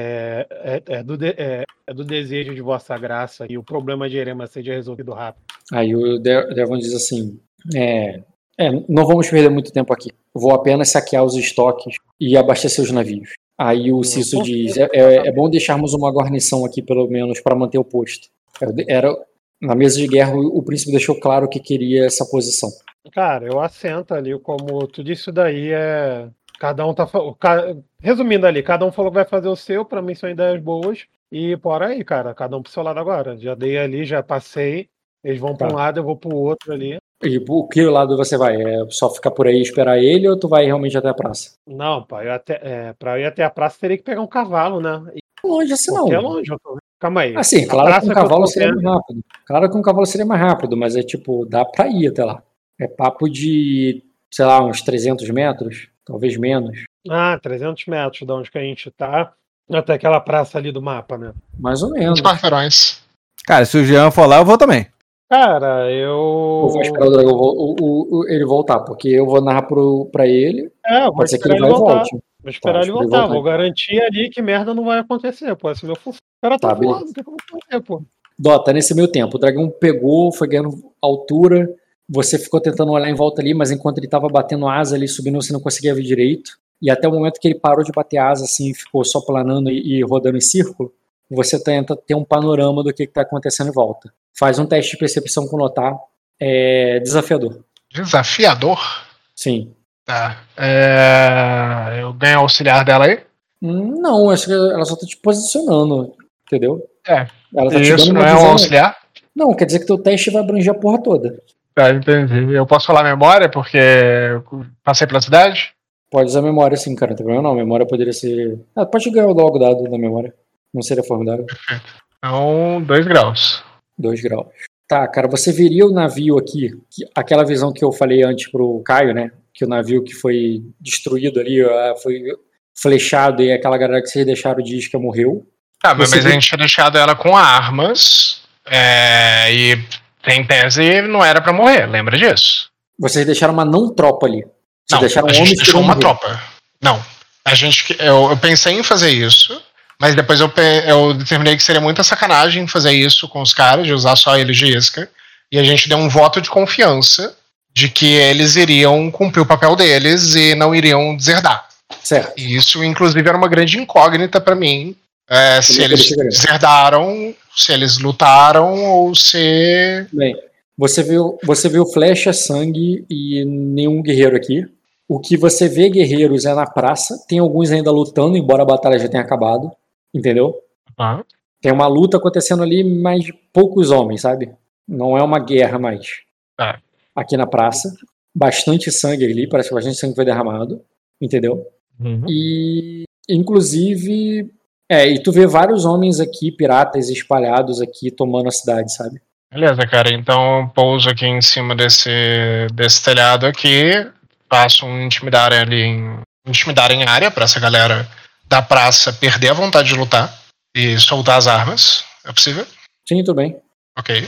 [SPEAKER 3] do desejo de vossa graça e o problema de Erema seja resolvido rápido.
[SPEAKER 2] Aí o Devon diz assim, não vamos perder muito tempo aqui. Vou apenas saquear os estoques e abastecer os navios. Aí o Ciso diz, é bom deixarmos uma guarnição aqui, pelo menos, para manter o posto. Na mesa de guerra, o príncipe deixou claro que queria essa posição.
[SPEAKER 3] Cara, eu assento ali, como tu disse, isso daí cada um tá... Resumindo ali, cada um falou que vai fazer o seu, pra mim são ideias boas, e por aí, cara, cada um pro seu lado agora. Já dei ali, já passei, eles vão pra um lado, eu vou pro outro ali.
[SPEAKER 2] E por que lado você vai? Só ficar por aí e esperar ele, ou tu vai realmente até a praça?
[SPEAKER 3] Não, pra eu ir até a praça, teria que pegar um cavalo, né?
[SPEAKER 2] Longe assim não.
[SPEAKER 3] É longe, eu tô... Calma aí.
[SPEAKER 2] Assim, claro que um cavalo seria mais rápido. Claro que um cavalo seria mais rápido, mas dá pra ir até lá. É papo de, sei lá, uns 300 metros, talvez menos.
[SPEAKER 3] 300 metros de onde que a gente tá, até aquela praça ali do mapa, né?
[SPEAKER 2] Mais ou menos.
[SPEAKER 1] Os quarteirões.
[SPEAKER 4] Cara, se o Jean for lá, eu vou também.
[SPEAKER 3] Cara,
[SPEAKER 2] eu vou esperar o dragão ele voltar, porque eu vou narrar pra ele.
[SPEAKER 3] Pode
[SPEAKER 2] ser que ele vai e volte.
[SPEAKER 3] Vou esperar ele
[SPEAKER 2] espera ele
[SPEAKER 3] voltar.
[SPEAKER 2] voltar.
[SPEAKER 3] Vou garantir ali que merda não vai acontecer, pô. Esse é meu função. O cara tá
[SPEAKER 2] Tá,
[SPEAKER 3] voando,
[SPEAKER 2] beleza.
[SPEAKER 3] o que eu vou fazer, pô?
[SPEAKER 2] Dota, nesse meio tempo, o dragão pegou, foi ganhando altura, você ficou tentando olhar em volta ali, mas enquanto ele tava batendo asa ali, subindo, você não conseguia ver direito. E até o momento que ele parou de bater asa, assim, ficou só planando e rodando em círculo, você tenta ter um panorama do que tá acontecendo em volta. Faz um teste de percepção com notar. É desafiador.
[SPEAKER 1] Desafiador?
[SPEAKER 2] Sim.
[SPEAKER 1] Tá. Eu ganho o auxiliar dela aí?
[SPEAKER 2] Não, acho que ela só tá te posicionando, entendeu?
[SPEAKER 1] É.
[SPEAKER 2] Ela tá te
[SPEAKER 1] Isso
[SPEAKER 2] dando
[SPEAKER 1] não
[SPEAKER 2] uma
[SPEAKER 1] é um
[SPEAKER 2] visão.
[SPEAKER 1] auxiliar?
[SPEAKER 2] Não, quer dizer que teu teste vai abranger a porra toda.
[SPEAKER 1] Tá, entendi. Eu posso falar memória porque eu passei pela cidade?
[SPEAKER 2] Pode usar memória sim, cara, não tem problema não. Memória poderia ser. Ah, pode ganhar logo o dado da memória. Não seria formidável.
[SPEAKER 1] Então, 2 graus.
[SPEAKER 2] 2 graus. Tá, cara, você veria o navio aqui, aquela visão que eu falei antes pro Caio, né? Que o navio que foi destruído ali, foi flechado e aquela galera que vocês deixaram de isca morreu.
[SPEAKER 1] Tá, mas
[SPEAKER 2] Você
[SPEAKER 1] a gente tinha deixado ela com armas e em tese não era pra morrer, lembra disso?
[SPEAKER 2] Vocês deixaram uma não tropa ali. Vocês
[SPEAKER 1] Não,
[SPEAKER 2] deixaram
[SPEAKER 1] a gente
[SPEAKER 2] homens que
[SPEAKER 1] deixou
[SPEAKER 2] iriam
[SPEAKER 1] uma
[SPEAKER 2] morrer.
[SPEAKER 1] tropa. Não, eu pensei em fazer isso, mas depois eu determinei que seria muita sacanagem fazer isso com os caras, de usar só eles de isca, e a gente deu um voto de confiança de que eles iriam cumprir o papel deles e não iriam deserdar.
[SPEAKER 2] Certo.
[SPEAKER 1] E isso, inclusive, era uma grande incógnita pra mim, se eles deserdaram, se eles lutaram ou se...
[SPEAKER 2] Bem, você viu flecha, sangue e nenhum guerreiro aqui. O que você vê guerreiros é na praça. Tem alguns ainda lutando, embora a batalha já tenha acabado. Entendeu?
[SPEAKER 1] Ah.
[SPEAKER 2] Tem uma luta acontecendo ali, mas poucos homens, sabe? Não é uma guerra mais.
[SPEAKER 1] Ah.
[SPEAKER 2] Aqui na praça. Bastante sangue ali, parece que bastante sangue foi derramado. Entendeu?
[SPEAKER 1] Uhum.
[SPEAKER 2] E, inclusive... e tu vê vários homens aqui, piratas espalhados aqui, tomando a cidade, sabe?
[SPEAKER 1] Beleza, cara. Então eu pouso aqui em cima desse telhado aqui, faço um intimidar em área pra essa galera da praça perder a vontade de lutar e soltar as armas. É possível?
[SPEAKER 2] Sim, tudo bem.
[SPEAKER 1] Ok.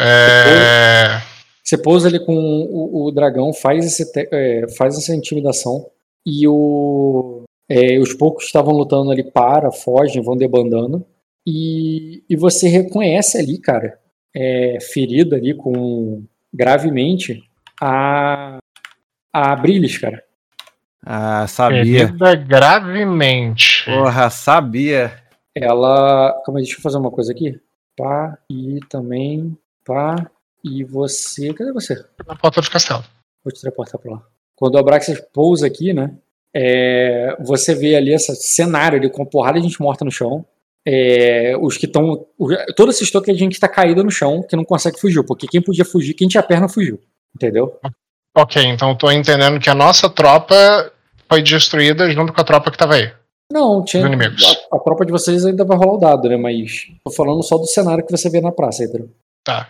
[SPEAKER 2] Você pousa ali com o dragão, faz essa intimidação e os poucos que estavam lutando ali fogem, vão debandando e você reconhece ali, cara, ferida ali gravemente a Brillis, cara.
[SPEAKER 4] Ah, sabia.
[SPEAKER 1] Ferida gravemente.
[SPEAKER 4] Porra, sabia.
[SPEAKER 2] Ela... Calma aí, deixa eu fazer uma coisa aqui. Pá, e também... Pá, e você... Cadê você?
[SPEAKER 1] Na porta do castelo.
[SPEAKER 2] Vou te teleportar pra lá. Quando o Abraxas pousa aqui, né? Você vê ali esse cenário ali com porrada de gente morta no chão. Os que estão... Todo esse estoque de gente que tá caída no chão, que não consegue fugir. Porque quem podia fugir, quem tinha perna, fugiu. Entendeu?
[SPEAKER 1] Ok, então eu tô entendendo que a nossa tropa foi destruída junto com a tropa que tava aí.
[SPEAKER 2] Não, tinha...
[SPEAKER 1] inimigos.
[SPEAKER 2] A tropa de vocês ainda vai rolar o dado, né? Mas tô falando só do cenário que você vê na praça, entendeu?
[SPEAKER 1] Tá.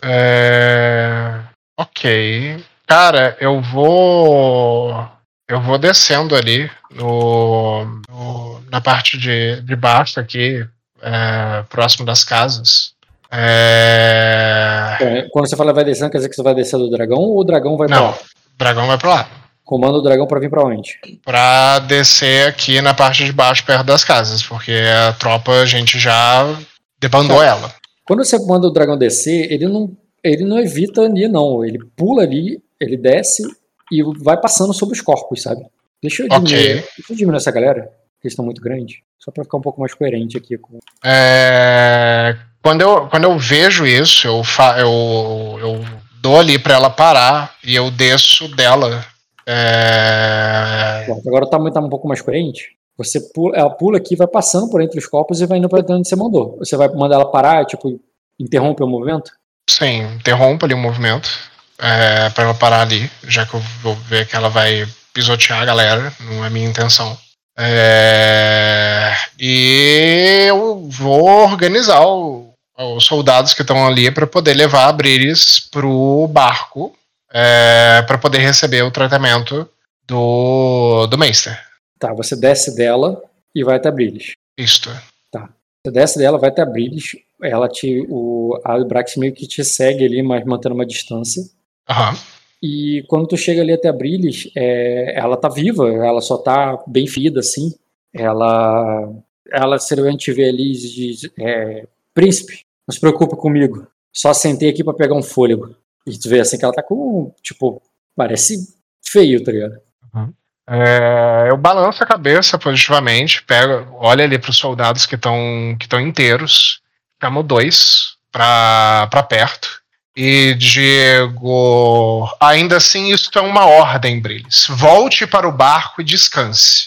[SPEAKER 1] Ok. Cara, eu vou descendo ali na parte de baixo aqui, próximo das casas.
[SPEAKER 2] Quando você fala vai descendo, quer dizer que você vai descer do dragão ou o dragão vai pra lá?
[SPEAKER 1] Não, o dragão vai pra lá.
[SPEAKER 2] Comanda o dragão pra vir pra onde?
[SPEAKER 1] Pra descer aqui na parte de baixo, perto das casas, porque a tropa, a gente já debandou ela.
[SPEAKER 2] Quando você manda o dragão descer, ele não evita ali, não. Ele pula ali, ele desce e vai passando sobre os corpos, sabe? Deixa eu diminuir essa galera, porque eles estão muito grandes. Só pra ficar um pouco mais coerente aqui.
[SPEAKER 1] Quando eu vejo isso, eu dou ali pra ela parar e eu desço dela.
[SPEAKER 2] Agora tá um pouco mais coerente. Ela pula aqui, vai passando por entre os corpos e vai indo pra onde você mandou. Você vai mandar ela parar, tipo, interrompe o movimento?
[SPEAKER 1] Sim, interrompo ali o movimento pra ela parar ali, já que eu vou ver que ela vai pisotear a galera, não é minha intenção. E eu vou organizar os soldados que estão ali para poder levar a Brillis pro barco para poder receber o tratamento do Meister.
[SPEAKER 2] Tá, você desce dela e vai até a Brillis.
[SPEAKER 1] Isto.
[SPEAKER 2] Tá. Você desce dela, vai até a Brillis. A Brax meio que te segue ali, mas mantendo uma distância.
[SPEAKER 1] Aham.
[SPEAKER 2] E quando tu chega ali até a Brillis, ela tá viva, ela só tá bem ferida, assim. Ela seriamente vê ali e diz, príncipe, não se preocupe comigo. Só sentei aqui pra pegar um fôlego. E tu vê assim que ela tá com, tipo, parece feio, tá ligado?
[SPEAKER 1] Eu balanço a cabeça positivamente, olha ali pros soldados que estão inteiros, chamo 2 pra perto. E digo, ainda assim isso é uma ordem, Brillis. Volte para o barco e descanse.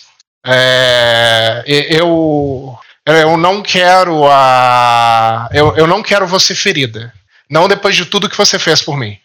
[SPEAKER 1] Eu não quero eu não quero você ferida. Não depois de tudo que você fez por mim.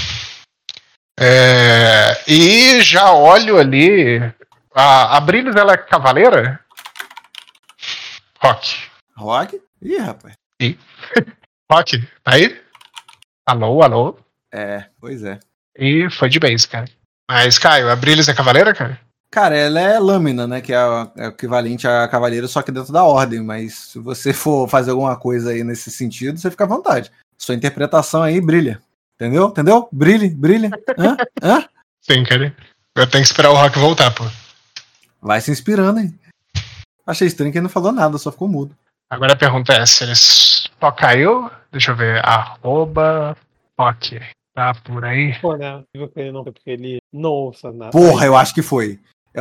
[SPEAKER 1] E já olho ali. A Brillis, ela é cavaleira? Rock?
[SPEAKER 4] Ih, rapaz.
[SPEAKER 1] Rock, tá aí? Alô?
[SPEAKER 4] Pois é.
[SPEAKER 1] E foi de base, cara. Mas, Caio, a Brillis é cavaleira, cara?
[SPEAKER 4] Cara, ela é lâmina, né? Que é o equivalente a cavaleiro, só que dentro da ordem. Mas se você for fazer alguma coisa aí nesse sentido, você fica à vontade. Sua interpretação aí brilha. Entendeu? Brilha. Hã?
[SPEAKER 1] Sim, cara. Eu tenho que esperar o Rock voltar, pô.
[SPEAKER 4] Vai se inspirando, hein? Achei estranho que ele não falou nada, só ficou mudo.
[SPEAKER 1] Agora a pergunta é se ele só caiu. Deixa eu ver. @Rock. Tá por aí.
[SPEAKER 3] Pô, né? Ele não, porque ele não ouça nada.
[SPEAKER 4] Porra, eu acho que foi.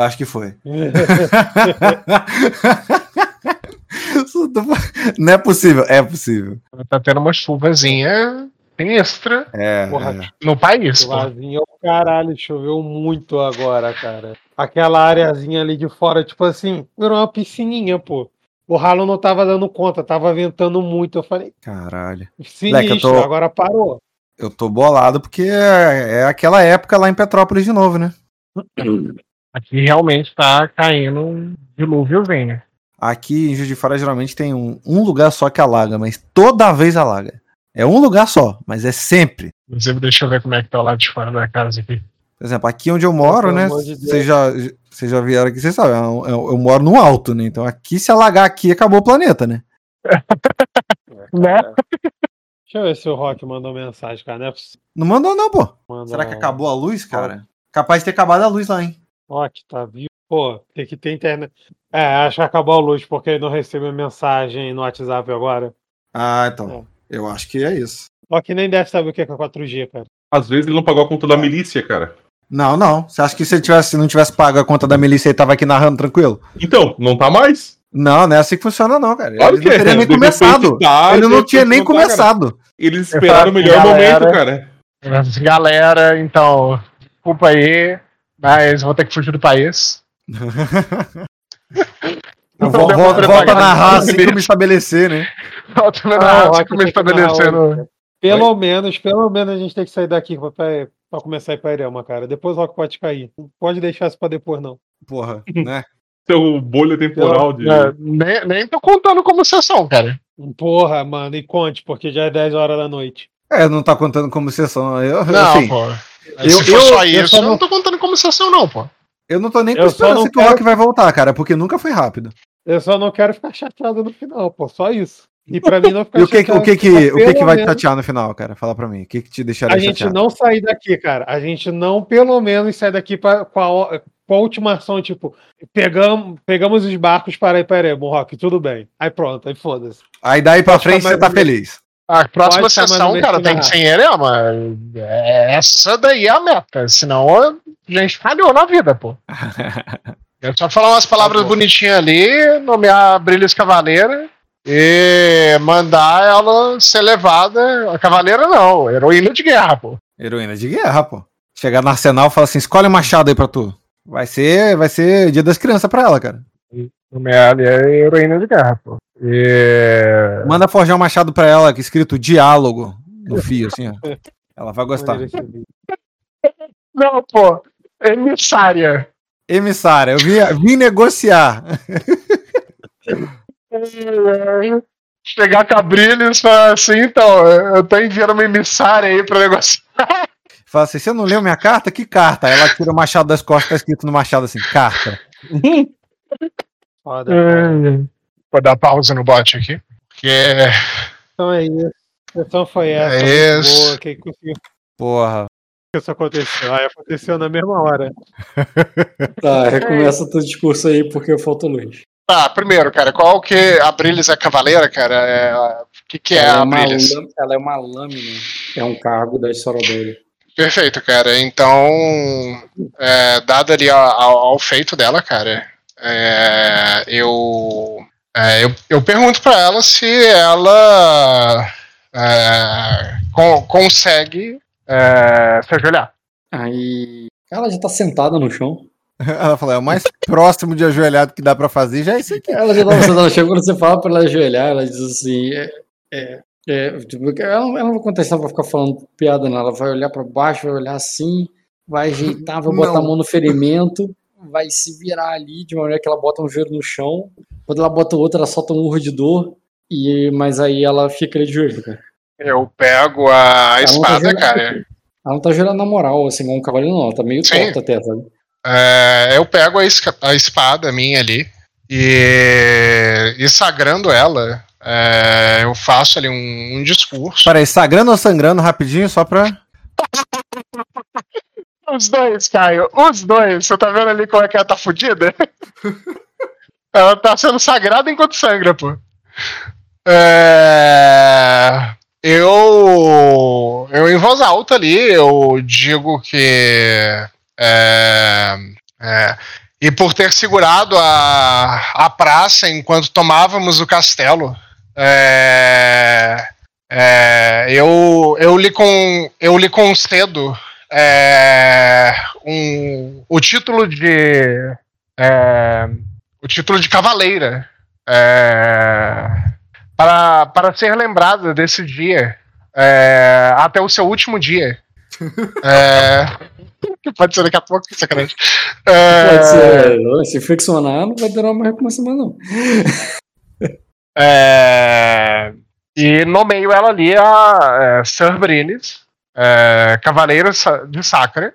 [SPEAKER 4] Não é possível. É possível.
[SPEAKER 1] Tá tendo uma chuvazinha sinistra no país, pô.
[SPEAKER 3] Chuvazinha, caralho, choveu muito agora, cara. Aquela areazinha ali de fora, tipo assim, virou uma piscininha, pô. O ralo não tava dando conta, tava ventando muito. Eu falei,
[SPEAKER 4] caralho.
[SPEAKER 3] Sinistro, agora parou.
[SPEAKER 4] Eu tô bolado porque é aquela época lá em Petrópolis de novo, né?
[SPEAKER 1] Aqui realmente tá caindo um dilúviozinho.
[SPEAKER 4] Aqui em Juiz de Fora geralmente tem um lugar só que alaga, mas toda vez alaga. É um lugar só, mas é sempre.
[SPEAKER 1] Inclusive, deixa eu ver como é que tá o lado de fora da casa aqui.
[SPEAKER 4] Por exemplo, aqui onde eu moro, né? Vocês já vieram aqui, vocês sabem, eu moro no alto, né? Então aqui, se alagar aqui, acabou o planeta, né?
[SPEAKER 1] Né?
[SPEAKER 3] Deixa eu ver se o Rock mandou mensagem, cara.
[SPEAKER 4] Não mandou não, pô. Será que acabou a luz, cara? Capaz de ter acabado a luz lá, hein?
[SPEAKER 3] Rock, tá vivo. Pô, tem que ter internet. Acho que acabou a luz porque ele não recebeu mensagem no WhatsApp agora.
[SPEAKER 4] Ah, então. Eu acho que é isso.
[SPEAKER 3] Rock nem deve saber o que é 4G, cara.
[SPEAKER 6] Às vezes ele não pagou a conta da milícia, cara.
[SPEAKER 4] Não. Você acha que se ele não tivesse pago a conta da milícia, ele tava aqui narrando tranquilo?
[SPEAKER 6] Então, não tá mais?
[SPEAKER 4] Não é assim que funciona, não, cara.
[SPEAKER 6] Claro
[SPEAKER 4] Ele não teria nem começado. Ele não tinha nem começado.
[SPEAKER 6] Eles esperaram o melhor momento, cara.
[SPEAKER 1] Galera, então, desculpa aí, mas vou ter que fugir do país.
[SPEAKER 4] Volta a narrar assim que eu me estabelecer, né?
[SPEAKER 1] Volta a narrar assim que eu me estabelecer.
[SPEAKER 3] Pelo menos a gente tem que sair daqui pra começar a ir pra Irema, cara. Depois o Rock pode cair. Não pode deixar isso pra depois, não.
[SPEAKER 4] Porra, né?
[SPEAKER 6] Seu bolha temporal de...
[SPEAKER 1] Nem tô contando como sessão, cara.
[SPEAKER 3] Porra, mano, e conte, porque já é 10 horas da noite.
[SPEAKER 4] Não tá contando como sessão.
[SPEAKER 1] Não, assim, pô. Se for só isso, eu não tô contando como sessão, não, pô.
[SPEAKER 4] Eu não tô nem com esperança que o Rock vai voltar, cara, porque nunca foi rápido.
[SPEAKER 3] Eu só não quero ficar chateado no final, pô, só isso. E pra mim não ficar
[SPEAKER 4] chateado. O que vai te chatear no final, cara? Fala pra mim. O que te deixaria chateado?
[SPEAKER 3] A gente não sair daqui, cara. A gente não, pelo menos, sair daqui com a ultimação, tipo, pegamos os barcos para ir para Erebo, Rock, tudo bem. Aí pronto, aí foda-se.
[SPEAKER 4] Aí daí pra frente você tá feliz.
[SPEAKER 1] A próxima sessão, cara, tem que ser em Erema. Essa daí é a meta. Senão a gente falhou na vida, pô. Eu só falar umas palavras bonitinhas ali, nomear a Brillis Cavaleira e mandar ela ser levada. A Cavaleira não, heroína de guerra, pô.
[SPEAKER 4] Heroína de guerra, pô. Chegar no arsenal e falar assim: escolhe um machado aí pra tu. Vai ser dia das crianças pra ela, cara.
[SPEAKER 1] Nomear é heroína de guerra, pô.
[SPEAKER 4] Manda forjar um machado pra ela, escrito diálogo no fio, assim, ó. Ela vai gostar.
[SPEAKER 1] Não, pô. Emissária.
[SPEAKER 4] Eu vim negociar.
[SPEAKER 1] Chegar com a Brillis e falar assim, então, eu tô enviando uma emissária aí pra negociar.
[SPEAKER 4] Fala assim, você não leu minha carta? Que carta? Ela tira o machado das costas, tá escrito no machado assim, carta.
[SPEAKER 1] Vou dar pausa no bot aqui. Porque...
[SPEAKER 3] Então é isso. A sessão foi essa.
[SPEAKER 1] É isso.
[SPEAKER 3] Boa, quem conseguiu.
[SPEAKER 4] Porra.
[SPEAKER 3] que isso aconteceu. Aí aconteceu na mesma hora.
[SPEAKER 2] Tá, recomeça o teu discurso aí, porque falta luz.
[SPEAKER 1] Tá, primeiro, cara, qual que... A Brillis é cavaleira, cara? O que é
[SPEAKER 2] Ela
[SPEAKER 1] a
[SPEAKER 2] uma
[SPEAKER 1] Brillis?
[SPEAKER 2] ela é uma lâmina. É um cargo da Sorobelli.
[SPEAKER 1] Perfeito, cara. Então, dado ali ao feito dela, cara, eu pergunto pra ela se ela consegue se ajoelhar.
[SPEAKER 2] Aí ela já tá sentada no chão.
[SPEAKER 4] Ela falou, é o mais próximo de ajoelhado que dá pra fazer, já é isso aqui.
[SPEAKER 2] Ela já tava sentada no chão. Quando você fala pra ela ajoelhar, ela diz assim... tipo, ela não vai contestar, vai ficar falando piada, não. Ela vai olhar pra baixo, vai olhar assim, vai ajeitar, vai botar a mão no ferimento, vai se virar ali de uma maneira que ela bota um joelho no chão. Quando ela bota o outro, ela solta um urro de dor. Mas aí ela fica ali de joelho, cara.
[SPEAKER 1] Eu pego a espada, cara.
[SPEAKER 2] Ela não tá ajoelhando na moral, assim, como um cavaleiro, não. Ela tá meio torta até, sabe?
[SPEAKER 1] Eu pego a espada minha ali e sagrando ela, eu faço ali um discurso.
[SPEAKER 4] Peraí, sagrando ou sangrando rapidinho, só pra...
[SPEAKER 1] Os dois, Caio, os dois. Você tá vendo ali como é que ela tá fudida? Ela tá sendo sagrada enquanto sangra, pô. Eu em voz alta ali, eu digo que e por ter segurado a praça enquanto tomávamos o castelo, eu lhe concedo o título de cavaleira para ser lembrada desse dia até o seu último dia. Pode ser daqui a pouco, que sacanagem.
[SPEAKER 2] Pode ser, se friccionar, não vai durar mais uma semana, não.
[SPEAKER 1] E nomeio ela ali a Sir Brillis, cavaleira de Sacra,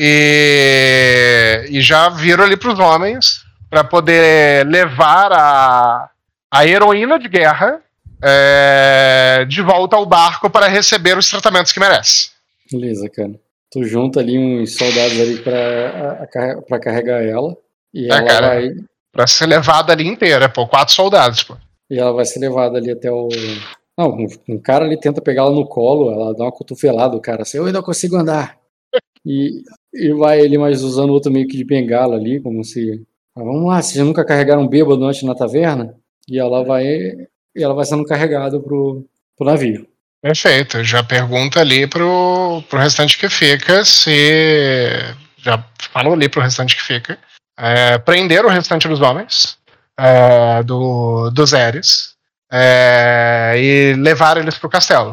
[SPEAKER 1] e já viro ali para os homens para poder levar a heroína de guerra de volta ao barco para receber os tratamentos que merece.
[SPEAKER 2] Beleza, cara. Tu junta ali uns soldados ali pra carregar ela. E ela
[SPEAKER 1] cara,
[SPEAKER 2] vai.
[SPEAKER 1] Pra ser levada ali inteira, pô. 4 soldados, pô.
[SPEAKER 2] E ela vai ser levada ali até o. Não, um cara ali tenta pegar ela no colo, ela dá uma cotovelada, o cara assim, eu ainda consigo andar. E vai ele mais usando outro meio que de bengala ali, como se. Vamos lá, vocês nunca carregaram um bêbado antes na taverna? E ela vai sendo carregada pro navio.
[SPEAKER 1] Perfeito, já pergunta ali pro restante que fica se... Já falou ali pro restante que fica. Prender o restante dos homens dos Eres e levar eles pro castelo.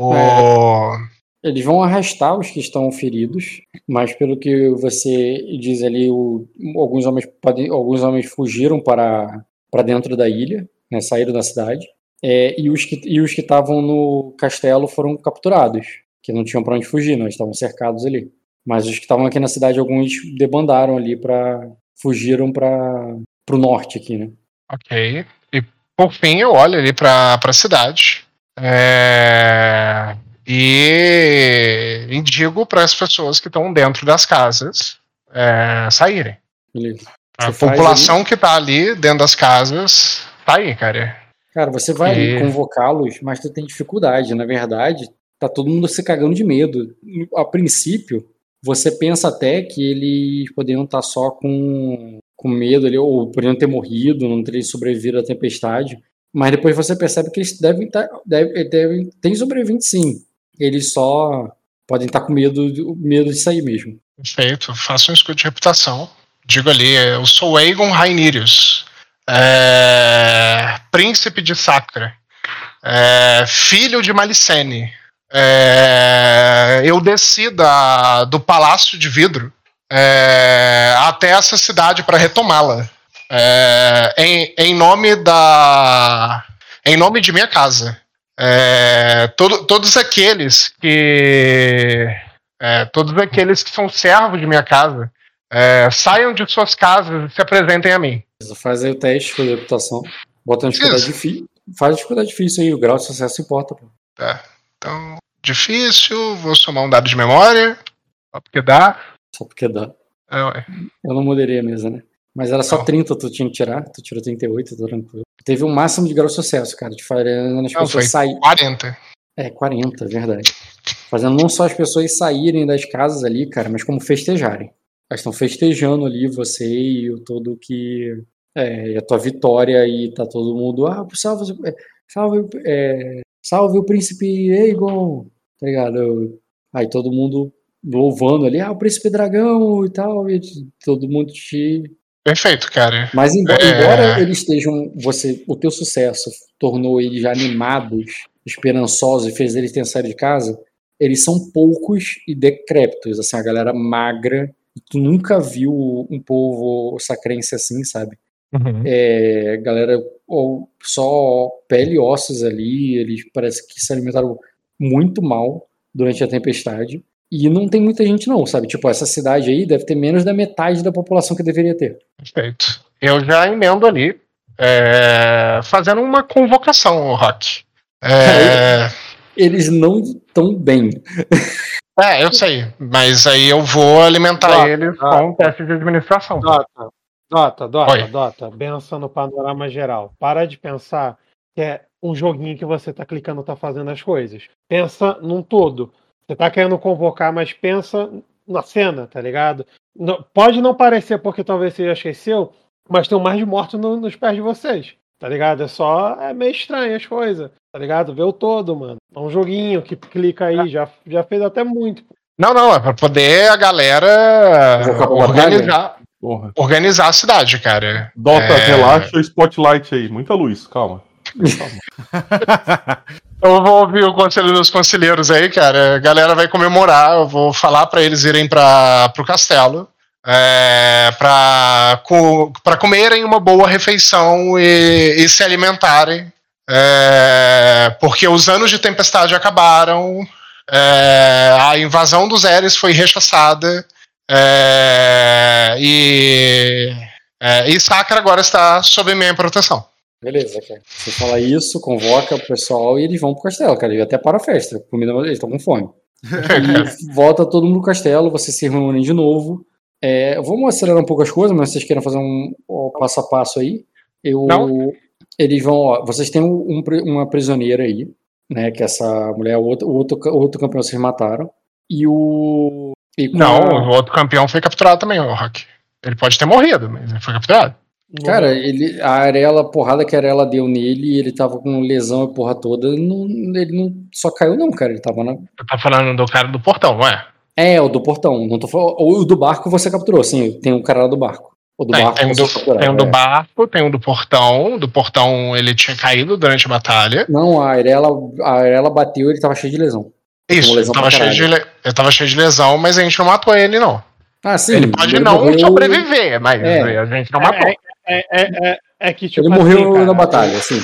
[SPEAKER 2] Eles vão arrastar os que estão feridos, mas pelo que você diz ali, alguns homens fugiram para dentro da ilha, né, saíram da cidade. E os que estavam no castelo foram capturados, que não tinham para onde fugir, nós estavam cercados ali. Mas os que estavam aqui na cidade, alguns debandaram ali fugiram para o norte aqui, né?
[SPEAKER 1] Ok. E por fim eu olho ali para a cidade e digo para as pessoas que estão dentro das casas saírem.
[SPEAKER 2] Beleza.
[SPEAKER 1] A população que está ali dentro das casas tá aí, cara.
[SPEAKER 2] Cara, você vai ali convocá-los, mas tu tem dificuldade. Na verdade, tá todo mundo se cagando de medo. A princípio, você pensa até que eles poderiam estar só com medo ali, ou poderiam ter morrido, não terem sobrevivido à tempestade. Mas depois você percebe que eles têm sobrevivido sim. Eles só podem estar com medo de sair mesmo.
[SPEAKER 1] Perfeito. Faça um escudo de reputação. Digo ali, eu sou Aegon Rhaenyrius. Príncipe de Sacra, filho de Malicene. Eu desci do Palácio de Vidro até essa cidade para retomá-la em nome de minha casa. Todos aqueles que são servos de minha casa saiam de suas casas e se apresentem a mim.
[SPEAKER 2] Faz aí o teste de reputação. Bota uma dificuldade difícil. Faz dificuldade difícil aí, o grau de sucesso importa. Pô.
[SPEAKER 1] Tá. Então, difícil, vou somar um dado de memória. Só porque dá?
[SPEAKER 2] Só porque dá.
[SPEAKER 1] Ué.
[SPEAKER 2] Eu não mudaria a mesa, né? Mas era só 30, tu tinha que tirar. Tu tirou 38, tô tranquilo. Teve um máximo de grau de sucesso, cara. De fazendo as pessoas saírem.
[SPEAKER 1] 40.
[SPEAKER 2] 40, verdade. Fazendo não só as pessoas saírem das casas ali, cara, mas como festejarem. Elas estão festejando ali você e o todo que. E a tua vitória e tá todo mundo. Salve o príncipe Aegon, tá ligado? Aí todo mundo louvando ali, o príncipe dragão e tal, e todo mundo te.
[SPEAKER 1] Perfeito, cara.
[SPEAKER 2] Mas embora eles estejam. O teu sucesso tornou eles já animados, esperançosos e fez eles terem saído de casa, eles são poucos e decrépitos, assim, a galera magra. Tu nunca viu um povo sacrense assim, sabe?
[SPEAKER 1] Uhum.
[SPEAKER 2] Galera só pele e ossos ali, eles parece que se alimentaram muito mal durante a tempestade. E não tem muita gente não, sabe? Tipo, essa cidade aí deve ter menos da metade da população que deveria ter.
[SPEAKER 1] Perfeito. Eu já emendo ali, fazendo uma convocação, Rock.
[SPEAKER 2] Eles não estão bem.
[SPEAKER 1] Eu sei, mas aí eu vou alimentar eles com teste de administração.
[SPEAKER 3] Dota, pensa no panorama geral. Para de pensar que é um joguinho que você tá clicando, tá fazendo as coisas. Pensa num todo. Você tá querendo convocar, mas pensa na cena, tá ligado? Pode não parecer porque talvez você já esqueceu, mas tem mais de mortos nos pés de vocês, tá ligado? É meio estranho as coisas, tá ligado? Vê o todo, mano. É um joguinho que clica aí, já fez até muito.
[SPEAKER 1] Não, é pra poder a galera organizar a cidade, cara.
[SPEAKER 6] Dota, relaxa o spotlight aí, muita luz, calma.
[SPEAKER 1] Eu vou ouvir o conselho dos conselheiros aí, cara. A galera vai comemorar. Eu vou falar pra eles irem pro castelo. Pra comerem uma boa refeição e se alimentarem. Porque os anos de tempestade acabaram. A invasão dos Ares foi rechaçada. E Sacra agora está sob minha proteção.
[SPEAKER 2] Beleza, cara. Você fala isso, convoca o pessoal e eles vão pro castelo, cara. Eles até para a festa. Comida, eles estão com fome. E volta todo mundo pro castelo, vocês se reúnem de novo. Vamos acelerar um pouco as coisas, mas vocês queiram fazer um passo a passo aí. Eles vão, vocês têm uma prisioneira aí, né? Que essa mulher, o outro campeão vocês mataram. O
[SPEAKER 1] outro campeão foi capturado também, o Rock. Ele pode ter morrido, mas ele foi capturado.
[SPEAKER 2] Cara, a porrada que a Arela deu nele, ele tava com lesão e porra toda, ele não só caiu não, cara, ele tava na...
[SPEAKER 1] Você tá falando do cara do portão, não é?
[SPEAKER 2] O do portão, não tô falando... O do barco você capturou, sim, tem um cara lá do barco. O do barco
[SPEAKER 1] tem um do barco, tem um do portão. Do portão ele tinha caído durante a batalha.
[SPEAKER 2] Não, a Arela bateu e ele tava cheio de lesão.
[SPEAKER 1] Isso, ele tava cheio de lesão, mas a gente não matou ele, não.
[SPEAKER 2] Sim.
[SPEAKER 1] Ele pode não sobreviver, mas a gente não matou.
[SPEAKER 3] Que, tipo,
[SPEAKER 2] ele morreu na batalha, assim.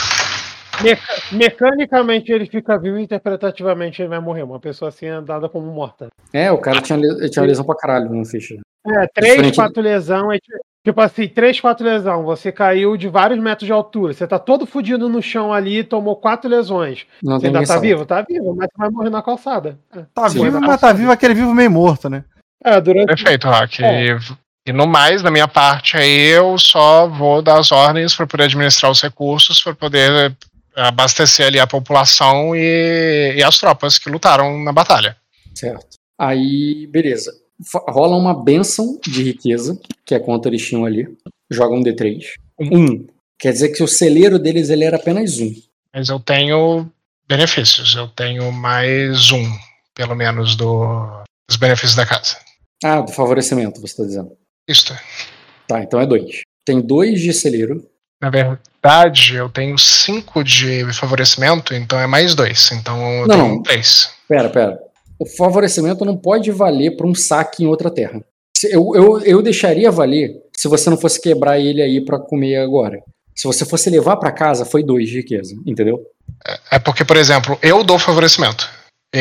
[SPEAKER 3] Mecanicamente ele fica vivo e interpretativamente ele vai morrer. Uma pessoa assim é dada como morta.
[SPEAKER 2] O cara tinha lesão pra caralho no ficha.
[SPEAKER 3] 3, 4 lesão. Tipo assim, 3, 4 lesão. Você caiu de vários metros de altura. Você tá todo fudido no chão ali, tomou 4 lesões. Você ainda tá vivo? Tá vivo, mas você vai morrer na calçada.
[SPEAKER 4] Tá vivo, mas tá vivo aquele vivo meio morto, né?
[SPEAKER 1] Perfeito, Rock. E no mais, da minha parte, aí eu só vou dar as ordens para poder administrar os recursos, para poder abastecer ali a população e as tropas que lutaram na batalha.
[SPEAKER 2] Certo. Aí, beleza. Rola uma bênção de riqueza, que é quanto eles tinham ali. Joga um D3. 1. Quer dizer que o celeiro deles ele era apenas 1.
[SPEAKER 1] Mas eu tenho benefícios. Eu tenho mais 1, pelo menos, dos benefícios da casa.
[SPEAKER 2] Do favorecimento, você está dizendo.
[SPEAKER 1] Isso.
[SPEAKER 2] Tá, então é 2. Tem 2 de celeiro.
[SPEAKER 1] Na verdade, eu tenho 5 de favorecimento, então é mais 2. Então eu tenho 3.
[SPEAKER 2] Pera. O favorecimento não pode valer para um saque em outra terra. Eu deixaria valer se você não fosse quebrar ele aí para comer agora. Se você fosse levar para casa, foi 2 de riqueza, entendeu?
[SPEAKER 1] Porque, por exemplo, eu dou favorecimento.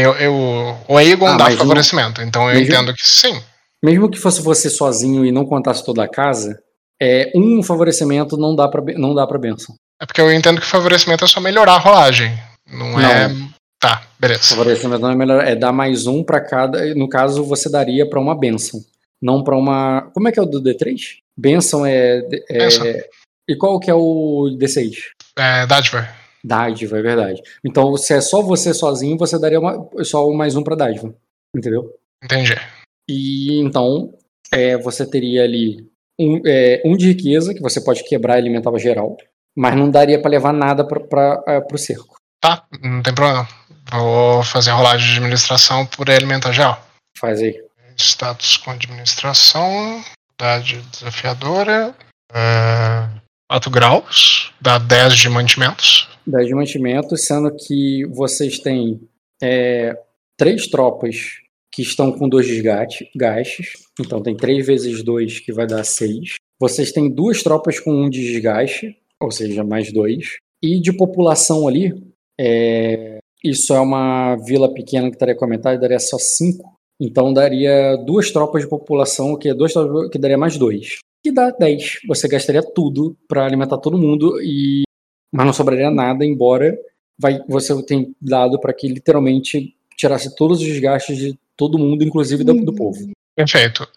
[SPEAKER 1] O Aegon dá favorecimento, então eu entendo que sim.
[SPEAKER 2] Mesmo que fosse você sozinho e não contasse toda a casa, um favorecimento não dá pra bênção.
[SPEAKER 1] É porque eu entendo que favorecimento é só melhorar a rolagem. Não é... Tá, beleza.
[SPEAKER 2] Favorecimento não é melhor. É dar mais um pra cada. No caso, você daria pra uma bênção. Não pra uma. Como é que é o do D3? Bênção
[SPEAKER 1] Bênção.
[SPEAKER 2] E qual que é o D6?
[SPEAKER 1] Dádiva.
[SPEAKER 2] Dádiva, é verdade. Então, se é só você sozinho, você daria só mais um pra dádiva. Entendeu?
[SPEAKER 1] Entendi.
[SPEAKER 2] E então, você teria ali um de riqueza, que você pode quebrar e alimentar pra geral. Mas não daria pra levar nada pro cerco.
[SPEAKER 1] Tá, não tem problema. Vou fazer a rolagem de administração por alimentar geral.
[SPEAKER 2] Faz aí.
[SPEAKER 1] Status com administração. Idade desafiadora. 4 graus. Dá 10 de mantimentos.
[SPEAKER 2] 10 de mantimentos, sendo que vocês têm 3 tropas que estão com 2 desgastes. Então tem 3 vezes 2, que vai dar 6. Vocês têm 2 tropas com 1 de desgaste, ou seja, mais 2. E de população ali, isso é uma vila pequena que estaria com a metade, daria só 5. Então daria 2 tropas de população, que daria mais 2. Que dá 10. Você gastaria tudo para alimentar todo mundo, mas não sobraria nada, embora você tenha dado para que literalmente tirasse todos os desgastes de todo mundo, inclusive do povo.
[SPEAKER 1] Perfeito.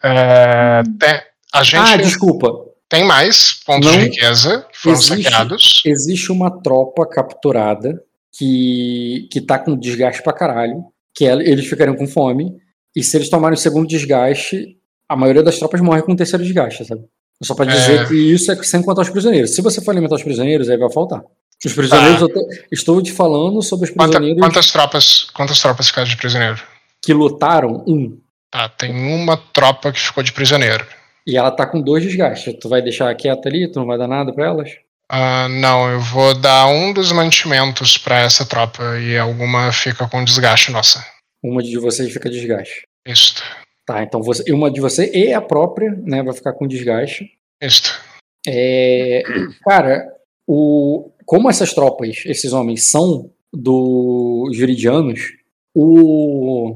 [SPEAKER 1] A gente
[SPEAKER 2] desculpa.
[SPEAKER 1] Tem mais pontos de riqueza que foram saqueados.
[SPEAKER 2] Existe uma tropa capturada que tá com desgaste pra caralho, que eles ficariam com fome, e se eles tomarem o segundo desgaste, a maioria das tropas morre com o terceiro desgaste, sabe? Só pra dizer que isso é sem contar os prisioneiros. Se você for alimentar os prisioneiros, aí vai faltar. Os prisioneiros, estou te falando sobre os prisioneiros...
[SPEAKER 1] Quantas tropas ficaram de prisioneiro?
[SPEAKER 2] Que lutaram, 1.
[SPEAKER 1] Tá, tem uma tropa que ficou de prisioneiro.
[SPEAKER 2] E ela tá com 2 desgastes. Tu vai deixar quieta ali? Tu não vai dar nada pra elas?
[SPEAKER 1] Não, eu vou dar um dos mantimentos pra essa tropa e alguma fica com desgaste nossa.
[SPEAKER 2] Uma de vocês fica desgaste.
[SPEAKER 1] Isso.
[SPEAKER 2] Tá, então uma de você e a própria, né, vai ficar com desgaste.
[SPEAKER 1] Isso.
[SPEAKER 2] Cara, como essas tropas, esses homens são dos Viridianos, o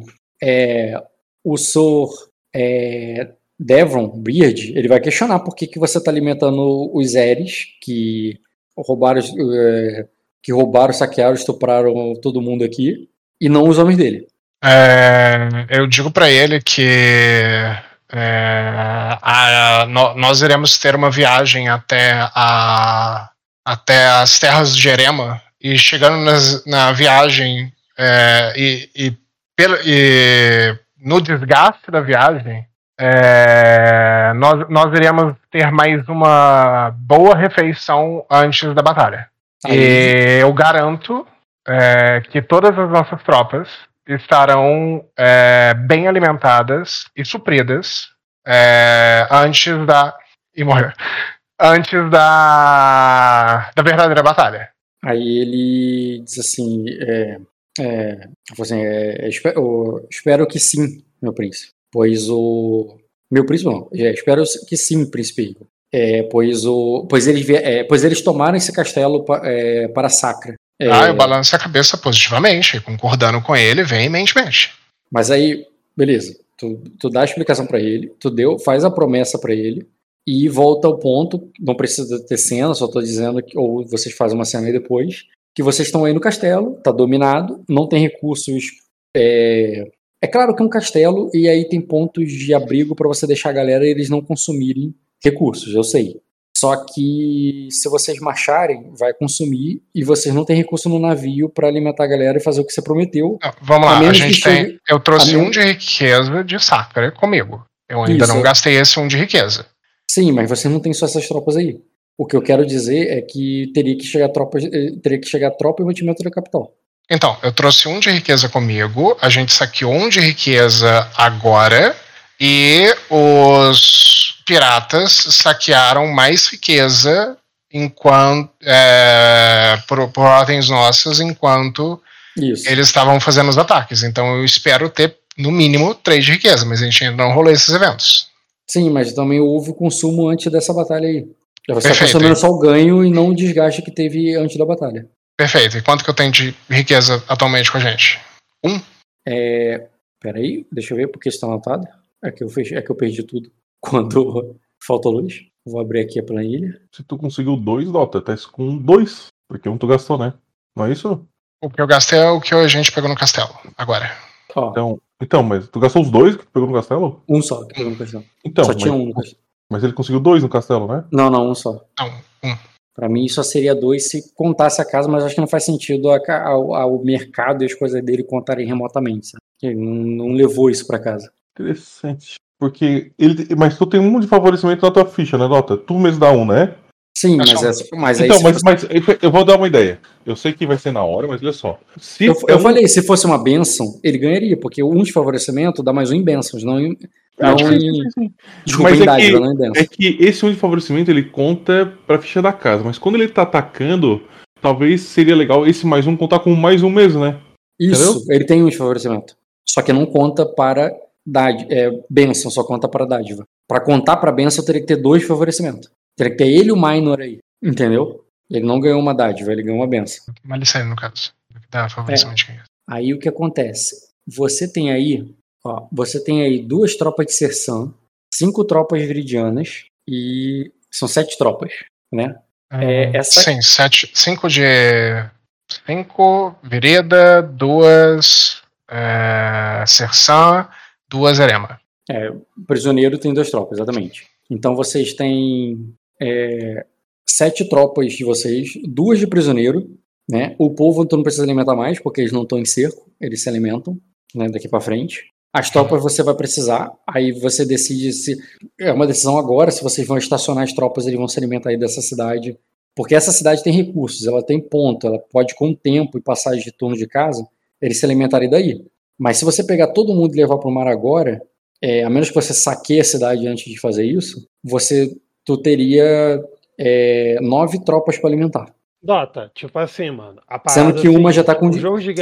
[SPEAKER 2] Sr. Devon Beard, ele vai questionar por que você está alimentando os Eres, que roubaram, saquearam, estupraram todo mundo aqui, e não os homens dele.
[SPEAKER 1] Eu digo para ele que nós iremos ter uma viagem até as terras de Jerema, e chegando na viagem no desgaste da viagem, nós iremos ter mais uma boa refeição antes da batalha. E eu garanto que todas as nossas tropas estarão bem alimentadas e supridas antes da verdadeira batalha.
[SPEAKER 2] Aí ele diz assim, espero que sim, meu príncipe. Pois meu príncipe não, espero que sim, príncipe. Pois eles tomaram esse castelo para Sacra.
[SPEAKER 1] Eu balanço a cabeça positivamente, concordando com ele veementemente.
[SPEAKER 2] Mas aí, beleza, tu dá a explicação para ele, faz a promessa para ele e volta ao ponto, não precisa ter cena, só tô dizendo ou vocês fazem uma cena aí depois, que vocês estão aí no castelo, tá dominado, não tem recursos. É claro que é um castelo e aí tem pontos de abrigo para você deixar a galera e eles não consumirem recursos, eu sei. Só que se vocês marcharem, vai consumir e vocês não têm recurso no navio para alimentar a galera e fazer o que você prometeu.
[SPEAKER 1] Vamos lá, eu trouxe um de riqueza de Sacra comigo. Eu ainda não gastei esse um de riqueza.
[SPEAKER 2] Sim, mas você não tem só essas tropas aí. O que eu quero dizer é que teria que chegar tropa e mantimento da capital.
[SPEAKER 1] Então, eu trouxe um de riqueza comigo, a gente saqueou um de riqueza agora, e os piratas saquearam mais riqueza por ordens nossas, enquanto eles estavam fazendo os ataques. Então eu espero ter, no mínimo, 3 de riqueza, mas a gente ainda não rolou esses eventos.
[SPEAKER 2] Sim, mas também houve o consumo antes dessa batalha aí. Você está consumindo só o ganho e não o desgaste que teve antes da batalha.
[SPEAKER 1] Perfeito. E quanto que eu tenho de riqueza atualmente com a gente? 1?
[SPEAKER 2] Peraí, deixa eu ver porque está anotado. É que eu perdi tudo quando faltou luz. Vou abrir aqui a planilha.
[SPEAKER 6] Se tu conseguiu 2, Dota, tá com 2. Porque um tu gastou, né? Não é isso?
[SPEAKER 1] O que eu gastei é o que a gente pegou no castelo, agora.
[SPEAKER 2] Ó,
[SPEAKER 6] Então, mas tu gastou os 2 que tu pegou no castelo?
[SPEAKER 2] um só que pegou no castelo.
[SPEAKER 6] Então,
[SPEAKER 2] Só tinha um no castelo.
[SPEAKER 6] mas ele conseguiu 2 no castelo, né?
[SPEAKER 2] Não, um só.
[SPEAKER 1] Não, um.
[SPEAKER 2] Pra mim só seria 2 se contasse a casa, mas acho que não faz sentido ao mercado e as coisas dele contarem remotamente, sabe? Ele não levou isso pra casa.
[SPEAKER 6] Interessante. Porque mas tu tem um de favorecimento na tua ficha, né, Dota? Tu mesmo dá um, né?
[SPEAKER 2] Sim,
[SPEAKER 1] É
[SPEAKER 2] mas aí
[SPEAKER 6] Então,
[SPEAKER 2] se
[SPEAKER 6] mas
[SPEAKER 2] fosse-
[SPEAKER 6] eu vou dar uma ideia. Eu sei que vai ser na hora, mas olha só. Se
[SPEAKER 2] eu falei, se fosse uma bênção, ele ganharia, porque um de favorecimento dá mais um em bênçãos, não em. Desculpa,
[SPEAKER 6] Mas
[SPEAKER 2] em dádiva, não em bênção.
[SPEAKER 6] é que esse um de favorecimento ele conta pra ficha da casa, mas quando ele tá atacando, talvez seria legal esse mais um contar com mais um mesmo, né?
[SPEAKER 2] Isso,
[SPEAKER 6] Entendeu?
[SPEAKER 2] ele tem um de favorecimento. Só que não conta para bênção, só conta para dádiva. Para contar para bênção, teria que ter 2 de favorecimento. Teria que ter ele e o minor aí, entendeu? Ele não ganhou uma dádiva, ele ganhou uma bênção.
[SPEAKER 1] Malicério, no caso. Dá favorecimento.
[SPEAKER 2] Aí o que acontece? Você tem aí 2 tropas de Sersan, 5 tropas viridianas e são 7 tropas, né?
[SPEAKER 1] Sim, 5 de... 5 Virida, 2 Sersan, 2 Erema.
[SPEAKER 2] O prisioneiro tem 2 tropas, exatamente. Então vocês têm 7 tropas de vocês, 2 de prisioneiro, né? O povo tu não precisa alimentar mais, porque eles não estão em cerco, eles se alimentam, né, daqui para frente. As tropas você vai precisar, aí você decide se... É uma decisão agora, se vocês vão estacionar as tropas, eles vão se alimentar aí dessa cidade, porque essa cidade tem recursos, ela tem ponto, ela pode com o tempo e passagem de turno de casa, eles se alimentarem daí. Mas se você pegar todo mundo e levar para o mar agora, a menos que você saqueie a cidade antes de fazer isso, tu teria 9 tropas para alimentar.
[SPEAKER 3] Dota, tipo assim, mano.
[SPEAKER 2] Sendo que uma já tá com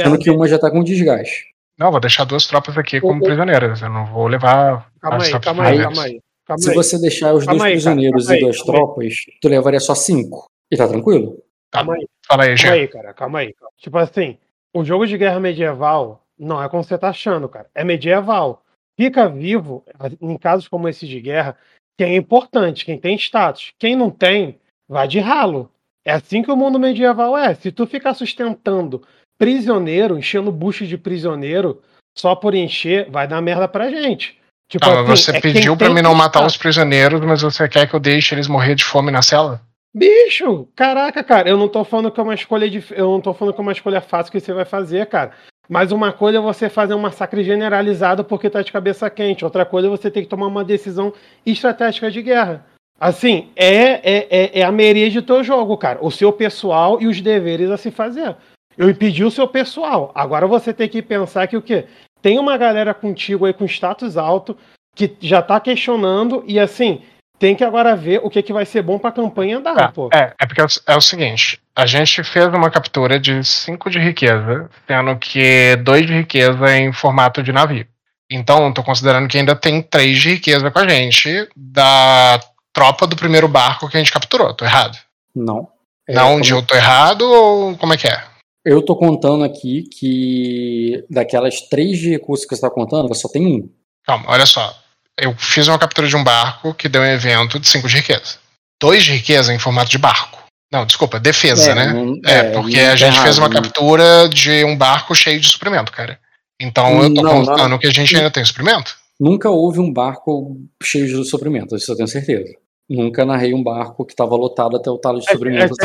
[SPEAKER 2] desgaste.
[SPEAKER 1] Não, vou deixar 2 tropas aqui como prisioneiras. Eu não vou levar as tropas
[SPEAKER 3] Calma aí.
[SPEAKER 2] Se você deixar os 2 prisioneiros e 2 tropas, tu levaria só 5. E tá tranquilo?
[SPEAKER 3] Calma aí.
[SPEAKER 1] Fala aí, Jean.
[SPEAKER 3] Calma aí. Tipo assim, o jogo de guerra medieval não é como você tá achando, cara. É medieval. Fica vivo, em casos como esse de guerra, quem é importante, quem tem status. Quem não tem, vai de ralo. É assim que o mundo medieval é. Se tu ficar sustentando prisioneiro, enchendo bucho de prisioneiro, só por encher, vai dar merda pra gente. Tipo
[SPEAKER 1] Mas você pediu pra mim não matar os prisioneiros, mas você quer que eu deixe eles morrer de fome na cela?
[SPEAKER 3] Bicho, caraca, cara, eu não tô falando que é uma escolha eu não tô falando que é uma escolha fácil que você vai fazer, cara. Mas uma coisa é você fazer um massacre generalizado porque tá de cabeça quente. Outra coisa é você ter que tomar uma decisão estratégica de guerra. Assim, é a meria de teu jogo, cara. O seu pessoal e os deveres a se fazer. Eu impedi o seu pessoal. Agora você tem que pensar que o quê? Tem uma galera contigo aí com status alto que já tá questionando e assim, tem que agora ver o que vai ser bom pra campanha andar, pô.
[SPEAKER 1] Porque é o seguinte, a gente fez uma captura de 5 de riqueza, sendo que 2 de riqueza em formato de navio. Então, tô considerando que ainda tem 3 de riqueza com a gente da tropa do primeiro barco que a gente capturou. Tô errado?
[SPEAKER 2] Não.
[SPEAKER 1] Eu tô errado ou como é que é?
[SPEAKER 2] Eu tô contando aqui que daquelas 3 de recursos que você tá contando, você só tem 1.
[SPEAKER 1] Calma, olha só. Eu fiz uma captura de um barco que deu um evento de 5 de riqueza. 2 de riqueza em formato de barco. Não, desculpa, defesa, né? Porque a gente fez uma captura de um barco cheio de suprimento, cara. Então eu tô contando que a gente ainda tem suprimento.
[SPEAKER 2] Nunca houve um barco cheio de suprimento, isso eu tenho certeza. Nunca narrei um barco que estava lotado até o talo de suprimento.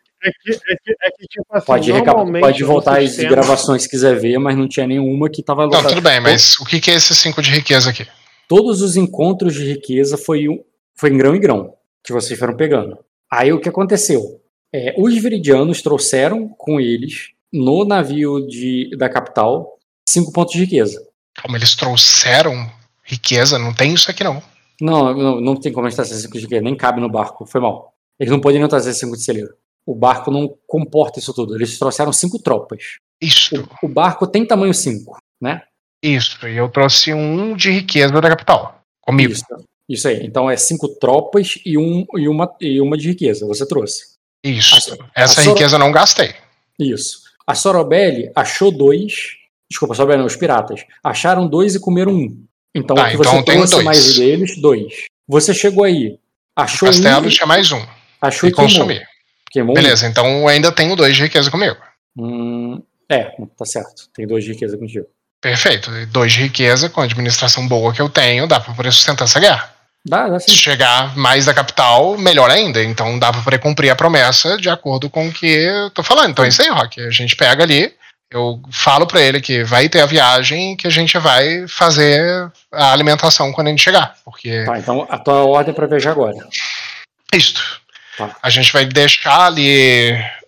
[SPEAKER 3] Tipo assim,
[SPEAKER 2] pode voltar as gravações se quiser ver, mas não tinha nenhuma que estava lotada.
[SPEAKER 1] Não, tudo bem, mas o que é esse 5 de riqueza aqui?
[SPEAKER 2] Todos os encontros de riqueza foi em grão em grão que vocês foram pegando. Aí o que aconteceu? Os viridianos trouxeram com eles, no navio da capital, 5 pontos de riqueza.
[SPEAKER 1] Como eles trouxeram riqueza? Não tem isso aqui, não.
[SPEAKER 2] Não tem como eles trazer 5 de riqueza, nem cabe no barco, foi mal. Eles não poderiam trazer 5 de celeiro. O barco não comporta isso tudo. Eles trouxeram 5 tropas.
[SPEAKER 1] Isso.
[SPEAKER 2] O barco tem tamanho 5, né?
[SPEAKER 1] Isso, e eu trouxe 1 de riqueza da capital, comigo.
[SPEAKER 2] Isso aí, então é 5 tropas e uma de riqueza, você trouxe.
[SPEAKER 1] Isso, essa riqueza eu não gastei.
[SPEAKER 2] Isso. A Sorobelli achou 2, desculpa, Sorobelli não, os piratas, acharam 2 e comeram 1. Então o que você trouxe mais deles, 2. Você chegou aí, achou 1.
[SPEAKER 1] O castelo tinha mais 1.
[SPEAKER 2] Achou
[SPEAKER 1] e consumi.
[SPEAKER 2] Queimou.
[SPEAKER 1] Beleza, então eu ainda tenho 2 de riqueza comigo.
[SPEAKER 2] Tá certo. Tem 2 de riqueza contigo.
[SPEAKER 1] Perfeito. E 2 de riqueza, com a administração boa que eu tenho, dá pra poder sustentar essa guerra.
[SPEAKER 2] Dá sim.
[SPEAKER 1] Se chegar mais da capital, melhor ainda. Então dá pra poder cumprir a promessa de acordo com o que eu tô falando. Então é isso aí, Rock. A gente pega ali, eu falo pra ele que vai ter a viagem e que a gente vai fazer a alimentação quando a gente chegar. Porque...
[SPEAKER 2] Tá, então a tua ordem é pra viajar agora.
[SPEAKER 1] Isto.
[SPEAKER 2] Tá.
[SPEAKER 1] A gente vai deixar ali...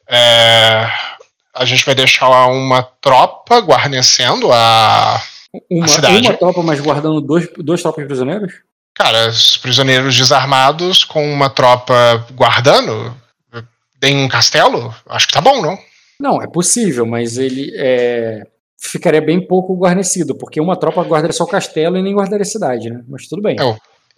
[SPEAKER 1] a gente vai deixar uma tropa guarnecendo a cidade.
[SPEAKER 2] Uma tropa, mas guardando 2 tropas prisioneiros?
[SPEAKER 1] Cara, os prisioneiros desarmados com uma tropa guardando em um castelo, acho que tá bom, não?
[SPEAKER 2] Não, é possível, mas ele ficaria bem pouco guarnecido, porque uma tropa guardaria só o castelo e nem guardaria a cidade, né? Mas tudo bem.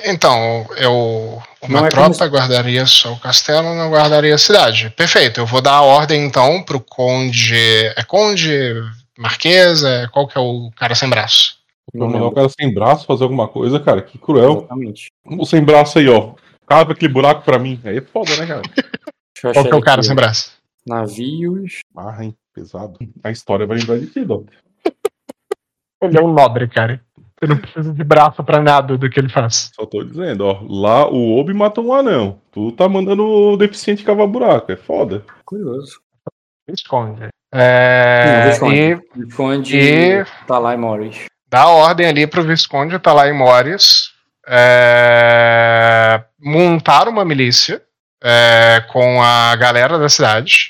[SPEAKER 1] Uma tropa guardaria só o castelo, não guardaria a cidade. Perfeito, eu vou dar a ordem então pro conde... É conde, marquesa, qual que é o cara sem braço?
[SPEAKER 6] Vou mandar o cara sem braço fazer alguma coisa, cara, que cruel.
[SPEAKER 2] Exatamente.
[SPEAKER 6] O sem braço aí, ó. Cava aquele buraco pra mim. Aí é foda, né, cara?
[SPEAKER 1] Qual que é o cara sem braço?
[SPEAKER 2] Navios.
[SPEAKER 6] Hein? Pesado. A história vai lembrar de ti, Dó.
[SPEAKER 1] Ele é um nobre, cara. Você não precisa de braço pra nada do que ele faz.
[SPEAKER 6] Só tô dizendo, ó. Lá o Obi matou um anão. Tu tá mandando o deficiente cavar buraco. É foda.
[SPEAKER 2] Curioso.
[SPEAKER 1] Visconde.
[SPEAKER 2] Visconde Talai Morris.
[SPEAKER 1] Dá ordem ali pro Visconde Talai Morris montar uma milícia com a galera da cidade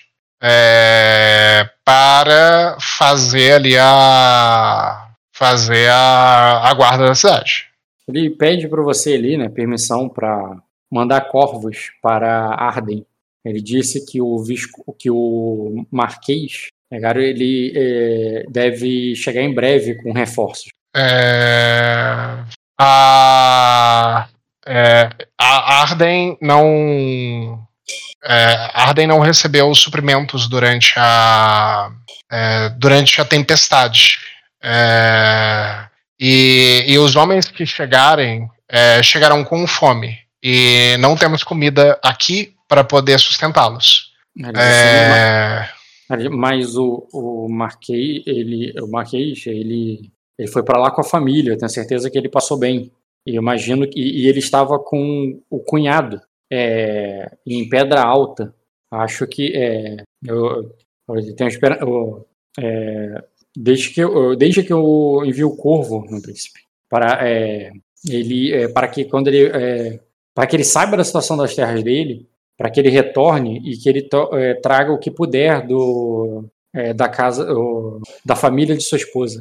[SPEAKER 1] para fazer ali a guarda da cidade.
[SPEAKER 2] Ele pede para você ali, né, permissão para mandar corvos para Arden. Ele disse que o Marquês, ele deve chegar em breve com reforços.
[SPEAKER 1] A Arden não recebeu os suprimentos durante a tempestade. E os homens que chegaram com fome. E não temos comida aqui para poder sustentá-los.
[SPEAKER 2] Mas o Marquês, ele foi para lá com a família. Eu tenho certeza que ele passou bem. E eu imagino que ele estava com o cunhado em Pedra Alta. Acho que eu tenho esperança. Desde que eu envio o corvo, meu príncipe, para que ele saiba da situação das terras dele, para que ele retorne e que ele traga o que puder da casa, da família de sua esposa.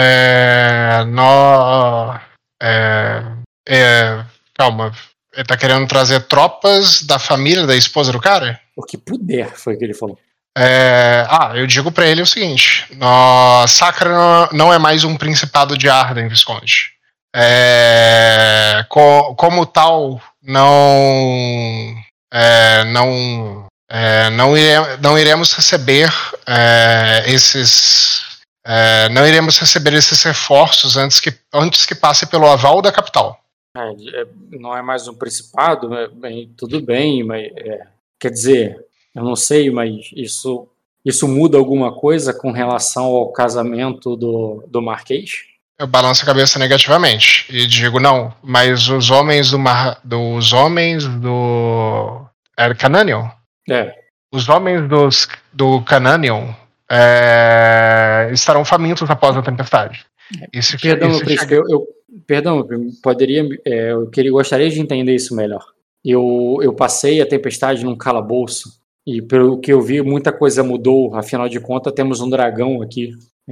[SPEAKER 1] Calma, ele tá querendo trazer tropas da família da esposa do cara?
[SPEAKER 2] O que puder, foi o que ele falou.
[SPEAKER 1] Eu digo pra ele o seguinte: Sacra não é mais um principado de Arden, Visconde. Como tal, não iremos receber esses reforços antes que passe pelo aval da capital.
[SPEAKER 2] Não é mais um principado, tudo bem, mas quer dizer, eu não sei, mas isso muda alguma coisa com relação ao casamento do Marquês?
[SPEAKER 1] Eu balanço a cabeça negativamente e digo não, mas os homens do Cananion? Os homens do Cananion estarão famintos após a tempestade.
[SPEAKER 2] Gostaria de entender isso melhor. Eu passei a tempestade num calabouço e pelo que eu vi muita coisa mudou. Afinal de contas temos um dragão aqui.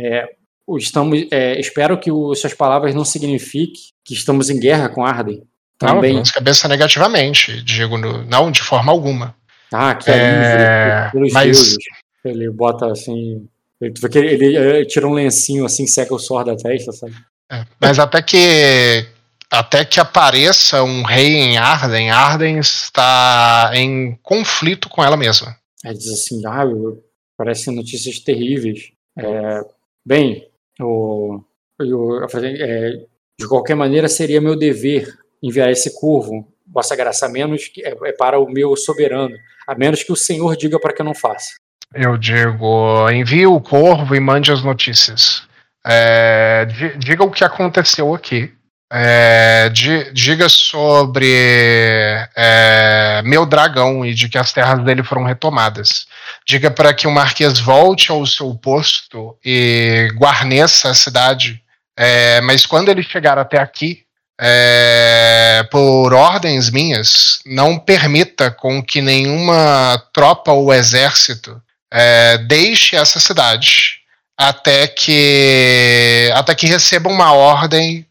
[SPEAKER 2] Espero que suas palavras não signifiquem que estamos em guerra com Arden.
[SPEAKER 1] Também. Não, cabeça negativamente, digo, não de forma alguma.
[SPEAKER 2] Que alívio pelos deuses. Ele bota assim, ele tira um lencinho assim, seca o suor da testa, sabe?
[SPEAKER 1] Mas até que apareça um rei em Arden está em conflito com ela mesma.
[SPEAKER 2] Ele diz assim, parecem notícias terríveis. De qualquer maneira seria meu dever enviar esse corvo, Vossa Graça, a menos que para o meu soberano, a menos que o Senhor diga para que eu não faça.
[SPEAKER 1] Eu digo, envie o corvo e mande as notícias. Diga o que aconteceu aqui. Diga sobre meu dragão e de que as terras dele foram retomadas. Diga para que o Marquês volte ao seu posto e guarneça a cidade. Mas quando ele chegar até aqui, por ordens minhas, não permita com que nenhuma tropa ou exército deixe essa cidade até que receba uma ordem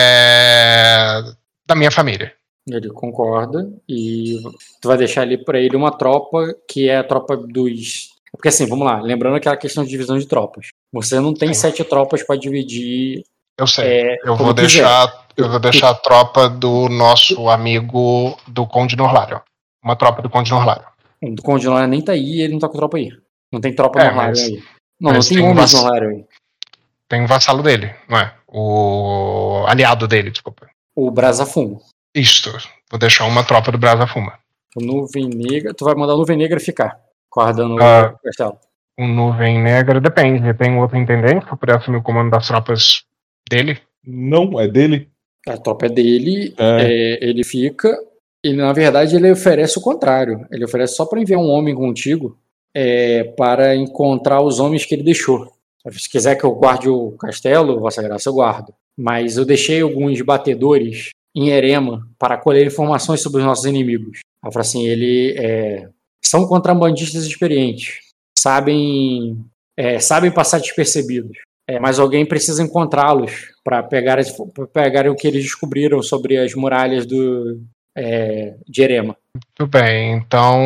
[SPEAKER 1] da minha família.
[SPEAKER 2] Ele concorda e tu vai deixar ali para ele uma tropa que é a tropa dos... Porque assim, vamos lá, lembrando aquela questão de divisão de tropas. Você não tem 7 tropas para dividir.
[SPEAKER 1] Eu sei. Eu vou deixar a tropa do nosso amigo do Conde Norlário. Uma tropa do Conde Norlário.
[SPEAKER 2] O do Conde Norlário nem tá aí, ele não tá com tropa aí. Não tem tropa Norlário aí. Não tem homens Norlário aí.
[SPEAKER 1] Tem um vassalo dele, não é? O aliado dele, desculpa.
[SPEAKER 2] O Brasafumo.
[SPEAKER 1] Isto. Vou deixar uma tropa do Brasafuma.
[SPEAKER 2] O Nuvem Negra. Tu vai mandar a Nuvem Negra ficar, guardando o castelo.
[SPEAKER 1] O Nuvem Negra depende. Tem outro intendente que poderia assumir o comando das tropas dele?
[SPEAKER 6] Não, é dele.
[SPEAKER 2] A tropa é dele. Ele fica. E na verdade ele oferece o contrário. Ele oferece só para enviar um homem contigo para encontrar os homens que ele deixou. Se quiser que eu guarde o castelo, Vossa Graça, eu guardo. Mas eu deixei alguns batedores em Erema para colher informações sobre os nossos inimigos. Eu falo assim, são contrabandistas experientes, sabem passar despercebidos, mas alguém precisa encontrá-los para pegarem o que eles descobriram sobre as muralhas de Erema.
[SPEAKER 1] Muito bem, então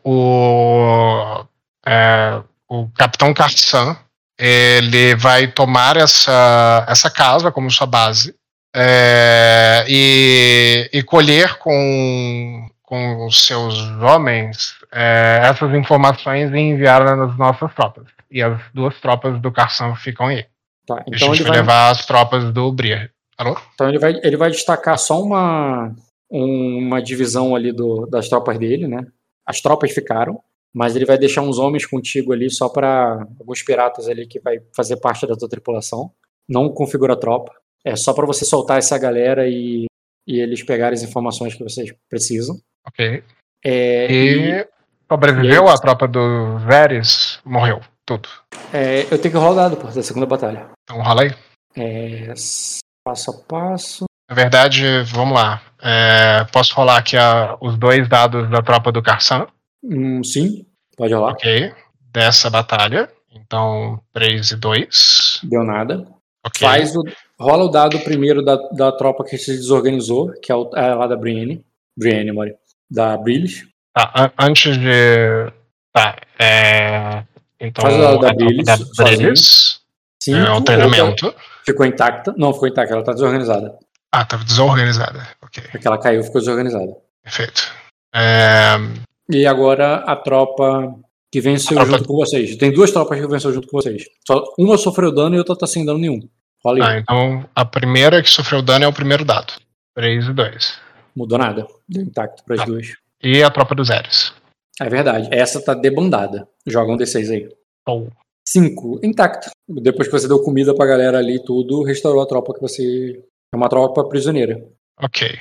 [SPEAKER 1] o Capitão Karsan, ele vai tomar essa casa como sua base e colher com os seus homens essas informações e enviar nas nossas tropas. E as 2 tropas do Karsan ficam aí.
[SPEAKER 2] Tá, então
[SPEAKER 1] a gente vai levar as tropas do Briar. Alô?
[SPEAKER 2] Então ele vai destacar só uma divisão ali das tropas dele, né? As tropas ficaram, mas ele vai deixar uns homens contigo ali só para alguns piratas ali que vai fazer parte da tua tripulação. Não configura a tropa. É só para você soltar essa galera e eles pegarem as informações que vocês precisam.
[SPEAKER 1] Ok. E sobreviveu a tropa do Varys? Morreu, tudo.
[SPEAKER 2] Eu tenho que rolar o dado, da segunda batalha.
[SPEAKER 1] Então rola aí.
[SPEAKER 2] Passo a passo.
[SPEAKER 1] Na verdade, vamos lá. Posso rolar aqui os 2 dados da tropa do Karsan?
[SPEAKER 2] Sim, pode rolar.
[SPEAKER 1] Ok. Dessa batalha. Então, 3 e 2.
[SPEAKER 2] Deu nada.
[SPEAKER 1] Ok.
[SPEAKER 2] Rola o dado primeiro da tropa que se desorganizou, que é lá da Brienne, Mori, da Brillis.
[SPEAKER 1] Tá, antes de... Tá, então...
[SPEAKER 2] Faz o dado da Brillis.
[SPEAKER 1] Sim. O treinamento.
[SPEAKER 2] Ficou intacta. Não, ficou intacta, ela tá desorganizada.
[SPEAKER 1] Ah, tá desorganizada, ok.
[SPEAKER 2] Porque ela caiu, ficou desorganizada.
[SPEAKER 1] Perfeito.
[SPEAKER 2] E agora a tropa que venceu junto com vocês. Tem 2 tropas que venceu junto com vocês. Só uma sofreu dano e outra tá sem dano nenhum. Rola aí.
[SPEAKER 1] Então a primeira que sofreu dano é o primeiro dado. 3 e 2.
[SPEAKER 2] Mudou nada. Deu intacto para as 2.
[SPEAKER 1] E a tropa dos Varys?
[SPEAKER 2] É verdade. Essa tá debandada. Joga um D6 aí. 5. Intacto. Depois que você deu comida pra galera ali e tudo, restaurou a tropa que você... É uma tropa prisioneira.
[SPEAKER 1] Ok.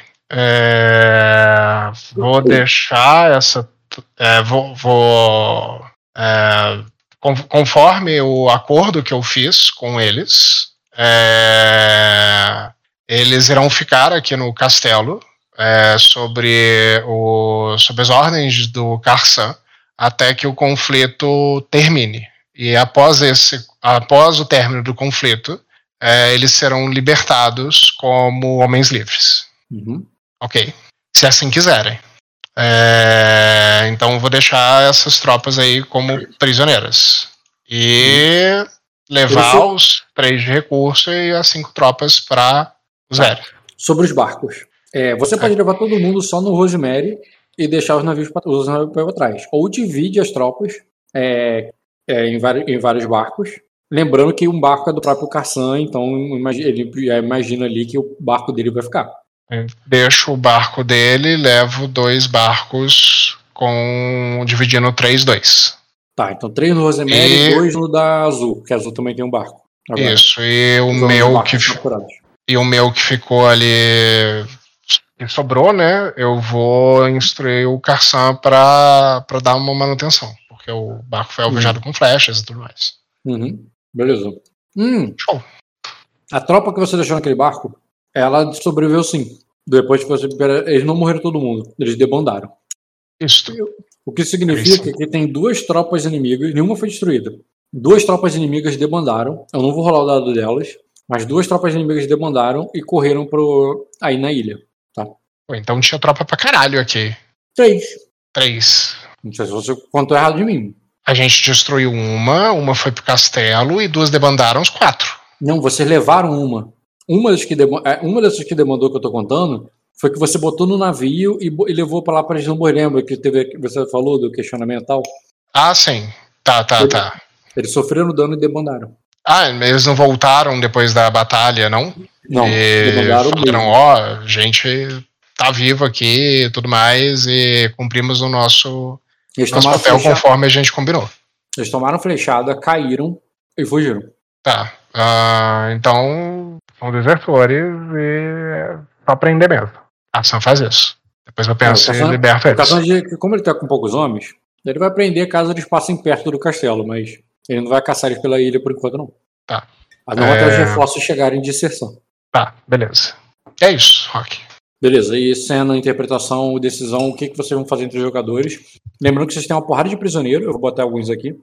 [SPEAKER 1] Vou deixar essa... conforme o acordo que eu fiz com eles, eles irão ficar aqui no castelo sobre as ordens do Karsan até que o conflito termine. E após o término do conflito, eles serão libertados como homens livres.
[SPEAKER 2] Uhum.
[SPEAKER 1] Ok. Se assim quiserem. Então vou deixar essas tropas aí como prisioneiras. E levar os 3 de recurso e as 5 tropas para os Varys.
[SPEAKER 2] Sobre os barcos. Você pode levar todo mundo só no Rosemary e deixar os navios para trás. Ou divide as tropas em vários barcos. Lembrando que um barco é do próprio Karsan, então ele imagina ali que o barco dele vai ficar.
[SPEAKER 1] Deixo o barco dele, levo 2 barcos dividindo 3-2.
[SPEAKER 2] Tá, então 3 no Rosemary e 2 no da Azul, que a Azul também tem um barco. Agora,
[SPEAKER 1] Isso, e o meu que ficou ali, que sobrou, né? Eu vou instruir o Karsan pra dar uma manutenção, porque o barco foi alvejado com flechas e tudo mais.
[SPEAKER 2] Beleza.
[SPEAKER 1] Show.
[SPEAKER 2] A tropa que você deixou naquele barco, ela sobreviveu sim. Depois que você... Eles não morreram todo mundo, eles debandaram.
[SPEAKER 1] Isso.
[SPEAKER 2] O que significa que tem 2 tropas inimigas, nenhuma foi destruída. 2 tropas inimigas debandaram, eu não vou rolar o dado delas, mas 2 tropas inimigas debandaram e correram aí na ilha, tá?
[SPEAKER 1] Pô, então tinha tropa pra caralho aqui.
[SPEAKER 2] 3.
[SPEAKER 1] 3.
[SPEAKER 2] Não sei se você contou errado de mim.
[SPEAKER 1] A gente destruiu uma foi pro castelo e 2 debandaram, os 4.
[SPEAKER 2] Não, vocês levaram uma. Uma dessas que demandou que eu tô contando foi que você botou no navio e levou pra lá pra eles não morrer. Lembra que você falou do questionamento e tal?
[SPEAKER 1] Ah, sim. Tá.
[SPEAKER 2] Eles sofreram dano e debandaram.
[SPEAKER 1] Ah, eles não voltaram depois da batalha, não?
[SPEAKER 2] Não,
[SPEAKER 1] debandaram. Falaram, a gente tá vivo aqui e tudo mais e cumprimos o nosso papel conforme a gente combinou.
[SPEAKER 2] Eles tomaram flechada, caíram e fugiram.
[SPEAKER 1] Tá. Então, são desertores e só prender mesmo. A ação faz isso. Depois eu penso e liberto eles.
[SPEAKER 2] Como ele tá com poucos homens, ele vai prender caso eles passem perto do castelo, mas ele não vai caçar eles pela ilha por enquanto, não.
[SPEAKER 1] Tá.
[SPEAKER 2] Não até os reforços chegarem de inserção.
[SPEAKER 1] Tá, beleza. É isso, Rock.
[SPEAKER 2] Beleza, e cena, interpretação, decisão, o que vocês vão fazer entre os jogadores. Lembrando que vocês têm uma porrada de prisioneiro, eu vou botar alguns aqui.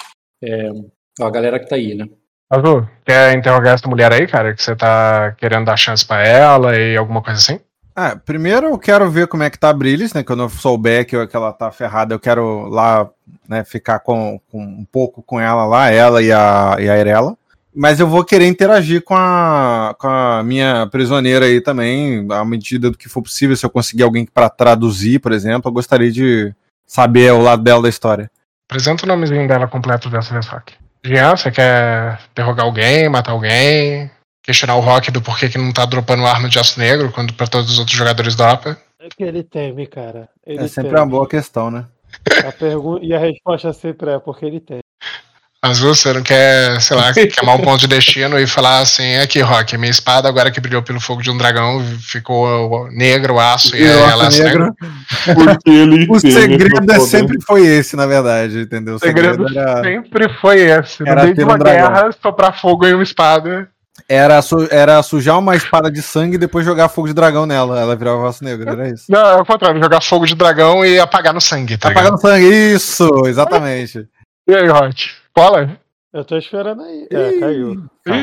[SPEAKER 2] A galera que tá aí, né?
[SPEAKER 1] Azul, quer interrogar essa mulher aí, cara? Que você tá querendo dar chance pra ela e alguma coisa assim?
[SPEAKER 4] Primeiro eu quero ver como é que tá a Brillis, né? Quando eu souber que ela tá ferrada, eu quero lá, né, ficar com um pouco com ela lá, ela e a Irela. Mas eu vou querer interagir com a minha prisioneira aí também, à medida do que for possível. Se eu conseguir alguém pra traduzir, por exemplo, eu gostaria de saber o lado dela da história.
[SPEAKER 1] Apresenta o nomezinho dela completo dessa vez, Rock. Jean, você quer interrogar alguém, matar alguém? Questionar o Rock do porquê que não tá dropando arma de aço negro quando pra todos os outros jogadores dropa?
[SPEAKER 3] É que ele teme, cara.
[SPEAKER 4] Ele sempre teme. Uma boa questão, né?
[SPEAKER 3] E a resposta sempre é porque ele tem.
[SPEAKER 1] Azul, você não quer, sei lá, queimar um ponto de destino e falar assim, aqui, Rock, minha espada agora que brilhou pelo fogo de um dragão ficou negro, o aço e ela negro.
[SPEAKER 6] Porque ele
[SPEAKER 4] o segredo sempre foi esse, na verdade, entendeu?
[SPEAKER 1] O segredo sempre foi esse. No meio de uma guerra, soprar fogo em uma espada.
[SPEAKER 4] Era sujar uma espada de sangue e depois jogar fogo de dragão nela. Ela virava o aço negro, era isso?
[SPEAKER 1] Não, é o contrário, jogar fogo de dragão e apagar no sangue, tá
[SPEAKER 4] apagar no sangue, isso, exatamente.
[SPEAKER 1] E aí, Rock? Cola?
[SPEAKER 3] Eu tô esperando aí. Caiu.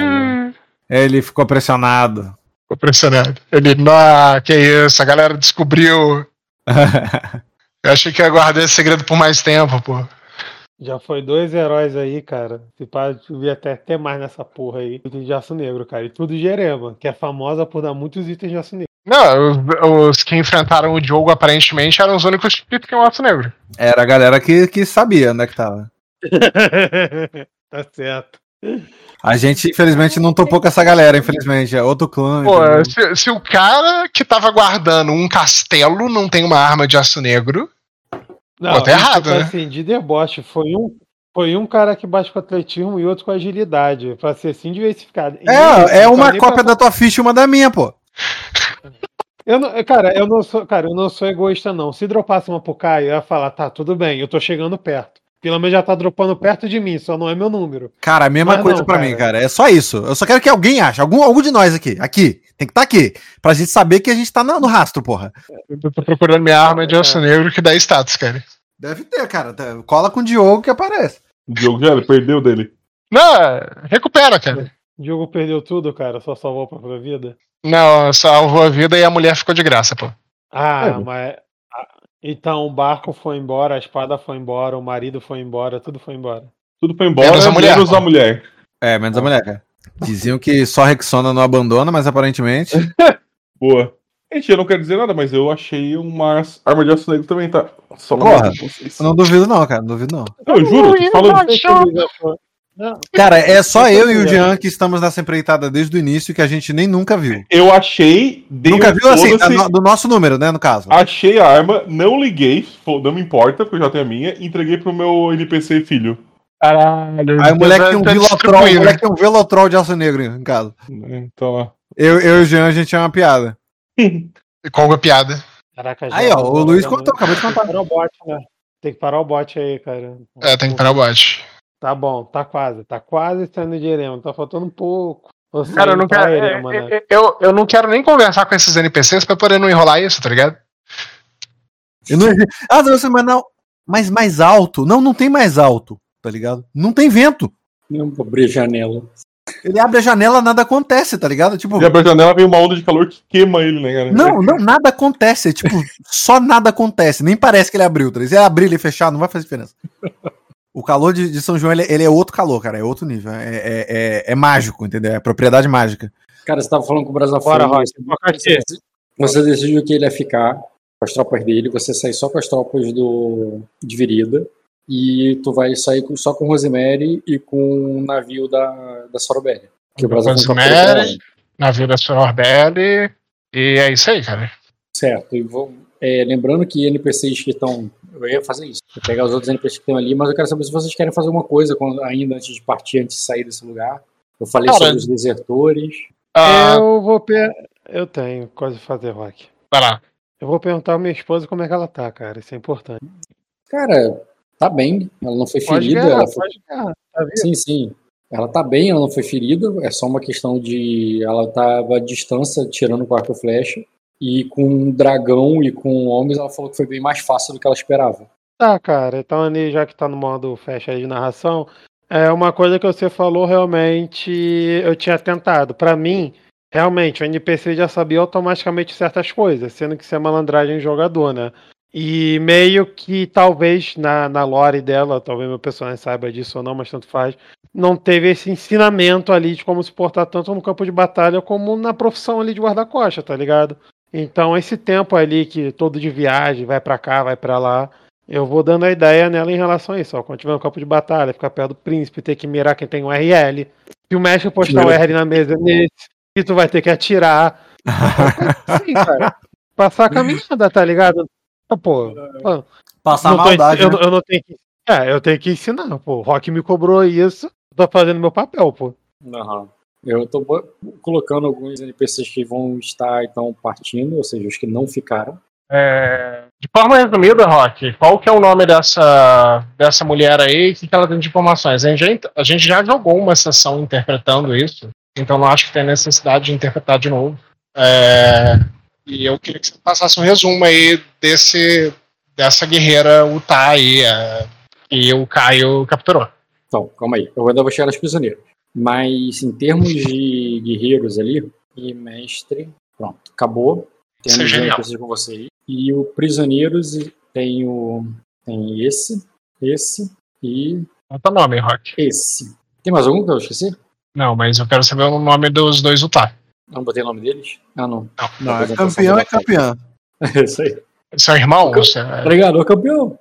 [SPEAKER 4] Ele ficou pressionado.
[SPEAKER 1] Ficou pressionado. Ele, que isso, a galera descobriu. Eu achei que ia guardar esse segredo por mais tempo, pô.
[SPEAKER 3] Já foi 2 heróis aí, cara. Se pá, devia até mais nessa porra aí. Itens de aço negro, cara. E tudo Jerema, que é famosa por dar muitos itens de aço negro.
[SPEAKER 1] Não, os que enfrentaram o Diogo aparentemente eram os únicos que tinham aço negro.
[SPEAKER 4] Era a galera que sabia onde é que tava.
[SPEAKER 3] Tá certo.
[SPEAKER 4] A gente, infelizmente, não topou com essa galera, infelizmente. É outro clã.
[SPEAKER 1] Pô, se o cara que tava guardando um castelo não tem uma arma de aço negro,
[SPEAKER 3] não,
[SPEAKER 1] tá errado, né?
[SPEAKER 3] Assim, de deboche. Foi um cara que bate com atletismo e outro com agilidade. Pra ser assim diversificado.
[SPEAKER 4] É uma cópia da tua ficha e uma da minha, pô.
[SPEAKER 3] Eu não sou egoísta, não. Se dropasse uma pro Caio, eu ia falar, tá, tudo bem, eu tô chegando perto. Pelo menos já tá dropando perto de mim, só não é meu número.
[SPEAKER 4] Cara, a mesma coisa pra mim, cara. É só isso. Eu só quero que alguém ache. Algum de nós aqui. Aqui. Tem que estar aqui. Pra gente saber que a gente tá no rastro, porra.
[SPEAKER 1] Eu tô procurando minha arma de aço negro que dá status, cara.
[SPEAKER 4] Deve ter, cara. Cola com o Diogo que aparece.
[SPEAKER 6] O Diogo já perdeu dele.
[SPEAKER 1] Não, recupera, cara.
[SPEAKER 3] O Diogo perdeu tudo, cara. Só salvou a própria vida.
[SPEAKER 1] Não, salvou a vida e a mulher ficou de graça, pô.
[SPEAKER 3] Mas... Então o barco foi embora, a espada foi embora, o marido foi embora, tudo foi embora.
[SPEAKER 6] Tudo foi embora,
[SPEAKER 1] menos a mulher.
[SPEAKER 6] Menos a mulher.
[SPEAKER 4] Menos a mulher, cara. Diziam que só Rexona não abandona, mas aparentemente...
[SPEAKER 6] Boa. Gente, eu não quero dizer nada, mas eu achei uma arma de aço negro também, tá?
[SPEAKER 4] Só não duvido não, cara, não duvido não.
[SPEAKER 6] Eu juro, tô falando.
[SPEAKER 4] Cara, é só eu e o Jean que estamos nessa empreitada desde o início que a gente nem nunca viu.
[SPEAKER 6] Eu achei...
[SPEAKER 4] Nunca viu assim, do nosso número, né, no caso.
[SPEAKER 6] Achei a arma, não liguei, não me importa, porque eu já tenho a minha, e entreguei pro meu NPC filho.
[SPEAKER 1] Caralho.
[SPEAKER 4] Aí o moleque tem um Velotrol de aço negro em casa.
[SPEAKER 6] Então lá.
[SPEAKER 4] Eu e o Jean, a gente tinha uma piada.
[SPEAKER 1] Qual a piada?
[SPEAKER 3] Caraca,
[SPEAKER 4] Aí, ó, o Luiz contou, acabou de contar.
[SPEAKER 3] Tem que parar o bot, né? Tem que parar o bot aí, cara.
[SPEAKER 1] Tem que parar o bot.
[SPEAKER 3] Tá bom, tá quase saindo de Erema, tá faltando um pouco.
[SPEAKER 1] Cara, eu não quero.
[SPEAKER 3] Erema, né?
[SPEAKER 1] Eu não quero nem conversar com esses NPCs pra poder não enrolar isso, tá ligado?
[SPEAKER 4] Mas mais alto? Não tem mais alto, tá ligado? Não tem vento.
[SPEAKER 2] Não vou abrir a janela.
[SPEAKER 4] Ele abre a janela, nada acontece, tá ligado? Tipo,
[SPEAKER 6] ele abre a janela, vem uma onda de calor que queima ele, né, cara?
[SPEAKER 4] Não, nada acontece. Tipo, só nada acontece. Nem parece que ele abriu, tá ligado? Se ele abrir e fechar, não vai fazer diferença. O calor de São João, ele é outro calor, cara. É outro nível. É mágico, entendeu? É propriedade mágica.
[SPEAKER 2] Cara, você tava falando com o Brasil
[SPEAKER 3] Bora,
[SPEAKER 2] fora.
[SPEAKER 3] Você
[SPEAKER 2] Você decidiu que ele ia ficar com as tropas dele. Você sai só com as tropas de Virida. E tu vai sair só com o Rosemary e com o navio da Sorobelli. Que o Brasil
[SPEAKER 1] Rosemary, navio da Sorobelli. E é isso aí, cara.
[SPEAKER 2] Certo. E lembrando que NPCs que estão... Eu ia fazer isso. Eu pegar os outros NPCs que estão ali, mas eu quero saber se vocês querem fazer uma coisa ainda antes de partir, antes de sair desse lugar. Eu falei sobre os desertores.
[SPEAKER 3] Eu tenho coisa pra fazer, Rock.
[SPEAKER 1] Vai lá.
[SPEAKER 3] Eu vou perguntar à minha esposa como é que ela tá, cara. Isso é importante.
[SPEAKER 2] Cara, tá bem. Ela não foi ferida. Tá sim. Ela tá bem, ela não foi ferida. É só uma questão de... Ela tava à distância, tirando com arco e flecha. E com um dragão e com homens, ela falou que foi bem mais fácil do que ela esperava.
[SPEAKER 3] Tá, cara. Então, ali, já que tá no modo fecha aí de narração, uma coisa que você falou, realmente, eu tinha tentado. Pra mim, realmente, o NPC já sabia automaticamente certas coisas, sendo que isso é malandragem jogador, né? E meio que, talvez, na lore dela, talvez meu personagem saiba disso ou não, mas tanto faz, não teve esse ensinamento ali de como se portar tanto no campo de batalha como na profissão ali de guarda-costa, tá ligado? Então, esse tempo ali que todo de viagem, vai pra cá, vai pra lá, eu vou dando a ideia nela em relação a isso. Ó, quando tiver no campo de batalha, ficar perto do príncipe, ter que mirar quem tem um RL. Se o mestre postar um RL na mesa nesse, e tu vai ter que atirar. Sim, cara. Passar a caminhada, tá ligado? Pô,
[SPEAKER 4] passar a maldade.
[SPEAKER 3] Eu não tenho que. Eu tenho que ensinar, pô. O Rock me cobrou isso, eu tô fazendo meu papel, pô.
[SPEAKER 2] Uhum. Eu tô colocando alguns NPCs que vão estar, então, partindo, ou seja, os que não ficaram.
[SPEAKER 1] De forma resumida, Rock, qual que é o nome dessa mulher aí? O que ela tem de informações? A gente já jogou uma sessão interpretando isso, então não acho que tem necessidade de interpretar de novo. E eu queria que você passasse um resumo aí dessa guerreira Utah aí, que o Caio capturou.
[SPEAKER 2] Então, calma aí. Eu ainda vou chegar nos prisioneiros. Mas em termos de guerreiros ali, e mestre, pronto, acabou. Temos NPCs com você aí. E o prisioneiros tem esse e...
[SPEAKER 1] Qual o nome, Rock?
[SPEAKER 2] Esse. Tem mais algum que eu esqueci?
[SPEAKER 1] Não, mas eu quero saber o nome dos dois Utah.
[SPEAKER 2] Não botei o nome deles? Não,
[SPEAKER 4] é campeão é campeão.
[SPEAKER 2] É isso aí.
[SPEAKER 1] São irmãos?
[SPEAKER 2] Obrigado, campeão.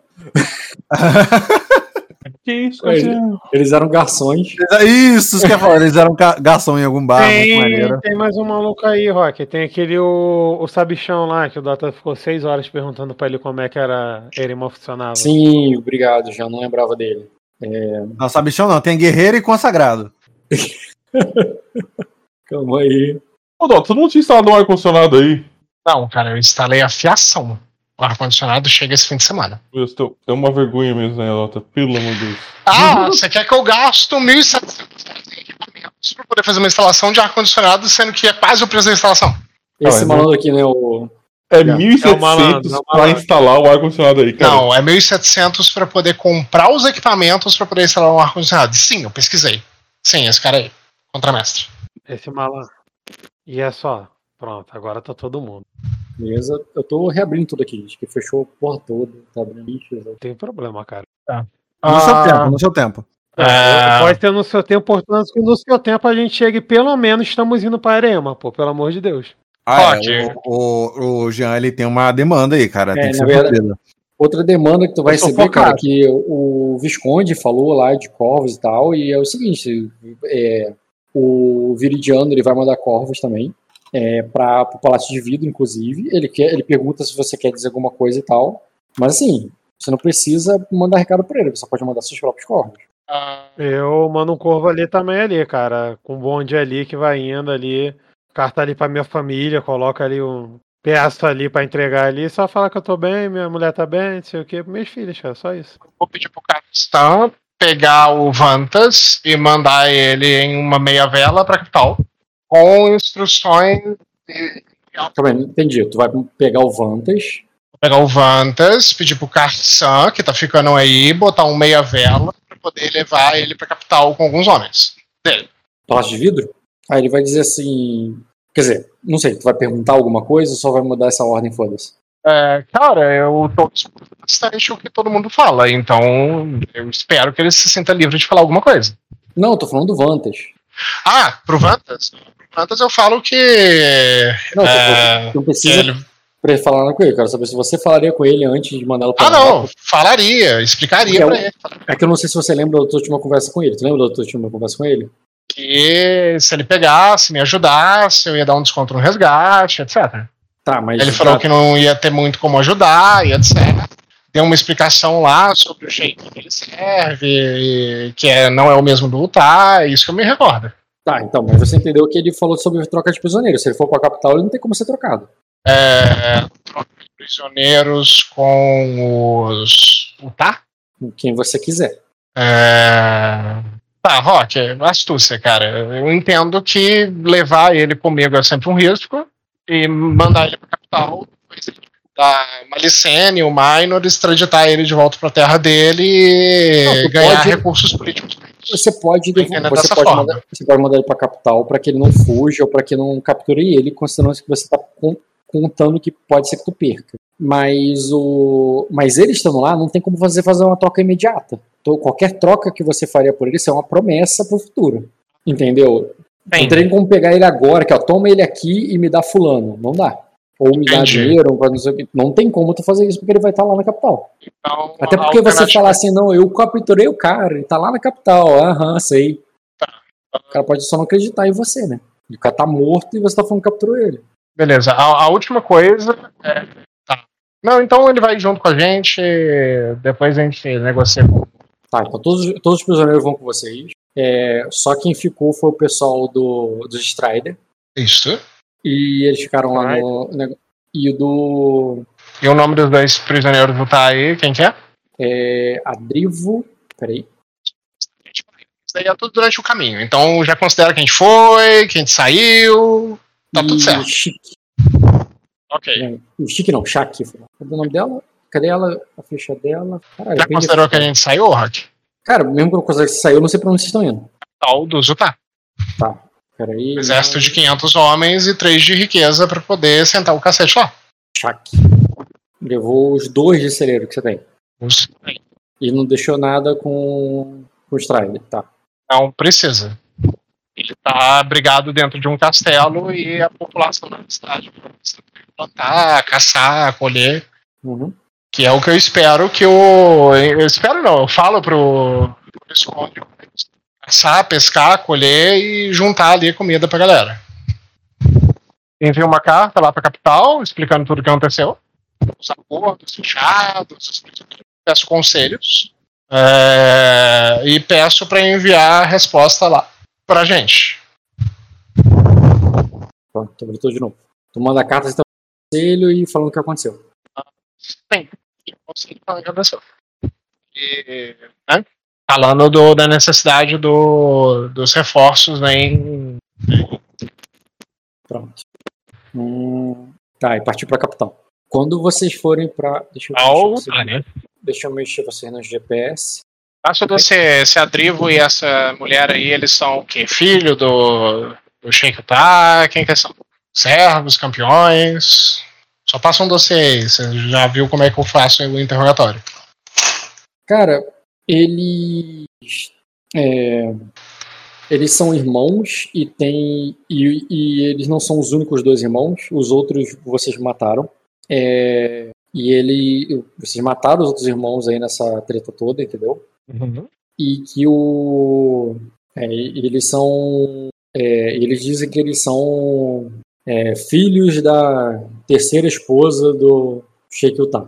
[SPEAKER 6] Que isso,
[SPEAKER 2] eles eram garçons.
[SPEAKER 4] Isso que eu ia falar, eles eram garçom em algum bar.
[SPEAKER 3] Tem mais um maluco aí, Rock. Tem aquele o Sabichão lá, que o Dota ficou 6 horas perguntando pra ele como é que era Erema funcionava.
[SPEAKER 2] Sim, obrigado, já não lembrava dele.
[SPEAKER 4] Não, Sabichão não, tem guerreiro e consagrado.
[SPEAKER 2] Calma aí.
[SPEAKER 6] Ô, Dota, tu não tinha instalado um ar-condicionado aí?
[SPEAKER 1] Não, cara, eu instalei a fiação. O ar-condicionado chega esse fim de semana.
[SPEAKER 6] É uma vergonha mesmo, né, Dota? Pelo amor de Deus.
[SPEAKER 1] Você quer que eu gasto 1.700 em equipamentos pra poder fazer uma instalação de ar-condicionado, sendo que é quase o preço da instalação?
[SPEAKER 2] Esse malandro aqui, né, o...
[SPEAKER 6] É 1.700 pra instalar o ar-condicionado aí, cara.
[SPEAKER 1] Não, é 1.700 pra poder comprar os equipamentos pra poder instalar um ar-condicionado. Sim, eu pesquisei. Sim, esse cara aí. Contramestre.
[SPEAKER 3] Esse malandro. E é só. Pronto, agora tá todo mundo.
[SPEAKER 2] Beleza, eu tô reabrindo tudo aqui, acho que fechou a porra toda, tá abrindo lixo.
[SPEAKER 3] Não tem problema, cara.
[SPEAKER 1] Tá.
[SPEAKER 4] No seu tempo.
[SPEAKER 3] Pode ter no seu tempo, portanto, que no seu tempo a gente chegue, pelo menos estamos indo pra Erema, pô, pelo amor de Deus.
[SPEAKER 4] O Jean, ele tem uma demanda aí, cara. Tem que ser
[SPEAKER 2] verdade, Outra demanda que tu vai
[SPEAKER 3] Eu sou
[SPEAKER 2] receber,
[SPEAKER 3] focado.
[SPEAKER 2] cara, que o Visconde falou lá de corvos e tal, e é o seguinte, o Viridiano ele vai mandar corvos também, para o Palácio de Vidro, inclusive. Ele pergunta se você quer dizer alguma coisa e tal, mas assim, você não precisa mandar recado pra ele, você pode mandar seus próprios corvos.
[SPEAKER 3] Eu mando um corvo ali também ali, cara. Com um bonde ali que vai indo ali. Carta ali pra minha família, coloca ali um peça ali pra entregar ali. Só falar que eu tô bem, minha mulher tá bem, não sei o que, meus filhos, cara, só isso.
[SPEAKER 1] Vou pedir pro Capistão pegar o Vantas e mandar ele em uma meia vela pra capital, com instruções.
[SPEAKER 2] Calma aí, entendi. Tu vai pegar o Vantas.
[SPEAKER 1] Pegar o Vantas, pedir pro Carsan, que tá ficando aí, botar um meia vela pra poder levar ele pra capital com alguns homens dele.
[SPEAKER 2] Palácio de Vidro? Aí ele vai dizer assim. Quer dizer, não sei, tu vai perguntar alguma coisa ou só vai mudar essa ordem, foda-se?
[SPEAKER 1] Cara, eu tô escutando bastante o que todo mundo fala, então eu espero que ele se sinta livre de falar alguma coisa.
[SPEAKER 2] Não, eu tô falando do Vantas.
[SPEAKER 1] Pro Vantas? Pro Vantas eu falo que.
[SPEAKER 2] Não, tu não precisa falar com ele. Quero saber se você falaria com ele antes de mandá-lo pra
[SPEAKER 1] não, falaria, explicaria pra ele.
[SPEAKER 2] É que eu não sei se você lembra da tua última conversa com ele. Tu lembra da tua última conversa com ele?
[SPEAKER 1] Que se ele pegasse, me ajudasse, eu ia dar um desconto no resgate, etc.
[SPEAKER 2] Tá, mas
[SPEAKER 1] ele falou que não ia ter muito como ajudar, e etc. Deu uma explicação lá sobre o jeito que ele serve, que não é o mesmo do Utah, isso que eu me recordo.
[SPEAKER 2] Tá, então, mas você entendeu que ele falou sobre troca de prisioneiros. Se ele for pra capital, ele não tem como ser trocado.
[SPEAKER 1] Troca de prisioneiros com os Utah?
[SPEAKER 2] Quem você quiser.
[SPEAKER 1] Tá, Rock, astúcia, cara. Eu entendo que levar ele comigo é sempre um risco, e mandar ele pra capital, depois dar Malicene, o Minor, extraditar ele de volta pra terra dele e ganhar recursos políticos.
[SPEAKER 2] Você pode mandar ele pra capital pra que ele não fuja ou pra que não capture ele, considerando que você tá contando que pode ser que tu perca. Mas ele estando lá, não tem como você fazer uma troca imediata. Então, qualquer troca que você faria por ele, isso é uma promessa pro futuro. Entendeu? Não tem como pegar ele agora, que toma ele aqui e me dá fulano. Não dá. Ou me dá dinheiro, não tem como tu fazer isso porque ele vai estar lá na capital.
[SPEAKER 1] Então,
[SPEAKER 2] até porque você falar assim, não, eu capturei o cara, ele tá lá na capital, sei. O cara pode só não acreditar em você, né? O cara tá morto e você tá falando que capturou ele.
[SPEAKER 1] Beleza, a última coisa tá. Não, então ele vai junto com a gente, depois a gente negocia.
[SPEAKER 2] Tá, então todos os prisioneiros vão com vocês. Só quem ficou foi o pessoal dos Strider.
[SPEAKER 1] Isso.
[SPEAKER 2] E eles ficaram lá no. E
[SPEAKER 1] o nome dos dois prisioneiros do tá aí, quem que é?
[SPEAKER 2] Adrivo. Peraí.
[SPEAKER 1] Isso daí é tudo durante o caminho. Então já considera quem foi, quem saiu. Tá tudo certo.
[SPEAKER 2] Chique.
[SPEAKER 1] Ok.
[SPEAKER 2] Chique não, Shaq. Cadê o nome dela? Cadê ela? A ficha dela? Caralho,
[SPEAKER 1] já considerou que a gente saiu, Rock?
[SPEAKER 2] Cara, mesmo que eu considere que saiu, eu não sei pra onde vocês estão indo.
[SPEAKER 1] Tal do Zutá.
[SPEAKER 2] Tá. Peraí.
[SPEAKER 1] Exército de 500 homens e 3 de riqueza pra poder sentar o cacete lá.
[SPEAKER 2] Shaq. Levou os 2 de celeiro que você tem. E não deixou nada com o Strider, tá?
[SPEAKER 1] Não precisa. Ele tá abrigado dentro de um castelo e a população da cidade plantar, caçar, colher.
[SPEAKER 2] Uhum.
[SPEAKER 1] Que é o que eu espero que eu espero não, eu falo pro Visconde caçar, pescar, colher e juntar ali comida pra galera. Envio uma carta lá pra capital, explicando tudo o que aconteceu. Os acordos fechados, peço conselhos. E peço pra enviar a resposta lá pra gente.
[SPEAKER 2] Pronto, voltou de novo. Tu manda a carta, você tá no conselho e falando o que aconteceu.
[SPEAKER 1] Sim, conselho falando o que aconteceu. Né? Falando da necessidade dos reforços, né,
[SPEAKER 2] Pronto. Tá, e partiu pra capital. Quando vocês forem pra... Deixa eu mexer vocês no GPS.
[SPEAKER 1] Acho que esse Adrivo e essa mulher aí, eles são o quê? Filho do Sheik Utah? Quem que são? Servos, campeões? Só passa um dossiê aí. Você já viu como é que eu faço o interrogatório?
[SPEAKER 2] Cara, eles são irmãos e eles não são os únicos 2 irmãos. Os outros vocês mataram. E vocês mataram os outros irmãos aí nessa treta toda, entendeu?
[SPEAKER 1] Uhum.
[SPEAKER 2] E que eles são... eles dizem que eles são filhos da terceira esposa do Sheik Uta.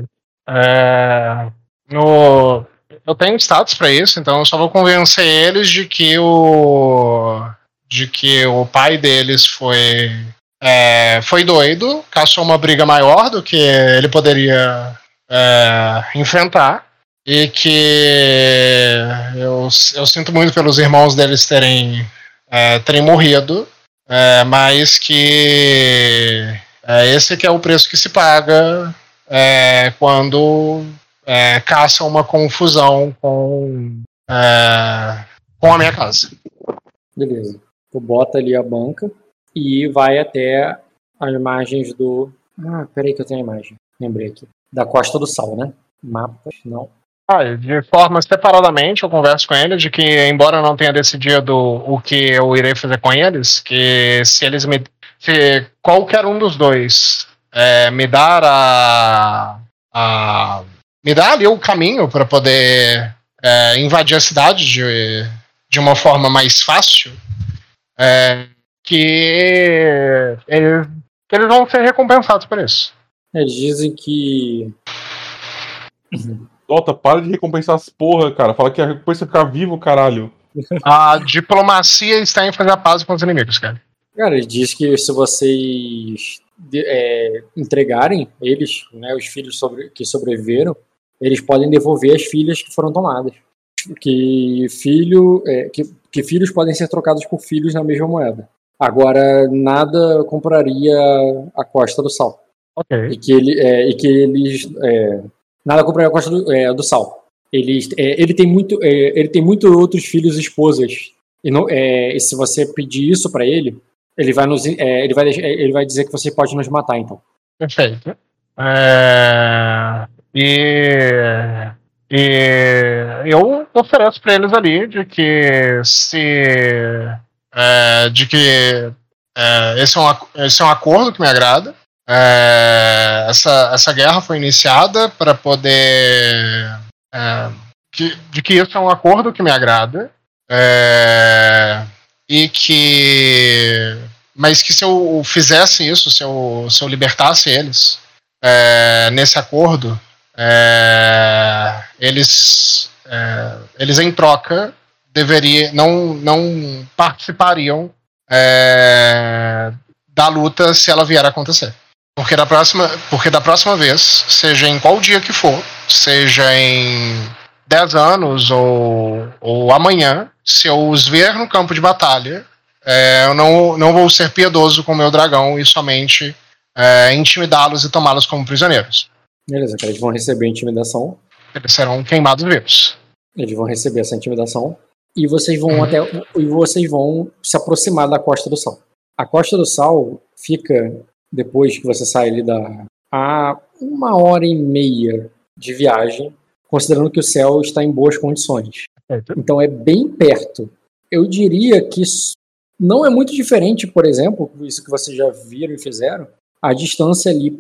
[SPEAKER 1] Eu tenho status pra isso, então eu só vou convencer eles de que o pai deles foi doido, caçou uma briga maior do que ele poderia enfrentar, e que eu sinto muito pelos irmãos deles terem morrido, mas que esse que é o preço que se paga quando caça uma confusão com a minha casa.
[SPEAKER 2] Beleza. Tu bota ali a banca e vai até as margens do... peraí que eu tenho a imagem. Lembrei aqui. Da Costa do Sal, né? Mapas, não.
[SPEAKER 1] De forma separadamente, eu converso com ele de que, embora eu não tenha decidido o que eu irei fazer com eles, que se qualquer um dos dois me dar me dar ali o caminho para poder invadir a cidade de uma forma mais fácil, que eles vão ser recompensados por isso.
[SPEAKER 2] Eles dizem que...
[SPEAKER 6] Dota, para de recompensar as porra, cara. Fala que a recompensa é ficar vivo, caralho.
[SPEAKER 1] A diplomacia está em fazer a paz com os inimigos, cara.
[SPEAKER 2] Cara, ele diz que se vocês entregarem eles, né, os filhos que sobreviveram, eles podem devolver as filhas que foram tomadas. Que filhos podem ser trocados por filhos na mesma moeda. Agora, nada compraria a Costa do Sal.
[SPEAKER 1] Ok.
[SPEAKER 2] E que eles... nada compraria a Costa do Sal. Ele tem muito outros filhos e esposas. E se você pedir isso pra ele, ele vai dizer que você pode nos matar, então.
[SPEAKER 1] Perfeito. Eu ofereço para eles ali de que esse é um acordo que me agrada. Essa guerra foi iniciada para poder de que isso é um acordo que me agrada, mas que se eu fizesse isso, se eu libertasse eles nesse acordo, eles em troca não participariam da luta se ela vier a acontecer. Porque da próxima vez, seja em qual dia que for, seja em 10 anos ou amanhã, se eu os ver no campo de batalha, eu não vou ser piedoso com o meu dragão e somente intimidá-los e tomá-los como prisioneiros.
[SPEAKER 2] Beleza, cara, eles vão receber a intimidação.
[SPEAKER 1] Eles serão queimados vivos.
[SPEAKER 2] Eles vão receber essa intimidação e vocês vão se aproximar da Costa do Sal. A Costa do Sal fica, depois que você sai ali a 1h30 de viagem, considerando que o céu está em boas condições. Então é bem perto. Eu diria que não é muito diferente, por exemplo, isso que vocês já viram e fizeram, a distância ali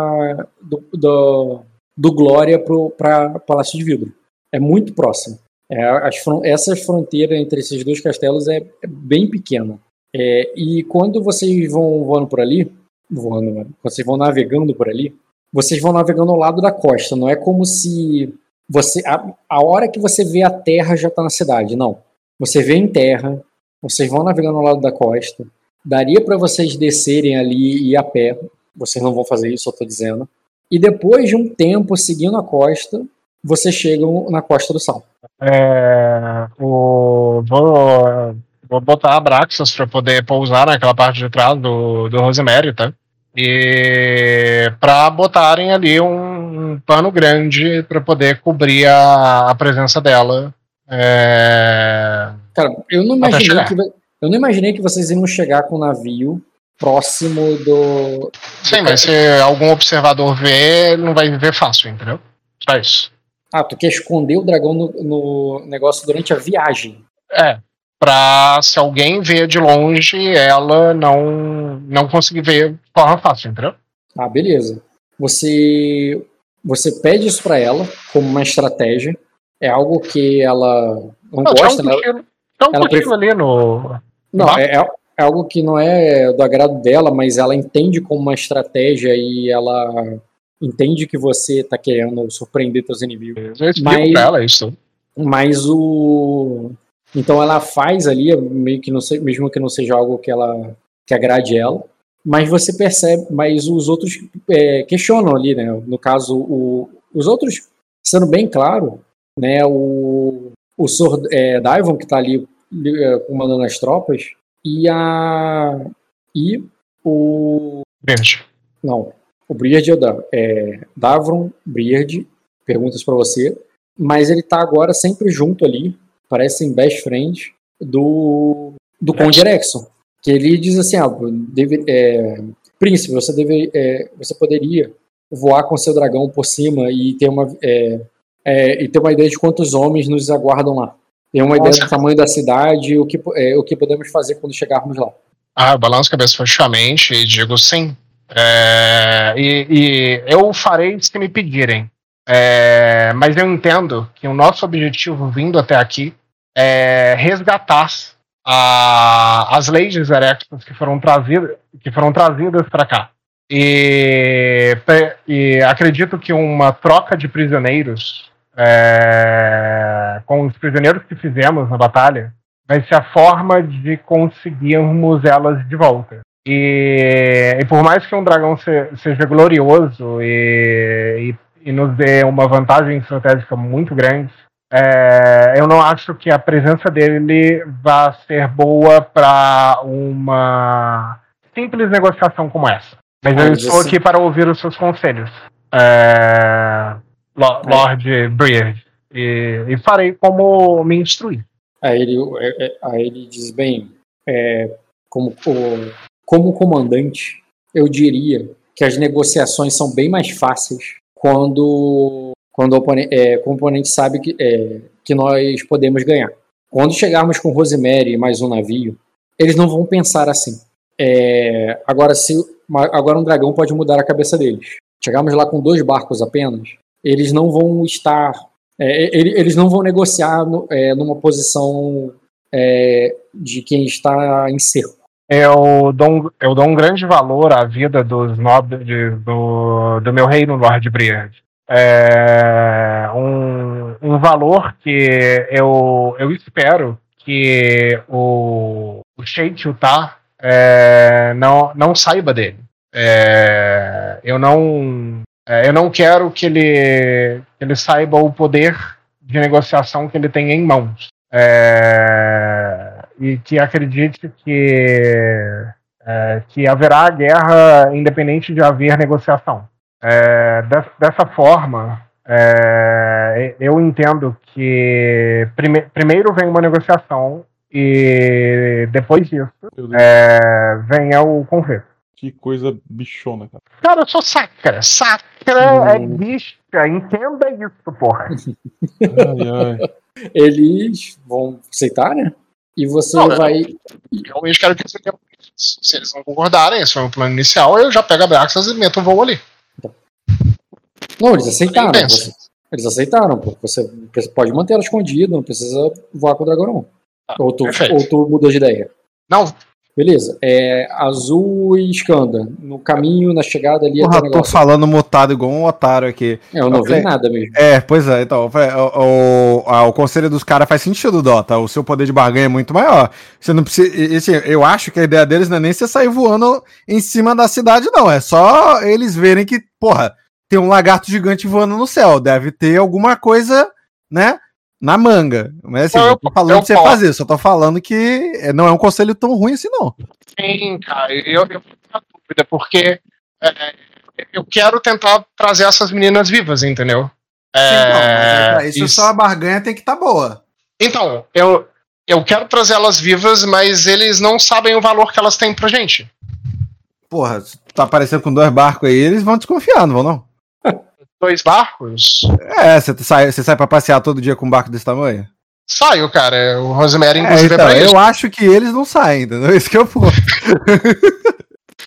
[SPEAKER 2] do Glória para Palácio de Vidro. É muito próximo. Essa fronteira entre esses dois castelos é bem pequena. E quando vocês vão voando por ali, vocês vão navegando por ali, vocês vão navegando ao lado da costa. Não é como se a hora que você vê a terra já está na cidade. Não. Você vê em terra, vocês vão navegando ao lado da costa. Daria para vocês descerem ali e ir a pé. Vocês não vão fazer isso, eu estou dizendo. E depois de um tempo seguindo a costa, vocês chegam na Costa do Sal.
[SPEAKER 1] Vou botar Abraxas para poder pousar naquela parte de trás do Rosemary, tá? E para botarem ali um pano grande para poder cobrir a presença dela.
[SPEAKER 2] Cara, eu não imaginei que vocês iam chegar com o navio próximo do...
[SPEAKER 1] Sim, mas se algum observador ver, ele não vai ver fácil, entendeu? Só isso.
[SPEAKER 2] Tu quer esconder o dragão no negócio durante a viagem?
[SPEAKER 1] Pra se alguém ver de longe, ela não conseguir ver de forma fácil, entendeu?
[SPEAKER 2] Beleza. você pede isso pra ela como uma estratégia. É algo que ela não gosta, né?
[SPEAKER 1] Ela ali no...
[SPEAKER 2] Não, é algo que não é do agrado dela, mas ela entende como uma estratégia e ela entende que você tá querendo surpreender seus inimigos.
[SPEAKER 1] Eu explico pra ela isso.
[SPEAKER 2] Mas então ela faz ali, meio que não sei, mesmo que não seja algo que agrade ela, mas você percebe, mas os outros questionam ali, né? No caso, os outros, sendo bem claro, né? O Sr. Davron, que tá ali comandando as tropas, e o...
[SPEAKER 1] Beard.
[SPEAKER 2] Não, o Beard é Davron, Beard, perguntas pra você, mas ele tá agora sempre junto ali, parecem best friends do Conde Erexon, que ele diz assim, príncipe, você poderia voar com seu dragão por cima e ter uma ideia de quantos homens nos aguardam lá. Ter uma ideia do tamanho da cidade e o que podemos fazer quando chegarmos lá.
[SPEAKER 1] Eu balanço a cabeça fortemente e digo sim. E eu farei isso que me pedirem. Mas eu entendo que o nosso objetivo vindo até aqui é resgatar as leis de Erexos que foram trazidas para cá. E acredito que uma troca de prisioneiros com os prisioneiros que fizemos na batalha vai ser a forma de conseguirmos elas de volta. E por mais que um dragão seja glorioso e nos dê uma vantagem estratégica muito grande, eu não acho que a presença dele vá ser boa para uma simples negociação como essa. Mas eu estou aqui para ouvir os seus conselhos, Lord Beard, e farei como me instruir.
[SPEAKER 2] Aí ele diz, bem, como comandante, eu diria que as negociações são bem mais fáceis quando o oponente sabe que nós podemos ganhar. Quando chegarmos com Rosemary e mais um navio, eles não vão pensar assim. Agora um dragão pode mudar a cabeça deles. Chegarmos lá com 2 barcos apenas, eles não vão estar... eles não vão negociar numa posição de quem está em cerco.
[SPEAKER 1] Eu dou um grande valor à vida dos nobres do meu reino, Lord Beard. Um valor que eu espero que o Sheikh Utah não saiba dele. Eu não quero que ele saiba o poder de negociação que ele tem em mãos. E que acredite que haverá guerra independente de haver negociação. Dessa forma, eu entendo que primeiro vem uma negociação e depois disso venha o conflito.
[SPEAKER 6] Que coisa bichona, cara.
[SPEAKER 1] Cara, eu sou sacra. Sacra é bicha. Entenda isso, porra.
[SPEAKER 6] Ai.
[SPEAKER 2] Eles vão aceitar, né? E você vai...
[SPEAKER 1] Eu realmente quero que se eles não concordarem, esse foi o plano inicial, eu já pego a Braxas e meto o voo ali.
[SPEAKER 2] Não, eles aceitaram. Eles aceitaram, pô. Você pode manter ela escondida, não precisa voar com o dragão, não. Ou tu mudou de ideia?
[SPEAKER 1] Não.
[SPEAKER 2] Beleza. Azul e Skanda. No caminho, na chegada ali...
[SPEAKER 4] Porra, tô falando mutado igual um otário aqui.
[SPEAKER 2] Eu não vi nada mesmo.
[SPEAKER 4] Pois é. Então, o conselho dos caras faz sentido, Dota. O seu poder de barganha é muito maior. Você não precisa... eu acho que a ideia deles não é nem você sair voando em cima da cidade, não. É só eles verem que, porra, tem um lagarto gigante voando no céu. Deve ter alguma coisa, né? Na manga. Mas assim, eu tô falando pra você fazer, só tô falando que não é um conselho tão ruim assim, não.
[SPEAKER 1] Sim, cara, eu tenho dúvida, porque eu quero tentar trazer essas meninas vivas, entendeu?
[SPEAKER 5] Mas isso só a barganha tem que estar boa.
[SPEAKER 1] Então, eu quero trazer elas vivas, mas eles não sabem o valor que elas têm pra gente.
[SPEAKER 4] Porra, tá aparecendo com 2 barcos aí, eles vão desconfiar, não vão não?
[SPEAKER 1] 2 barcos?
[SPEAKER 4] Você sai pra passear todo dia com um barco desse tamanho?
[SPEAKER 1] Saio, cara. O Rosemary, inclusive,
[SPEAKER 4] então, pra isso. Eu acho que eles não saem, entendeu? Esse que é o ponto.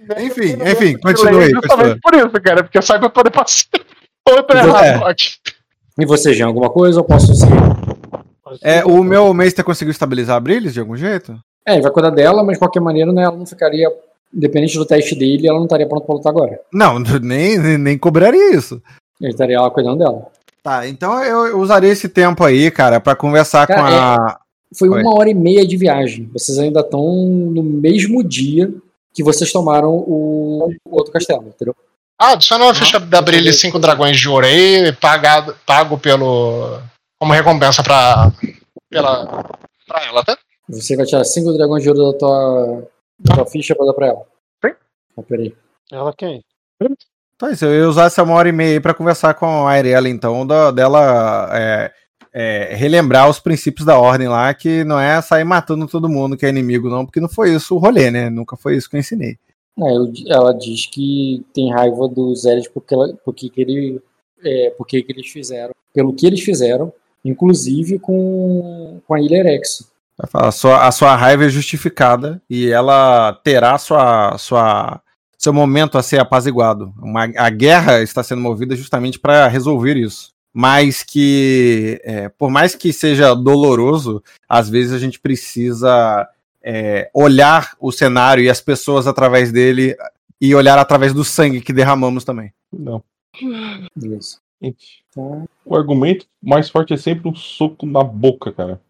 [SPEAKER 4] Enfim, continue aí.
[SPEAKER 1] Justamente por isso, cara, porque sai pra poder passar. Outra errado,
[SPEAKER 2] E você, Jean, alguma coisa ou posso seguir?
[SPEAKER 4] O meu Meister conseguiu estabilizar a Brilhos de algum jeito?
[SPEAKER 2] Ele vai cuidar dela, mas de qualquer maneira, né, ela não ficaria. Independente do teste dele, ela não estaria pronta pra lutar agora.
[SPEAKER 4] Não, nem cobraria isso.
[SPEAKER 2] Ele estaria lá cuidando dela.
[SPEAKER 4] Tá, então eu usaria esse tempo aí, cara, pra conversar com a...
[SPEAKER 2] Foi 1h30 de viagem. Vocês ainda estão no mesmo dia que vocês tomaram o outro castelo, entendeu?
[SPEAKER 1] Adiciona uma ficha da Brilhe 5 dragões de ouro aí, pago como recompensa pra ela, tá?
[SPEAKER 2] Você vai tirar 5 dragões de ouro da tua ficha pra dar pra ela.
[SPEAKER 1] Sim.
[SPEAKER 2] Peraí.
[SPEAKER 3] Ela quem?
[SPEAKER 4] Então, se eu ia usar essa 1h30 aí pra conversar com a Airela, então, dela relembrar os princípios da ordem lá, que não é sair matando todo mundo que é inimigo, não, porque não foi isso o rolê, né? Nunca foi isso que eu ensinei.
[SPEAKER 2] Ela diz que tem raiva dos Elis porque eles fizeram, pelo que eles fizeram, inclusive com a Ilha Erexo.
[SPEAKER 4] Vai falar, a sua raiva é justificada e ela terá seu momento a ser apaziguado. A guerra está sendo movida justamente para resolver isso. Mas que, por mais que seja doloroso, às vezes a gente precisa olhar o cenário e as pessoas através dele e olhar através do sangue que derramamos também.
[SPEAKER 6] Não.
[SPEAKER 2] Isso.
[SPEAKER 6] Gente, o argumento mais forte é sempre um soco na boca, cara.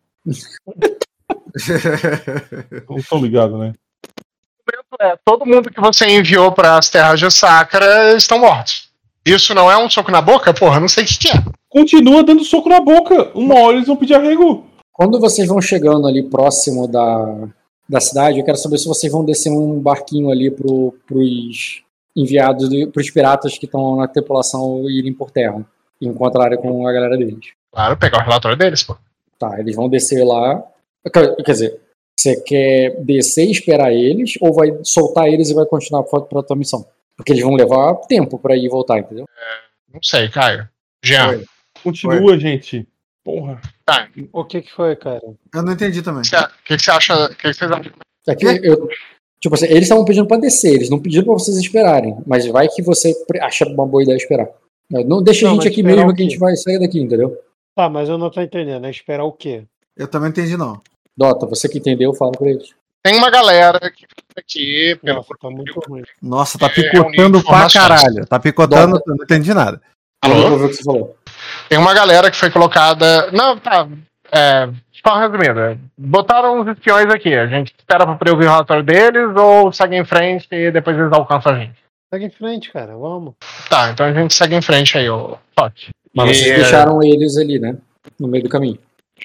[SPEAKER 6] Não estão ligados, né?
[SPEAKER 1] Todo mundo que você enviou para as terras de Sacra estão mortos. Isso não é um soco na boca? Porra, não sei o que é.
[SPEAKER 6] Continua dando soco na boca. Uma hora eles vão pedir arrego.
[SPEAKER 2] Quando vocês vão chegando ali próximo da cidade, eu quero saber se vocês vão descer um barquinho ali pros enviados, pros piratas que estão na tripulação irem por terra e encontrarem com a galera deles.
[SPEAKER 1] Claro, pegar o relatório deles, pô.
[SPEAKER 2] Tá, eles vão descer lá. Quer dizer, você quer descer e esperar eles ou vai soltar eles e vai continuar pra tua missão? Porque eles vão levar tempo pra ir e voltar, entendeu?
[SPEAKER 1] Não sei, Caio. Jean.
[SPEAKER 6] Continua, gente. Porra.
[SPEAKER 1] Tá.
[SPEAKER 3] O que foi, cara?
[SPEAKER 5] Eu não entendi também.
[SPEAKER 1] O que você acha? O que vocês acham?
[SPEAKER 2] Tipo assim, eles estavam pedindo pra descer, eles não pediram pra vocês esperarem. Mas vai que você acha uma boa ideia esperar. Não deixa a gente aqui mesmo que a gente vai sair daqui, entendeu?
[SPEAKER 3] Tá, mas eu não tô entendendo. É esperar o quê?
[SPEAKER 5] Eu também não entendi, não.
[SPEAKER 2] Dota, você que entendeu, fala pra eles.
[SPEAKER 1] Tem uma galera que fica aqui pelo
[SPEAKER 3] Nossa, tá muito ruim.
[SPEAKER 4] Nossa, tá picotando pra caralho. Tá picotando,
[SPEAKER 2] Dota.
[SPEAKER 4] não entendi nada.
[SPEAKER 2] Alô? Eu vou ver o que você falou.
[SPEAKER 1] Tem uma galera que foi colocada. Não, tá. Só resumindo. Botaram uns espiões aqui. A gente espera pra ouvir o relatório deles ou segue em frente e depois eles alcançam a gente?
[SPEAKER 3] Segue em frente, cara. Vamos.
[SPEAKER 1] Tá, então a gente segue em frente aí, o Toque.
[SPEAKER 2] Mas vocês deixaram eles ali, né? No meio do caminho.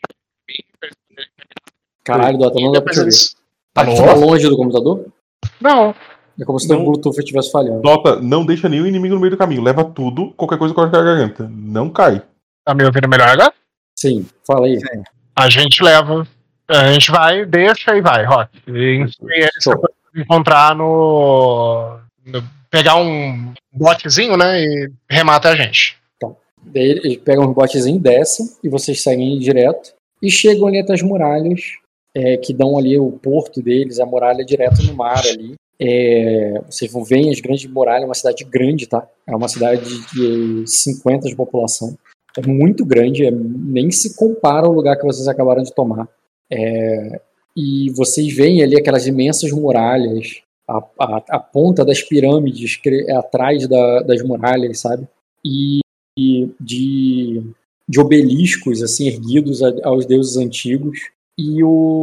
[SPEAKER 2] Caralho, Dota, não dá pra te ouvir. Você tá longe do computador?
[SPEAKER 1] Não.
[SPEAKER 2] É como se o Bluetooth estivesse falhando.
[SPEAKER 6] Dota, não deixa nenhum inimigo no meio do caminho. Leva tudo, qualquer coisa corta a garganta. Não cai.
[SPEAKER 1] Tá me ouvindo melhor agora?
[SPEAKER 2] Sim, fala aí.
[SPEAKER 4] Sim.
[SPEAKER 1] A gente leva. A gente vai, deixa e vai, Rock. E eles encontrar pegar um botezinho, né? E remata a gente.
[SPEAKER 2] Tá. Daí eles pegam os botezinhos, descem e vocês seguem direto. E chegam ali até as muralhas que dão ali o porto deles, a muralha direto no mar ali. Vocês vão ver as grandes muralhas, é uma cidade grande, tá? É uma cidade de 50 de população. É muito grande, nem se compara ao lugar que vocês acabaram de tomar. E vocês veem ali aquelas imensas muralhas, a ponta das pirâmides atrás das muralhas, sabe? E de obeliscos assim, erguidos aos deuses antigos. E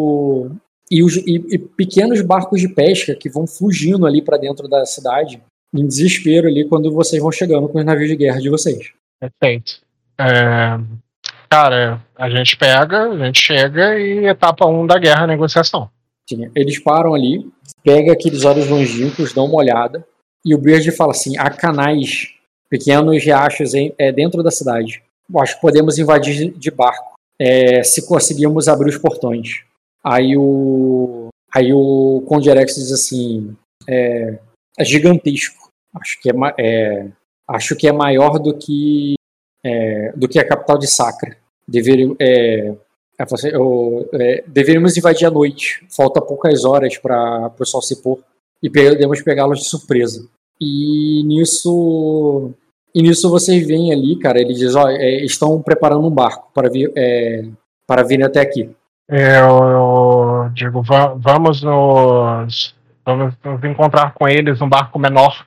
[SPEAKER 2] pequenos barcos de pesca que vão fugindo ali para dentro da cidade, em desespero ali, quando vocês vão chegando com os navios de guerra de vocês.
[SPEAKER 1] Perfeito. Cara, a gente chega e etapa 1 da guerra, negociação.
[SPEAKER 2] Sim, eles param ali, pega aqueles olhos longínquos, dão uma olhada, e o Beard fala assim: há canais, pequenos riachos dentro da cidade. Acho que podemos invadir de barco, se conseguirmos abrir os portões. Aí o Conde Erex diz assim: é gigantesco. Acho que é maior do que a capital de Sacra. Deveríamos invadir à noite. Falta poucas horas para o sol se pôr. e podemos pegá-los de surpresa. E nisso vocês veem ali, cara, ele diz, estão preparando um barco para vir até aqui.
[SPEAKER 1] Eu digo, vamos nos encontrar com eles num barco menor,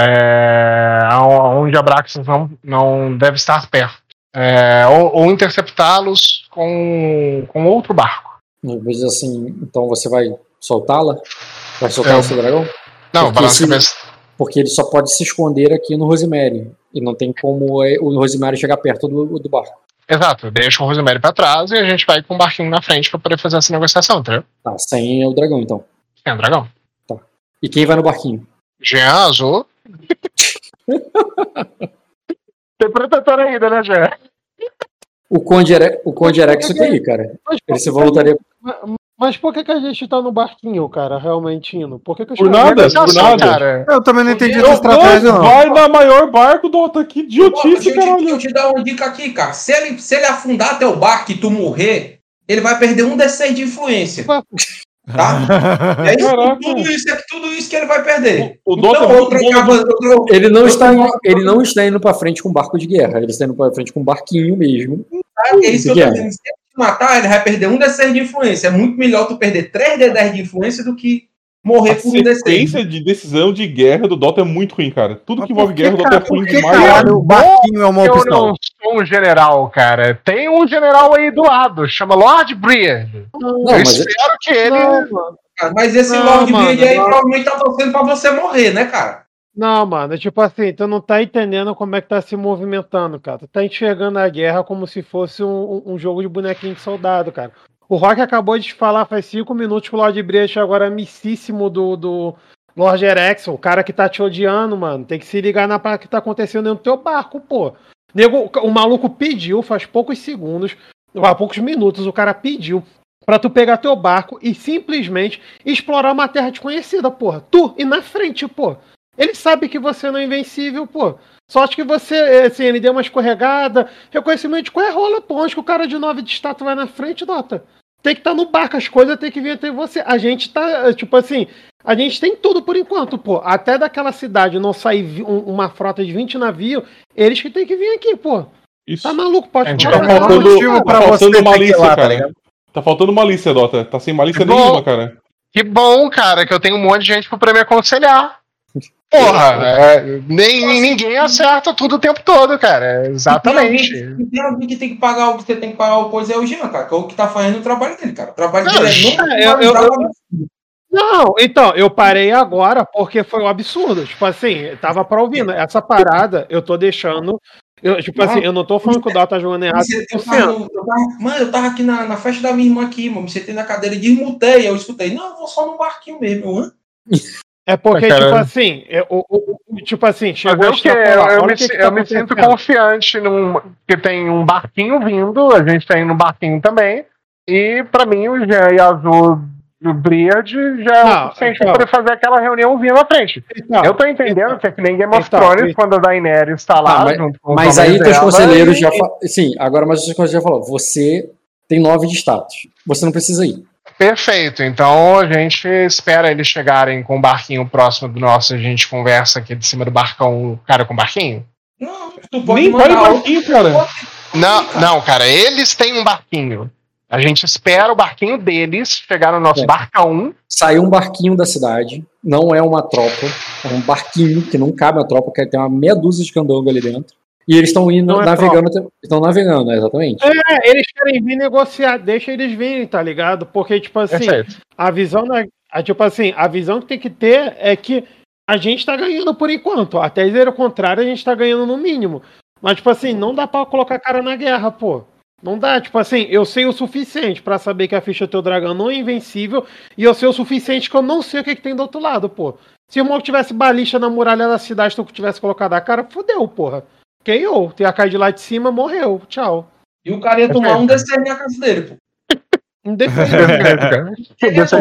[SPEAKER 1] onde a Braxis não deve estar perto. Ou interceptá-los com outro barco.
[SPEAKER 2] Eu vou dizer assim, então você vai soltá-la? Vai soltar o seu dragão?
[SPEAKER 1] Não, balança a cabeça.
[SPEAKER 2] Porque ele só pode se esconder aqui no Rosemary. E não tem como o Rosemary chegar perto do barco.
[SPEAKER 1] Exato, deixa o Rosemary pra trás e a gente vai com o barquinho na frente pra poder fazer essa negociação, entendeu?
[SPEAKER 2] Tá, sem o dragão, então.
[SPEAKER 1] Sem o dragão.
[SPEAKER 2] Tá. E quem vai no barquinho?
[SPEAKER 1] Jean Azul. Tem protetor ainda, né, Jean?
[SPEAKER 2] O Conde Erexo tá aí, cara. Ele se voluntaria.
[SPEAKER 3] Mas por que a gente tá no barquinho, cara, realmente indo? Por
[SPEAKER 6] nada,
[SPEAKER 1] cara.
[SPEAKER 5] Eu também não entendi essa estratégia, não.
[SPEAKER 6] Vai na maior barco, Dota, que idiotice, cara.
[SPEAKER 7] Deixa eu te dar uma dica aqui, cara. Se ele afundar teu barco e tu morrer, ele vai perder um D6 de influência. Tá? É isso, tudo isso que ele vai perder.
[SPEAKER 2] Ele não está indo pra frente com um barco de guerra, ele está indo pra frente com um barquinho mesmo.
[SPEAKER 7] É isso que eu tô dizendo. Se ele matar, ele vai perder um D6 de influência. É muito melhor tu perder 3 D10 de influência do que morrer por um D6.
[SPEAKER 6] A sequência de decisão de guerra do Dota é muito ruim, cara. Tudo que envolve guerra, o Dota é ruim demais.
[SPEAKER 5] Caralho, o barquinho é uma opção.
[SPEAKER 1] Eu não sou um general, cara. Tem um general aí do lado, chama Lord Breard. Eu espero que ele...
[SPEAKER 7] Mas esse Lord Breard aí provavelmente tá torcendo pra você morrer, né, cara?
[SPEAKER 3] Não, mano, tipo assim, tu não tá entendendo como é que tá se movimentando, cara. Tu tá enxergando a guerra como se fosse um jogo de bonequinho de soldado, cara. O Rock acabou de falar faz 5 minutos que o Lord Brecht agora é amicíssimo do Lord Erexel, o cara que tá te odiando, mano. Tem que se ligar na parada que tá acontecendo dentro do teu barco, pô. O maluco pediu, faz poucos segundos, há poucos minutos, o cara pediu pra tu pegar teu barco e simplesmente explorar uma terra desconhecida, porra. Tu, e na frente, pô. Ele sabe que você não é invencível, pô. Só acho que você, assim, ele deu uma escorregada. Reconhecimento de qual é rola, pô. Onde que o cara de 9 de status vai na frente, Dota? Tem que estar no barco, as coisas tem que vir até você. A gente tá, tipo assim, a gente tem tudo por enquanto, pô. Até daquela cidade não sair uma frota de 20 navios, eles que tem que vir aqui, pô.
[SPEAKER 6] Isso.
[SPEAKER 3] Tá maluco, pode
[SPEAKER 6] tá faltando malícia, cara. Tá faltando malícia, Dota. Tá sem malícia nenhuma, cara.
[SPEAKER 1] Que bom, cara, que eu tenho um monte de gente pra me aconselhar. Porra, ninguém acerta tudo o tempo todo, cara. Exatamente.
[SPEAKER 7] Tem alguém que tem que pagar o que você tem que pagar o coisa é o Jean, cara. Que é o que tá fazendo o trabalho dele, cara. O trabalho dele é
[SPEAKER 3] Não, então, eu parei agora porque foi um absurdo. Tipo assim, tava pra ouvir. Essa parada eu tô deixando. Eu não tô falando que o Dota tá jogando errado.
[SPEAKER 7] Mano, eu tava aqui na festa da minha irmã aqui, mano. Me sentei na cadeira e desmutei. Eu escutei, não, eu vou só no barquinho mesmo,
[SPEAKER 3] É porque, tipo assim, chegou a
[SPEAKER 1] eu me sinto confiante que tem um barquinho vindo, a gente tá indo no barquinho também, e pra mim o Jean e a Azul do Breard já é o suficiente pra fazer aquela reunião vindo à frente. Eu tô entendendo que é que nem Game of Thrones, quando a Daenerys está lá junto com
[SPEAKER 2] mas aí teus conselheiros já falaram. Sim, agora mas os conselheiros já falaram, você tem 9 de status, você não precisa ir.
[SPEAKER 1] Perfeito, então a gente espera eles chegarem com o barquinho próximo do nosso, a gente conversa aqui de cima do barcão, cara, com o barquinho?
[SPEAKER 7] Não, tu pode
[SPEAKER 6] nem vai o barquinho, cara.
[SPEAKER 1] Não, cara, eles têm um barquinho. A gente espera o barquinho deles chegar no nosso barcão.
[SPEAKER 2] Saiu um barquinho da cidade, não é uma tropa, é um barquinho que não cabe a tropa, porque tem uma meia dúzia de candango ali dentro. E eles estão indo navegando, exatamente.
[SPEAKER 3] Eles querem vir negociar, deixa eles virem, tá ligado? Porque, tipo assim, a visão que tem que ter é que a gente tá ganhando por enquanto. Até dizer o contrário, a gente tá ganhando no mínimo. Mas, tipo assim, não dá pra colocar a cara na guerra, pô. Não dá, tipo assim, eu sei o suficiente pra saber que a ficha do teu dragão não é invencível, e eu sei o suficiente que eu não sei o que tem do outro lado, pô. Se o irmão tivesse balista na muralha da cidade, tu tivesse colocado a cara, fodeu, porra. KO, tu ia cair de lá de cima, morreu, tchau.
[SPEAKER 7] E o cara ia tomar um D6 na casa dele, pô.
[SPEAKER 3] Um D6.
[SPEAKER 7] Ele ia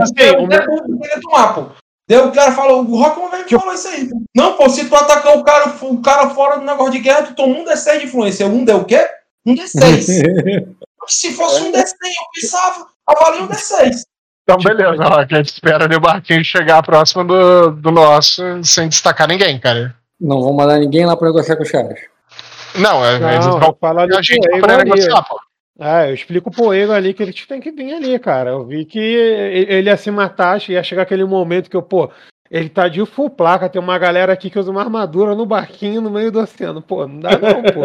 [SPEAKER 7] tomar, pô. Daí o cara falou, o Rock uma vez me falou isso aí. Pô. Não, pô, se tu atacar o cara fora do negócio de guerra, tu toma um D6 de influência. Um deu o quê? Um D6. Se fosse um D6, eu pensava, avalia um D6.
[SPEAKER 1] Então, beleza, Rock. A gente espera ali o barquinho chegar próximo do nosso sem destacar ninguém, cara.
[SPEAKER 2] Não vão mandar ninguém lá pra negociar com os caras.
[SPEAKER 1] Não, eles vão
[SPEAKER 3] falar
[SPEAKER 1] a gente pra poder negociar, pô.
[SPEAKER 3] Eu explico pro Egon ali que eles têm que vir ali, cara. Eu vi que ele ia se matar, ia chegar aquele momento que ele tá de full placa, tem uma galera aqui que usa uma armadura no barquinho no meio do oceano. Pô, não dá não, pô.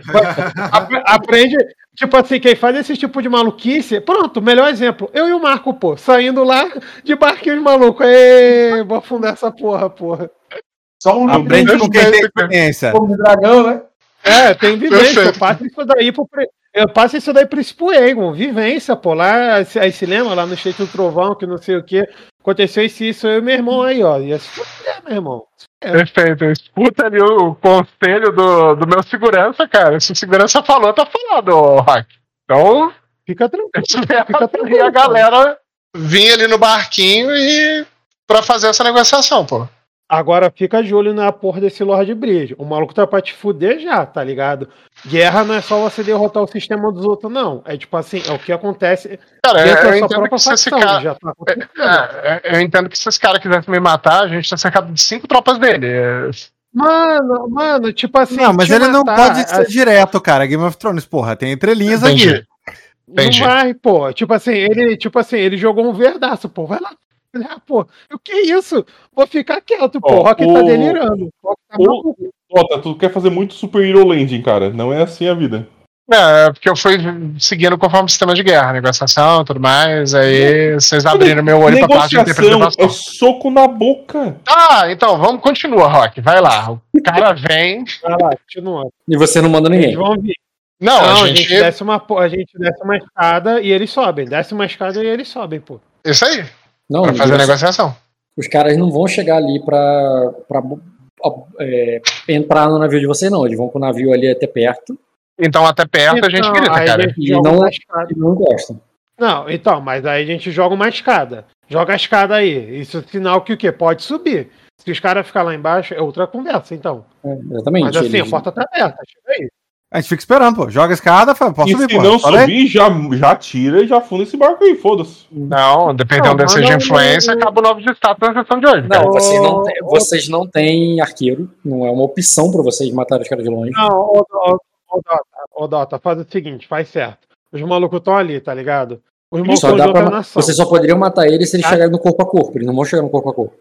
[SPEAKER 3] Aprende, tipo assim, quem faz esse tipo de maluquice, pronto, melhor exemplo, eu e o Marco, pô, saindo lá de barquinhos malucos. Ei, vou afundar essa porra.
[SPEAKER 4] Só um aprende com quem tem experiência.
[SPEAKER 7] Como dragão, né?
[SPEAKER 3] Tem vivência, eu passo isso daí pro Egon, vivência, pô, lá, aí se lembra, lá no Estreito do Trovão, que não sei o que, aconteceu isso, eu e meu irmão aí, ó, ia se fuder, meu irmão.
[SPEAKER 1] Perfeito, escuta ali o conselho do meu segurança, cara, se o segurança falou, tá falado, Rock. Então,
[SPEAKER 3] fica tranquilo.
[SPEAKER 1] E a galera vinha ali no barquinho e pra fazer essa negociação, pô.
[SPEAKER 3] Agora fica de olho na porra desse Lord Bridge. O maluco tá pra te fuder já, tá ligado? Guerra não é só você derrotar o sistema dos outros, não. É tipo assim, é o que acontece.
[SPEAKER 1] Cara, eu entendo que se esse cara. Já tá eu entendo que se esse cara quisesse me matar, a gente tá cercado de 5 tropas dele.
[SPEAKER 3] Mano, tipo assim.
[SPEAKER 4] Não, mas ele não pode ser direto, cara. Game of Thrones, porra, tem entrelinhas aqui.
[SPEAKER 3] Não vai, pô. Tipo assim, ele jogou um verdaço, pô. Vai lá. Pô, o que é isso? Vou ficar quieto, pô. O Rock tá delirando.
[SPEAKER 6] Tu quer fazer muito Super Hero Landing, cara. Não é assim a vida.
[SPEAKER 1] Porque eu fui seguindo conforme o sistema de guerra, negociação e tudo mais. Aí vocês abriram meu olho pra parte de interpretação.
[SPEAKER 6] É soco na boca.
[SPEAKER 1] Então, vamos continuar, Rock. Vai lá. O cara vem.
[SPEAKER 3] Vai lá, continua.
[SPEAKER 2] E você não manda ninguém.
[SPEAKER 3] Eles vão vir.
[SPEAKER 1] Não,
[SPEAKER 3] a gente desce uma escada e eles sobem. Desce uma escada e eles sobem, pô.
[SPEAKER 1] Isso aí.
[SPEAKER 2] Não,
[SPEAKER 1] pra fazer a negociação.
[SPEAKER 2] Os caras não vão chegar ali pra entrar no navio de vocês, não. Eles vão com o navio ali até perto.
[SPEAKER 1] Então, até perto a gente grita, cara.
[SPEAKER 2] E não gostam.
[SPEAKER 3] Não, então, mas aí a gente joga uma escada. Joga a escada aí. Isso é sinal que o quê? Pode subir. Se os caras ficarem lá embaixo, é outra conversa, então.
[SPEAKER 2] Exatamente.
[SPEAKER 3] Mas assim, a porta tá aberta. Chega aí.
[SPEAKER 4] A gente fica esperando, pô. Joga a escada, posso subir, pô.
[SPEAKER 6] Se não subir, já tira e já funda esse barco aí, foda-se.
[SPEAKER 1] Não, dependendo desse de influência, acaba o 9 de status na sessão de hoje.
[SPEAKER 2] Não, vocês não têm arqueiro. Não é uma opção pra vocês matarem os caras de longe.
[SPEAKER 3] Não, Dota, faz o seguinte, faz certo. Os malucos estão ali, tá ligado? Os malucos
[SPEAKER 2] são de outra nação. Vocês só poderiam matar eles se eles chegarem no corpo a corpo. Eles não vão chegar no corpo a corpo.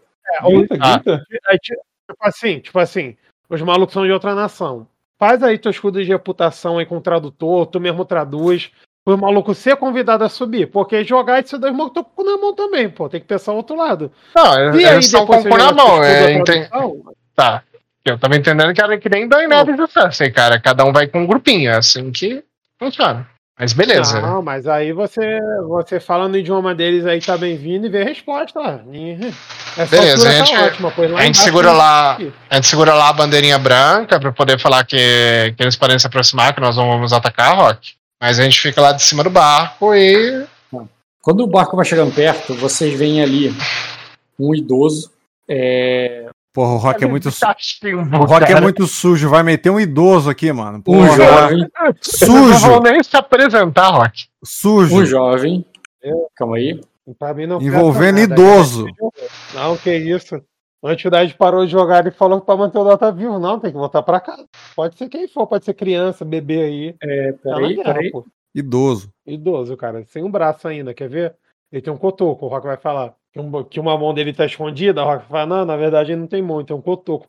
[SPEAKER 3] Tipo assim, os malucos são de outra nação. Faz aí teu escudo de reputação aí com o tradutor, tu mesmo traduz, o maluco ser convidado a subir, porque jogar esses dois malucos estão com o cu na mão também, pô, tem que pensar o outro lado.
[SPEAKER 1] Não, eles estão com o cu na mão, Tá, eu tava entendendo que era que nem Daenerys e Cersei, cara, cada um vai com um grupinho, é assim que funciona. Mas beleza.
[SPEAKER 3] Não, mas aí você fala no idioma deles aí, tá bem-vindo e vê a resposta lá.
[SPEAKER 1] Beleza, a gente segura lá a bandeirinha branca pra poder falar que eles podem se aproximar, que nós vamos atacar, Rock. Mas a gente fica lá de cima do barco e...
[SPEAKER 2] Quando o barco vai chegando perto, vocês veem ali um idoso.
[SPEAKER 4] Porra, o Rock é muito o Rock é muito sujo, vai meter um idoso aqui, mano. Porra.
[SPEAKER 2] Um jovem
[SPEAKER 1] sujo. Não vou nem se apresentar, Rock.
[SPEAKER 4] Sujo.
[SPEAKER 2] Um jovem. Calma aí.
[SPEAKER 3] Pra mim não
[SPEAKER 4] envolvendo idoso.
[SPEAKER 3] Não, que isso. A entidade parou de jogar e falou que pra manter o Dota vivo. Não, tem que voltar pra casa. Pode ser quem for, pode ser criança, bebê aí.
[SPEAKER 2] Peraí.
[SPEAKER 3] Idoso, cara. Sem um braço ainda, quer ver? Ele tem um cotoco, o Rock vai falar. Que uma mão dele tá escondida, o Rock fala, não, na verdade ele não tem mão, ele tem um cotoco.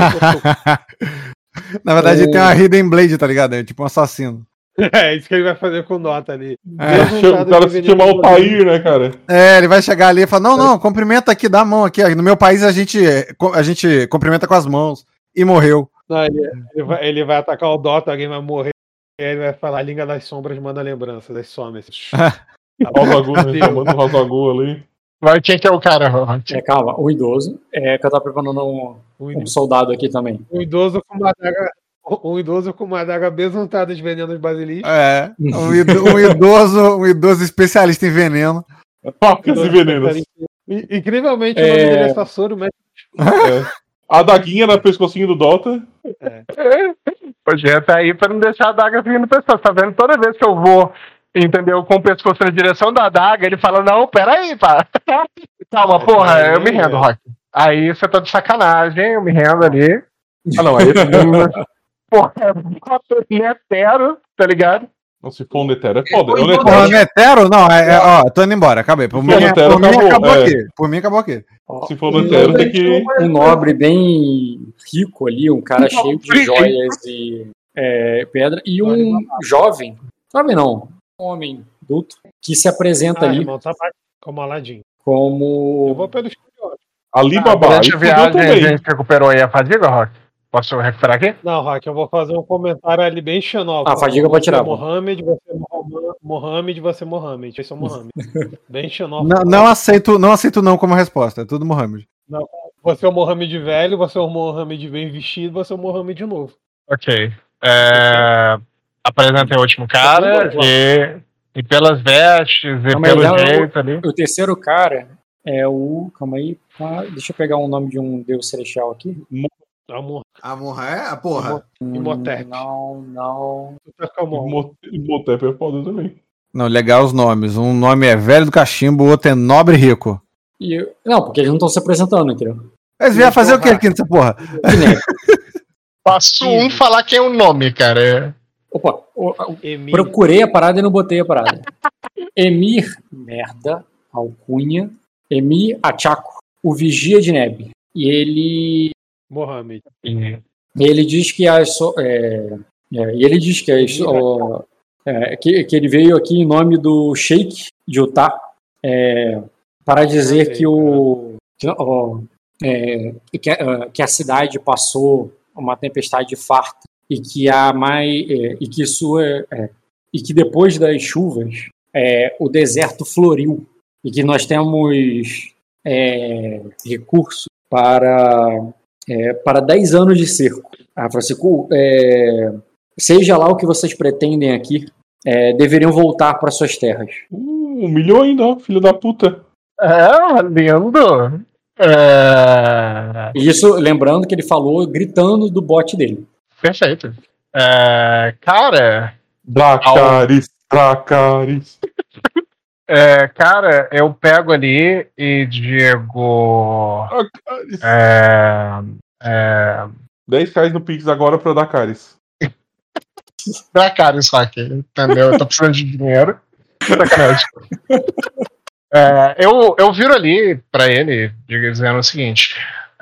[SPEAKER 4] Na verdade ele tem uma Hidden Blade, tá ligado? É tipo um assassino.
[SPEAKER 3] É isso que ele vai fazer com o Dota ali.
[SPEAKER 6] O cara se chama Altair, né, cara?
[SPEAKER 4] Ele vai chegar ali e falar, não, cumprimenta aqui, dá a mão aqui. No meu país a gente cumprimenta com as mãos. E morreu.
[SPEAKER 3] Não, ele vai atacar o Dota, alguém vai morrer. E aí ele vai falar, Língua das Sombras manda lembranças, das somas.
[SPEAKER 6] Chamando o Rosagu ali.
[SPEAKER 1] Vai, quem que é o cara, Rock?
[SPEAKER 2] Calma, o idoso. Que eu tava preparando um soldado aqui também.
[SPEAKER 3] O idoso com uma adaga. Um idoso com uma adaga besuntada de venenos basiliscos.
[SPEAKER 4] Um idoso especialista em veneno.
[SPEAKER 6] Focas e venenos.
[SPEAKER 3] Incrivelmente, o nome dele é Sasoro, mas...
[SPEAKER 6] A adaguinha na pescocinho do Dota.
[SPEAKER 1] O Jean tá aí pra não deixar a adaga vindo pessoas. Tá vendo? Toda vez que eu vou entendeu? Com o pescoço na direção da adaga, ele fala, não, peraí, pá. Calma, porra, eu me rendo, Rock. Aí você tá de sacanagem, eu me rendo ali.
[SPEAKER 6] Ah, não, aí
[SPEAKER 1] porra, é netero, tá ligado?
[SPEAKER 6] Não, se for um Netero é foda.
[SPEAKER 4] Porra, Netero? Não, ó, tô indo embora, acabei. Por mim acabou aqui. Por mim acabou aqui.
[SPEAKER 6] Se for Netero, tem que...
[SPEAKER 2] Um nobre bem rico ali, um cara cheio de joias e pedra, e um jovem não, um homem adulto, que se apresenta ali
[SPEAKER 3] como Aladdin.
[SPEAKER 2] Como...
[SPEAKER 3] Eu vou pelo
[SPEAKER 6] Alibaba.
[SPEAKER 1] Durante a viagem a gente recuperou aí a fadiga, Rock? Posso recuperar aqui?
[SPEAKER 3] Não, Rock, eu vou fazer um comentário ali bem xenófobo.
[SPEAKER 2] A fadiga pode tirar.
[SPEAKER 3] Mohamed, você Mohamed. Esse é o Mohamed. Bem xenófobo.
[SPEAKER 4] Não aceito não como resposta. É tudo Mohamed.
[SPEAKER 3] Não, você é o Mohamed velho, você é o Mohamed bem vestido, você é o Mohamed novo.
[SPEAKER 1] Ok. Apresentei o último cara e pelas vestes e pelo jeito ali.
[SPEAKER 2] O terceiro cara é o... Calma aí. Deixa eu pegar o nome de um deus celestial aqui.
[SPEAKER 5] Amor é? Porra.
[SPEAKER 3] Imhotep.
[SPEAKER 2] Não.
[SPEAKER 6] Imhotep é foda também.
[SPEAKER 4] Não, legal os nomes. Um nome é Velho do Cachimbo, o outro é Nobre e Rico.
[SPEAKER 2] Não, porque eles não estão se apresentando, entendeu?
[SPEAKER 4] Eles vieram fazer o que aqui nessa porra?
[SPEAKER 1] Passo um falar quem é o nome, cara.
[SPEAKER 2] Opa, procurei a parada e não botei a parada. Emir, merda, alcunha. Emir Achaco, o vigia de Neb. E ele...
[SPEAKER 3] Mohamed.
[SPEAKER 2] Ele diz que que ele veio aqui em nome do Sheik de Utah para dizer que a cidade passou uma tempestade farta e que e que depois das chuvas o deserto floriu e que nós temos recurso para 10 anos de cerco. Francisco, seja lá o que vocês pretendem aqui, deveriam voltar para suas terras.
[SPEAKER 6] Humilhou ainda, filho da puta.
[SPEAKER 1] Lindo.
[SPEAKER 2] Isso, lembrando que ele falou gritando do bot dele.
[SPEAKER 1] Perfeito. Cara...
[SPEAKER 6] Dracarys.
[SPEAKER 1] Cara, eu pego ali e digo...
[SPEAKER 6] 10 reais no Pix agora pra Dracarys.
[SPEAKER 1] Dracarys, só que, entendeu? Eu tô precisando de dinheiro. Sacanagem. Eu viro ali pra ele, dizendo o seguinte.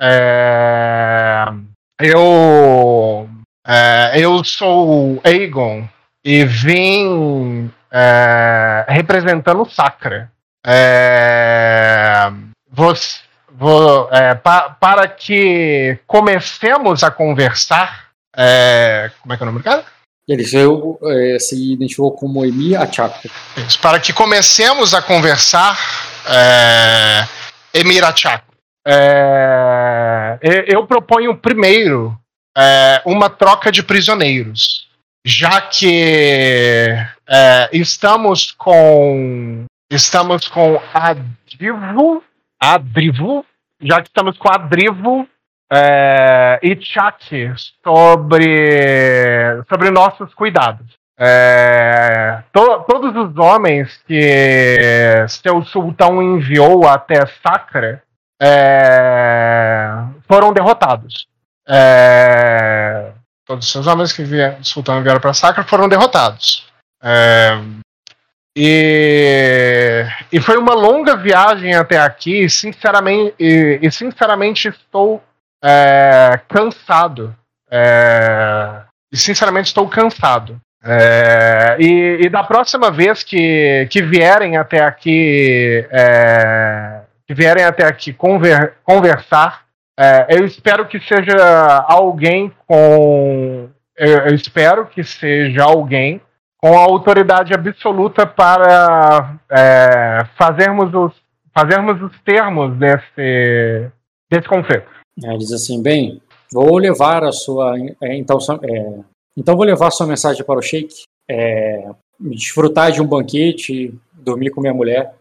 [SPEAKER 1] Eu sou Aegon e vim representando o Sacra. Para que comecemos a conversar. Como é que é o nome do cara?
[SPEAKER 2] Ele se identificou como Emir Achaco.
[SPEAKER 1] Para que comecemos a conversar, Emir Achaco. Eu proponho primeiro uma troca de prisioneiros, já que estamos com Adrivo, já que estamos com Adrivo e Chak sobre nossos cuidados. Todos os homens que seu sultão enviou até Sacra foram derrotados. Todos os homens que o sultão enviaram para Sacra foram derrotados. E foi uma longa viagem até aqui, sinceramente estou cansado. E da próxima vez que vierem até aqui conversar, eu espero que seja alguém com a autoridade absoluta para fazermos os termos desse conflito.
[SPEAKER 2] Ele diz assim, bem, vou levar a sua... Então vou levar a sua mensagem para o Sheik, desfrutar de um banquete, dormir com minha mulher,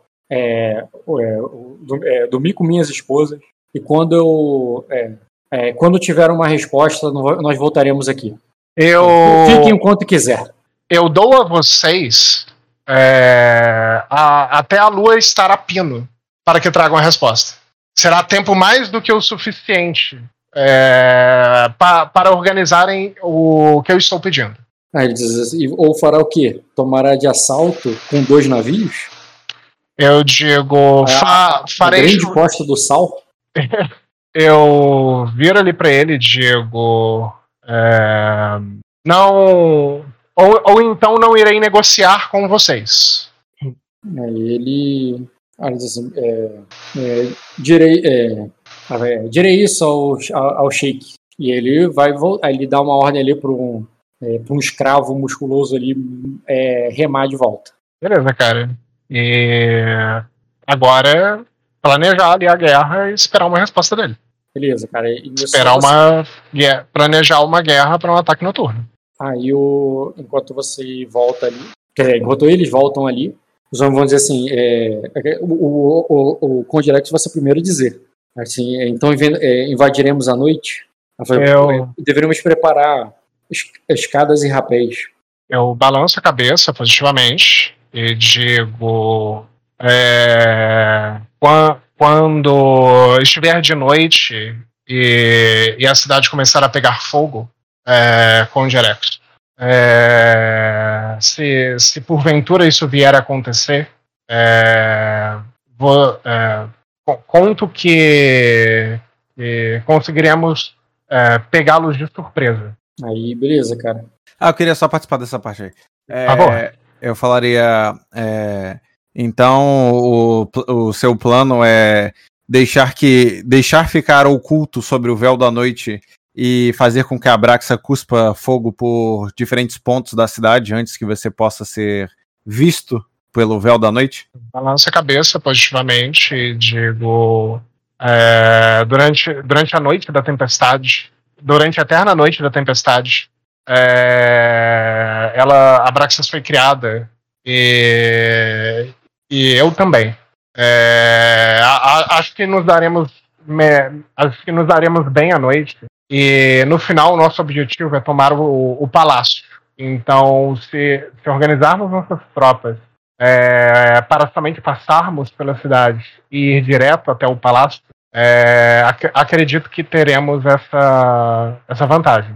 [SPEAKER 2] dormir com minhas esposas, e quando tiver uma resposta, nós voltaremos aqui. Fiquem enquanto quiser.
[SPEAKER 1] Eu dou a vocês até a lua estar a pino para que tragam a resposta. Será tempo mais do que o suficiente para organizarem o que eu estou pedindo.
[SPEAKER 2] Ele diz assim, ou fará o quê? Tomará de assalto com 2 navios?
[SPEAKER 1] Eu digo, farei...
[SPEAKER 2] A grande costa do sal?
[SPEAKER 1] Eu viro ali para ele e digo... não... Ou então não irei negociar com vocês.
[SPEAKER 2] Aí ele diz assim, direi isso ao Sheik. E ele vai voltar, ele dá uma ordem ali para um escravo musculoso ali remar de volta.
[SPEAKER 1] Beleza, cara. E agora planejar ali a guerra e esperar uma resposta dele.
[SPEAKER 2] Beleza, cara.
[SPEAKER 1] Planejar uma guerra para um ataque noturno.
[SPEAKER 2] Aí, enquanto você volta ali, enquanto eles voltam ali, os homens vão dizer assim, o Conde Alex vai ser o primeiro a dizer. Assim, então invadiremos à noite. Deveríamos preparar escadas e rapéis.
[SPEAKER 1] Eu balanço a cabeça positivamente e digo, quando estiver de noite e a cidade começar a pegar fogo, Conde Erectus, se porventura isso vier a acontecer, conto que conseguiremos pegá-los de surpresa.
[SPEAKER 2] Aí, beleza, cara.
[SPEAKER 4] Eu queria só participar dessa parte aí.
[SPEAKER 1] Por favor.
[SPEAKER 4] Eu falaria... então, o seu plano é deixar ficar oculto sobre o véu da noite e fazer com que a Abraxa cuspa fogo por diferentes pontos da cidade antes que você possa ser visto pelo véu da noite?
[SPEAKER 1] Balança a cabeça positivamente e digo... durante a noite da tempestade, durante a eterna noite da tempestade, a Abraxas foi criada e eu também. Acho que nos daremos bem à noite. E no final o nosso objetivo é tomar o palácio. Então, se organizarmos nossas tropas para somente passarmos pela cidade e ir direto até o palácio, acredito que teremos essa vantagem.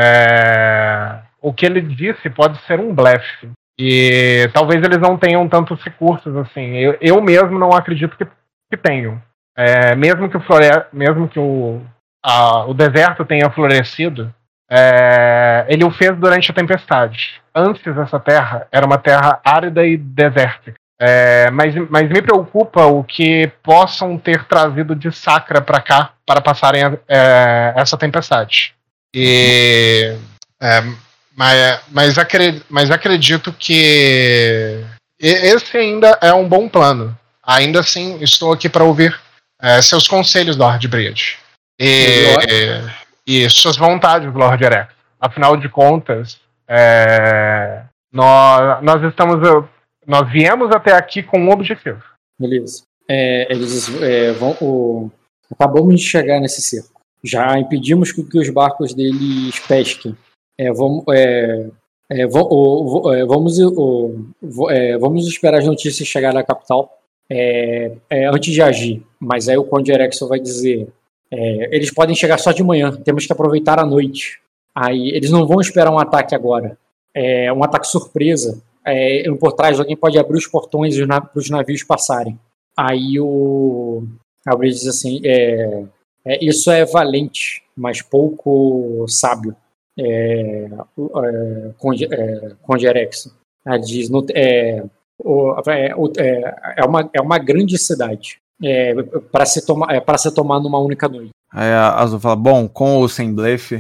[SPEAKER 1] O que ele disse pode ser um blefe. E talvez eles não tenham tantos recursos assim. Eu mesmo não acredito que tenham. Mesmo que o deserto tenha florescido, ele o fez durante a tempestade. Antes, essa terra era uma terra árida e desértica. Mas me preocupa o que possam ter trazido de Sacra para cá para passarem essa tempestade. Mas acredito que esse ainda é um bom plano. Ainda assim, estou aqui para ouvir seus conselhos, Lord Briad. E suas vontades, Lord Erex. Afinal de contas, nós viemos até aqui com um objetivo.
[SPEAKER 2] Beleza. Eles acabamos de chegar nesse cerco. Já impedimos que os barcos deles pesquem. Vamos esperar as notícias chegar na capital antes de agir. Mas aí o Conde Erexon vai dizer: eles podem chegar só de manhã, temos que aproveitar a noite. Aí eles não vão esperar um ataque agora. Um ataque surpresa. Por trás alguém pode abrir os portões para os navios passarem. Aí o Gabriel diz assim: isso é valente, mas pouco sábio. Conde Erexon. Ele diz: é uma grande cidade para ser tomar numa única noite.
[SPEAKER 4] Aí a Azul fala: bom, com ou sem blefe,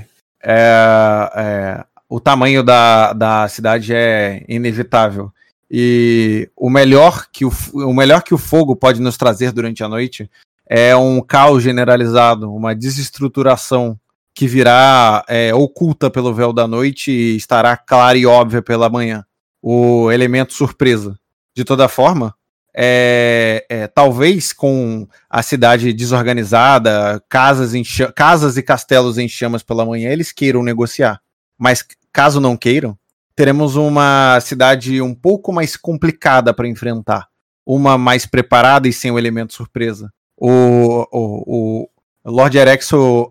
[SPEAKER 4] o tamanho da cidade é inevitável. E o melhor que o fogo pode nos trazer durante a noite é um caos generalizado, uma desestruturação que virá oculta pelo véu da noite e estará clara e óbvia pela manhã. O elemento surpresa. De toda forma, talvez com a cidade desorganizada, casas e castelos em chamas pela manhã, eles queiram negociar. Mas caso não queiram, teremos uma cidade um pouco mais complicada para enfrentar. Uma mais preparada e sem o elemento surpresa. O Lord Erexo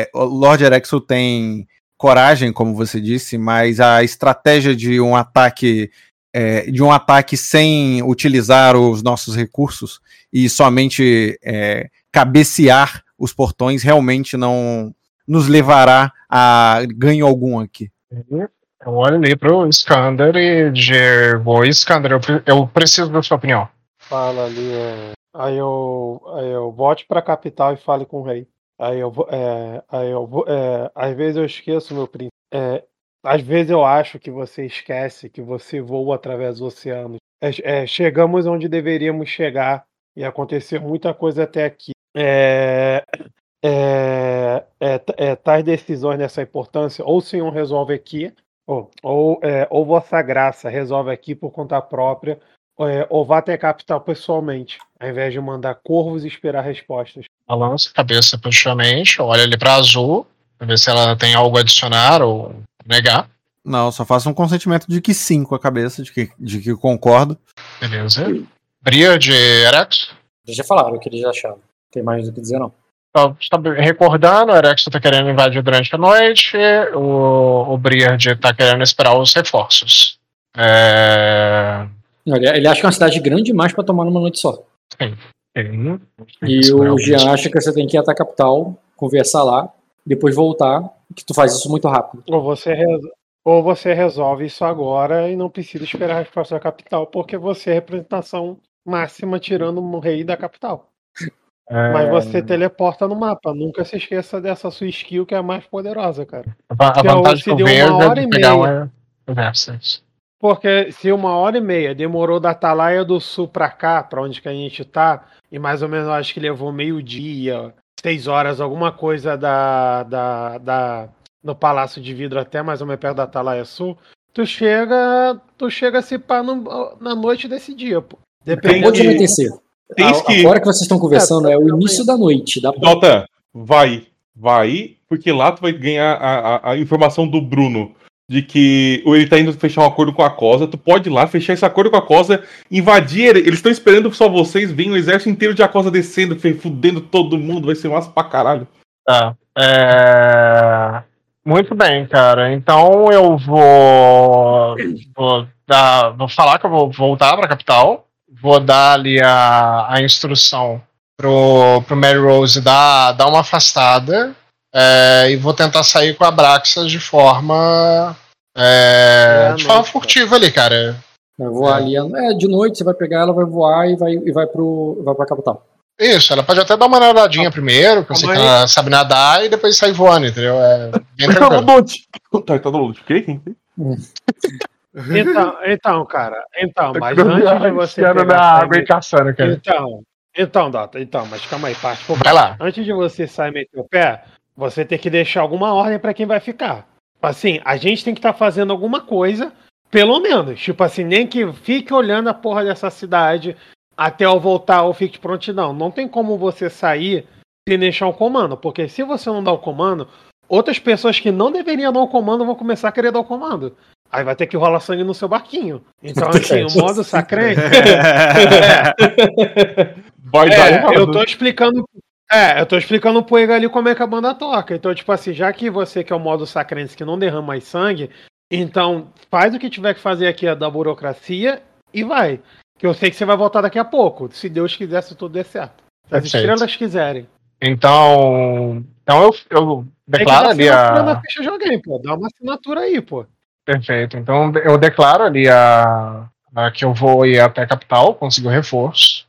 [SPEAKER 4] tem coragem, como você disse, mas a estratégia de um ataque sem utilizar os nossos recursos e somente cabecear os portões realmente não nos levará a ganho algum aqui.
[SPEAKER 1] Eu olho ali pro Skander e digo, Skander, eu preciso da sua opinião.
[SPEAKER 3] Fala ali, aí eu volte pra capital e fale com o rei. Às vezes eu esqueço, meu príncipe. Às vezes eu acho que você esquece que você voa através do oceano. Chegamos onde deveríamos chegar e aconteceu muita coisa até aqui. Tais decisões nessa importância, ou o senhor resolve aqui, ou Vossa Graça resolve aqui por conta própria, ou vá até a capital pessoalmente, ao invés de mandar corvos e esperar respostas.
[SPEAKER 1] Balança a cabeça positivamente, olha ali pra Azul, pra ver se ela tem algo a adicionar ou negar.
[SPEAKER 4] Não, só faço um consentimento de que sim com a cabeça, de que concordo.
[SPEAKER 1] Beleza. Bria de Erex?
[SPEAKER 2] Eles já falaram o que eles já acharam. Não tem mais o que dizer, não.
[SPEAKER 1] Tá recordando, o Erex tá querendo invadir durante a noite, o Briard tá querendo esperar os reforços.
[SPEAKER 2] Ele acha que é uma cidade grande demais pra tomar numa noite só.
[SPEAKER 1] Sim.
[SPEAKER 2] E o Jean acha que você tem que ir até a capital, conversar lá, depois voltar, que tu faz isso muito rápido.
[SPEAKER 3] Ou você resolve isso agora e não precisa esperar a resposta da capital, porque você é a representação máxima tirando o rei da capital. Mas você teleporta no mapa. Nunca se esqueça dessa sua skill que é a mais poderosa, cara.
[SPEAKER 1] A vantagem que eu vejo é de pegar uma Versus.
[SPEAKER 3] Porque se 1h30 demorou da Atalaia do Sul pra cá, pra onde que a gente tá, e mais ou menos acho que levou meio-dia, 6 horas, alguma coisa no Palácio de Vidro até mais ou menos perto da Atalaia Sul, tu chega se pá na noite desse dia, pô.
[SPEAKER 2] Acabou de anoitecer. A hora que vocês estão conversando é o início da noite.
[SPEAKER 6] Dota, vai, porque lá tu vai ganhar a informação do Bruno de que ele tá indo fechar um acordo com a Cosa. Tu pode ir lá, fechar esse acordo com a Cosa, invadir. Eles estão esperando só vocês, vem o exército inteiro de Acosa descendo, fudendo todo mundo, vai ser massa pra caralho.
[SPEAKER 1] Tá. Muito bem, cara. Então eu vou falar que eu vou voltar pra capital. Vou dar ali a instrução pro Mary Rose dar uma afastada e vou tentar sair com a Braxa de forma furtiva ali, cara.
[SPEAKER 2] Vai voar ali. De noite você vai pegar ela, vai voar e vai pra capital.
[SPEAKER 1] Isso, ela pode até dar uma nadadinha primeiro, que eu sei que ela sabe nadar, e depois sair voando, entendeu? Bem tranquilo.
[SPEAKER 6] Tá do longe. Quem?
[SPEAKER 3] Então, cara. Mas antes de você
[SPEAKER 1] água e caçando, cara.
[SPEAKER 3] Então, Dota, mas calma aí, parte.
[SPEAKER 1] Vai lá.
[SPEAKER 3] Antes de você sair e meter o pé, você tem que deixar alguma ordem pra quem vai ficar. Assim, a gente tem que estar fazendo alguma coisa, pelo menos. Tipo assim, nem que fique olhando a porra dessa cidade até eu voltar ou fique de prontidão. Não tem como você sair sem deixar o comando, porque se você não dá o comando, outras pessoas que não deveriam dar o comando vão começar a querer dar o comando. Aí vai ter que rolar sangue no seu barquinho. Então, assim, o modo sacrante.
[SPEAKER 6] Vai dar errado.
[SPEAKER 3] Eu tô explicando pro Ega ali como é que a banda toca. Então, tipo assim, já que você que é o modo sacrante que não derrama mais sangue, então faz o que tiver que fazer aqui da burocracia e vai. Que eu sei que você vai voltar daqui a pouco. Se Deus quiser, se tudo der certo. Se as estrelas quiserem.
[SPEAKER 1] Então eu declaro ali
[SPEAKER 3] na ficha de alguém, pô. Dá uma assinatura aí, pô.
[SPEAKER 1] Perfeito. Então eu declaro ali que eu vou ir até a capital, conseguir o reforço.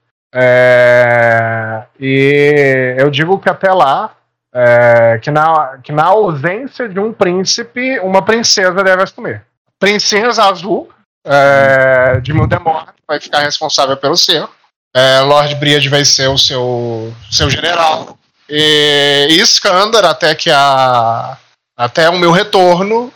[SPEAKER 1] E eu digo que até lá, que na ausência de um príncipe, uma princesa deve assumir. Princesa Azul, de Mildemort, vai ficar responsável pelo cerco. Lord Briard vai ser o seu general. E Skander, até o meu retorno,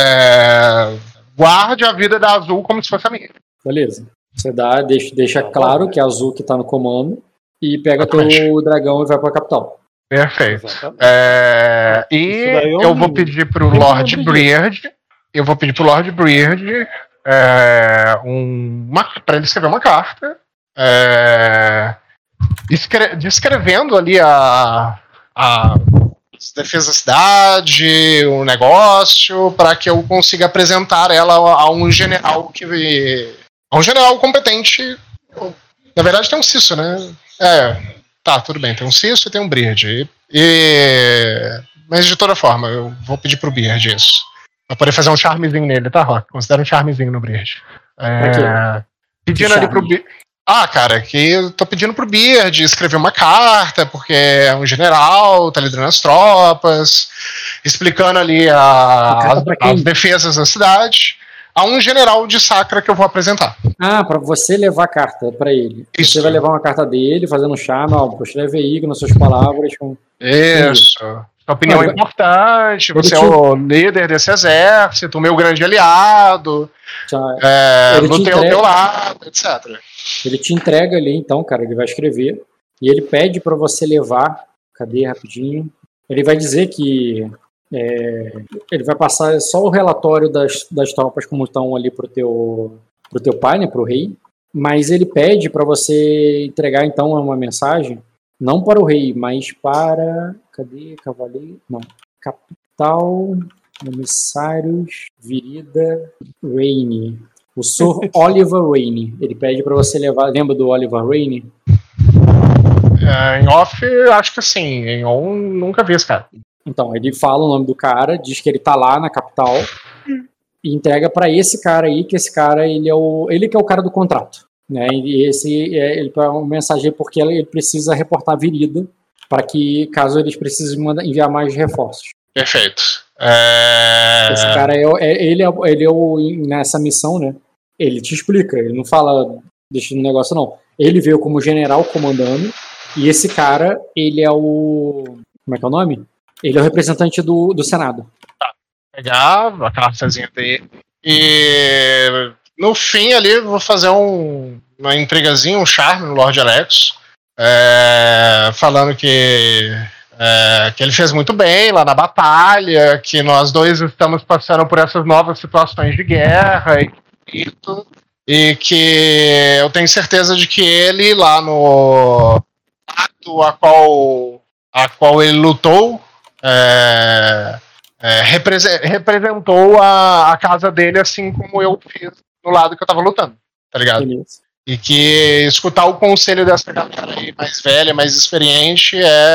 [SPEAKER 1] guarde a vida da Azul como se fosse a minha.
[SPEAKER 2] Beleza. Você deixa claro que é a Azul que tá no comando e pega teu dragão e vai pra capital.
[SPEAKER 1] Perfeito. E eu vou pedir pro Lord Briard eu vou pedir pro Lord Beard para ele escrever uma carta descrevendo ali a defesa da cidade, o negócio, para que eu consiga apresentar ela a um general competente. Na verdade tem um Cisso, né? Tá, tudo bem, tem um Cisso e tem um Beard. Mas de toda forma, eu vou pedir pro Beard isso. Pra poder fazer um charmezinho nele, tá, Rock? Considera um charmezinho no Beard. Pedindo ali pro Beard. Cara, que eu tô pedindo pro Beard escrever uma carta, porque é um general, tá liderando as tropas, explicando ali as defesas da cidade, a um general de Sacra que eu vou apresentar.
[SPEAKER 2] Pra você levar a carta pra ele.
[SPEAKER 1] Isso.
[SPEAKER 2] Você vai levar uma carta dele, fazendo um charme, poxa, leve aí nas suas palavras.
[SPEAKER 1] Isso. Sua opinião é importante, você é o líder desse exército, o meu grande aliado, lutei ao teu lado, etc.
[SPEAKER 2] Ele te entrega ali, então, cara, ele vai escrever, e ele pede pra você levar, cadê rapidinho? Ele vai dizer que ele vai passar só o relatório das tropas como estão ali pro teu pai, né, pro rei, mas ele pede pra você entregar, então, uma mensagem, não para o rei, mas para... Cadê? Cavaleiro? Não. Capital, emissários, Virida, Rainey. O Sr. Oliver Rainey. Ele pede para você levar... Lembra do Oliver Rainey?
[SPEAKER 1] Em off, acho que sim. Em on, nunca vi esse cara.
[SPEAKER 2] Então, ele fala o nome do cara, diz que ele tá lá na capital e entrega para esse cara aí, que esse cara, ele que é o cara do contrato. Né? E ele é uma mensagem porque ele precisa reportar a Virida para que, caso eles precisem enviar mais reforços.
[SPEAKER 1] Perfeito.
[SPEAKER 2] Esse cara nessa missão, né? Ele te explica, ele não fala deixando o negócio, não. Ele veio como general comandando, e esse cara, ele é o... Como é que é o nome? Ele é o representante do Senado.
[SPEAKER 1] Tá. Pegar a cartazinha dele e... No fim ali, vou fazer uma intrigazinha, um charme no Lord Alex, falando que ele fez muito bem lá na batalha, que nós dois estamos passando por essas novas situações de guerra e que eu tenho certeza de que ele lá no ato a qual ele lutou representou a casa dele assim como eu fiz do lado que eu tava lutando, tá ligado?
[SPEAKER 2] Beleza.
[SPEAKER 1] E que escutar o conselho dessa galera aí mais velha, mais experiente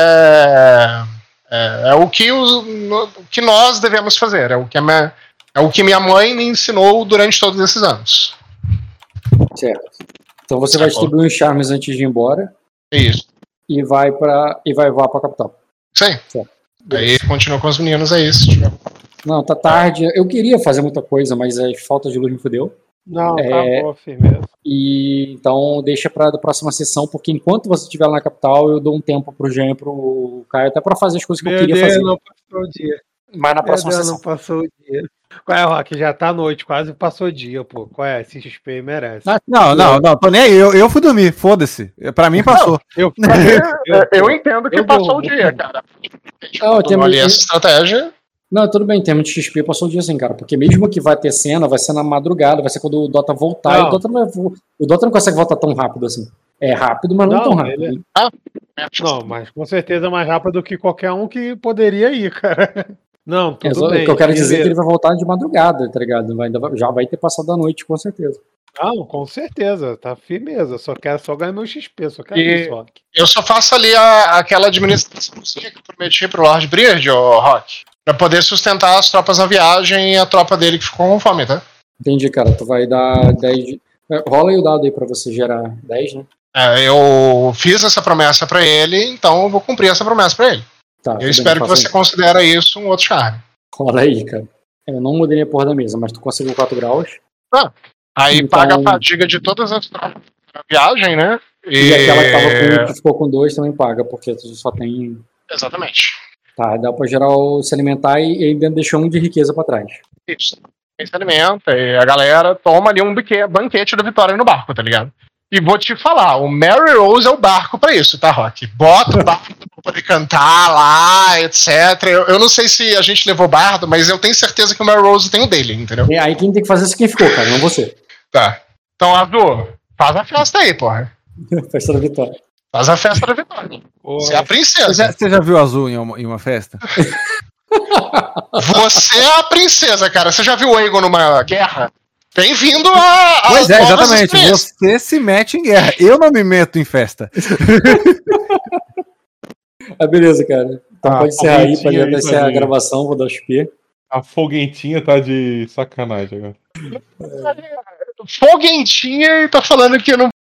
[SPEAKER 1] é o que nós devemos fazer, é o que minha mãe me ensinou durante todos esses anos.
[SPEAKER 2] Certo. Então você vai distribuir uns charmes antes de ir embora.
[SPEAKER 1] Isso.
[SPEAKER 2] E vai voar pra capital.
[SPEAKER 1] Sim.
[SPEAKER 2] Certo.
[SPEAKER 1] Aí continua com os meninos aí, se tiver.
[SPEAKER 2] Não, tá tarde. Eu queria fazer muita coisa, mas a falta de luz me fudeu.
[SPEAKER 3] Não, acabou, firmeza.
[SPEAKER 2] E então deixa pra próxima sessão, porque enquanto você estiver lá na capital, eu dou um tempo pro Jean e pro Caio, até pra fazer as coisas que eu queria fazer.
[SPEAKER 3] Não passou o dia.
[SPEAKER 2] Mas na próxima sessão.
[SPEAKER 3] Não passou o dia. Qual é, Rock? Já tá noite, quase passou o dia, pô. Qual é? Esse XP merece.
[SPEAKER 4] Não, tô nem aí. Eu fui dormir, foda-se. Pra mim passou.
[SPEAKER 1] Eu entendo que passou o dia, cara. Essa estratégia.
[SPEAKER 2] Não, tudo bem, em termos de XP passou o dia assim, cara, porque mesmo que vai ter cena, vai ser na madrugada, vai ser quando o Dota voltar, e o Dota não consegue voltar tão rápido assim. É rápido, mas não tão rápido.
[SPEAKER 3] Não, mas com certeza mais rápido do que qualquer um que poderia ir, cara. Não, tudo bem.
[SPEAKER 2] O que eu quero dizer é que ele vai voltar de madrugada, tá ligado? Já vai ter passado a noite, com certeza.
[SPEAKER 3] Não, com certeza, tá firmeza. Só quero ganhar meu XP, só quero isso, Rock.
[SPEAKER 1] Eu só faço ali aquela administraçãozinha que eu prometi pro Lord Beard, Rock, pra poder sustentar as tropas na viagem e a tropa dele que ficou com fome, tá?
[SPEAKER 2] Entendi, cara. Tu vai dar 10. Rola aí o dado aí pra você gerar 10, né?
[SPEAKER 1] Eu fiz essa promessa pra ele, então eu vou cumprir essa promessa pra ele.
[SPEAKER 2] Tá,
[SPEAKER 1] eu espero que você considere isso um outro charme.
[SPEAKER 2] Rola aí, cara. Eu não mudei a porra da mesa, mas tu conseguiu 4 graus.
[SPEAKER 1] Aí então... paga a fadiga de todas as tropas na viagem, né?
[SPEAKER 2] E aquela que ficou com 2 também paga, porque tu só tem...
[SPEAKER 1] Exatamente.
[SPEAKER 2] Tá, dá pra geral se alimentar e ainda deixou um de riqueza pra trás.
[SPEAKER 1] Isso. Quem se alimenta e a galera toma ali um banquete da vitória no barco, tá ligado? E vou te falar, o Mary Rose é o barco pra isso, tá, Rock? Bota o barco pra poder cantar lá, etc. Eu não sei se a gente levou bardo, mas eu tenho certeza que o Mary Rose tem o dele, entendeu?
[SPEAKER 2] E aí quem tem que fazer isso quem ficou, cara, não você.
[SPEAKER 1] Tá. Então, Azul, faz a festa aí, porra.
[SPEAKER 2] Festa da vitória.
[SPEAKER 1] Faz a festa da vitória. Você é a princesa.
[SPEAKER 4] Você já viu Azul em uma festa?
[SPEAKER 1] Você é a princesa, cara. Você já viu o Aegon numa guerra? Bem-vindo a
[SPEAKER 4] pois é, exatamente. Você se mete em guerra. Eu não me meto em festa.
[SPEAKER 2] Beleza, cara. Então pode encerrar aí, pode encerrar a gravação, vou dar o XP.
[SPEAKER 6] A foguentinha tá de sacanagem agora.
[SPEAKER 1] Foguentinha e tá falando que não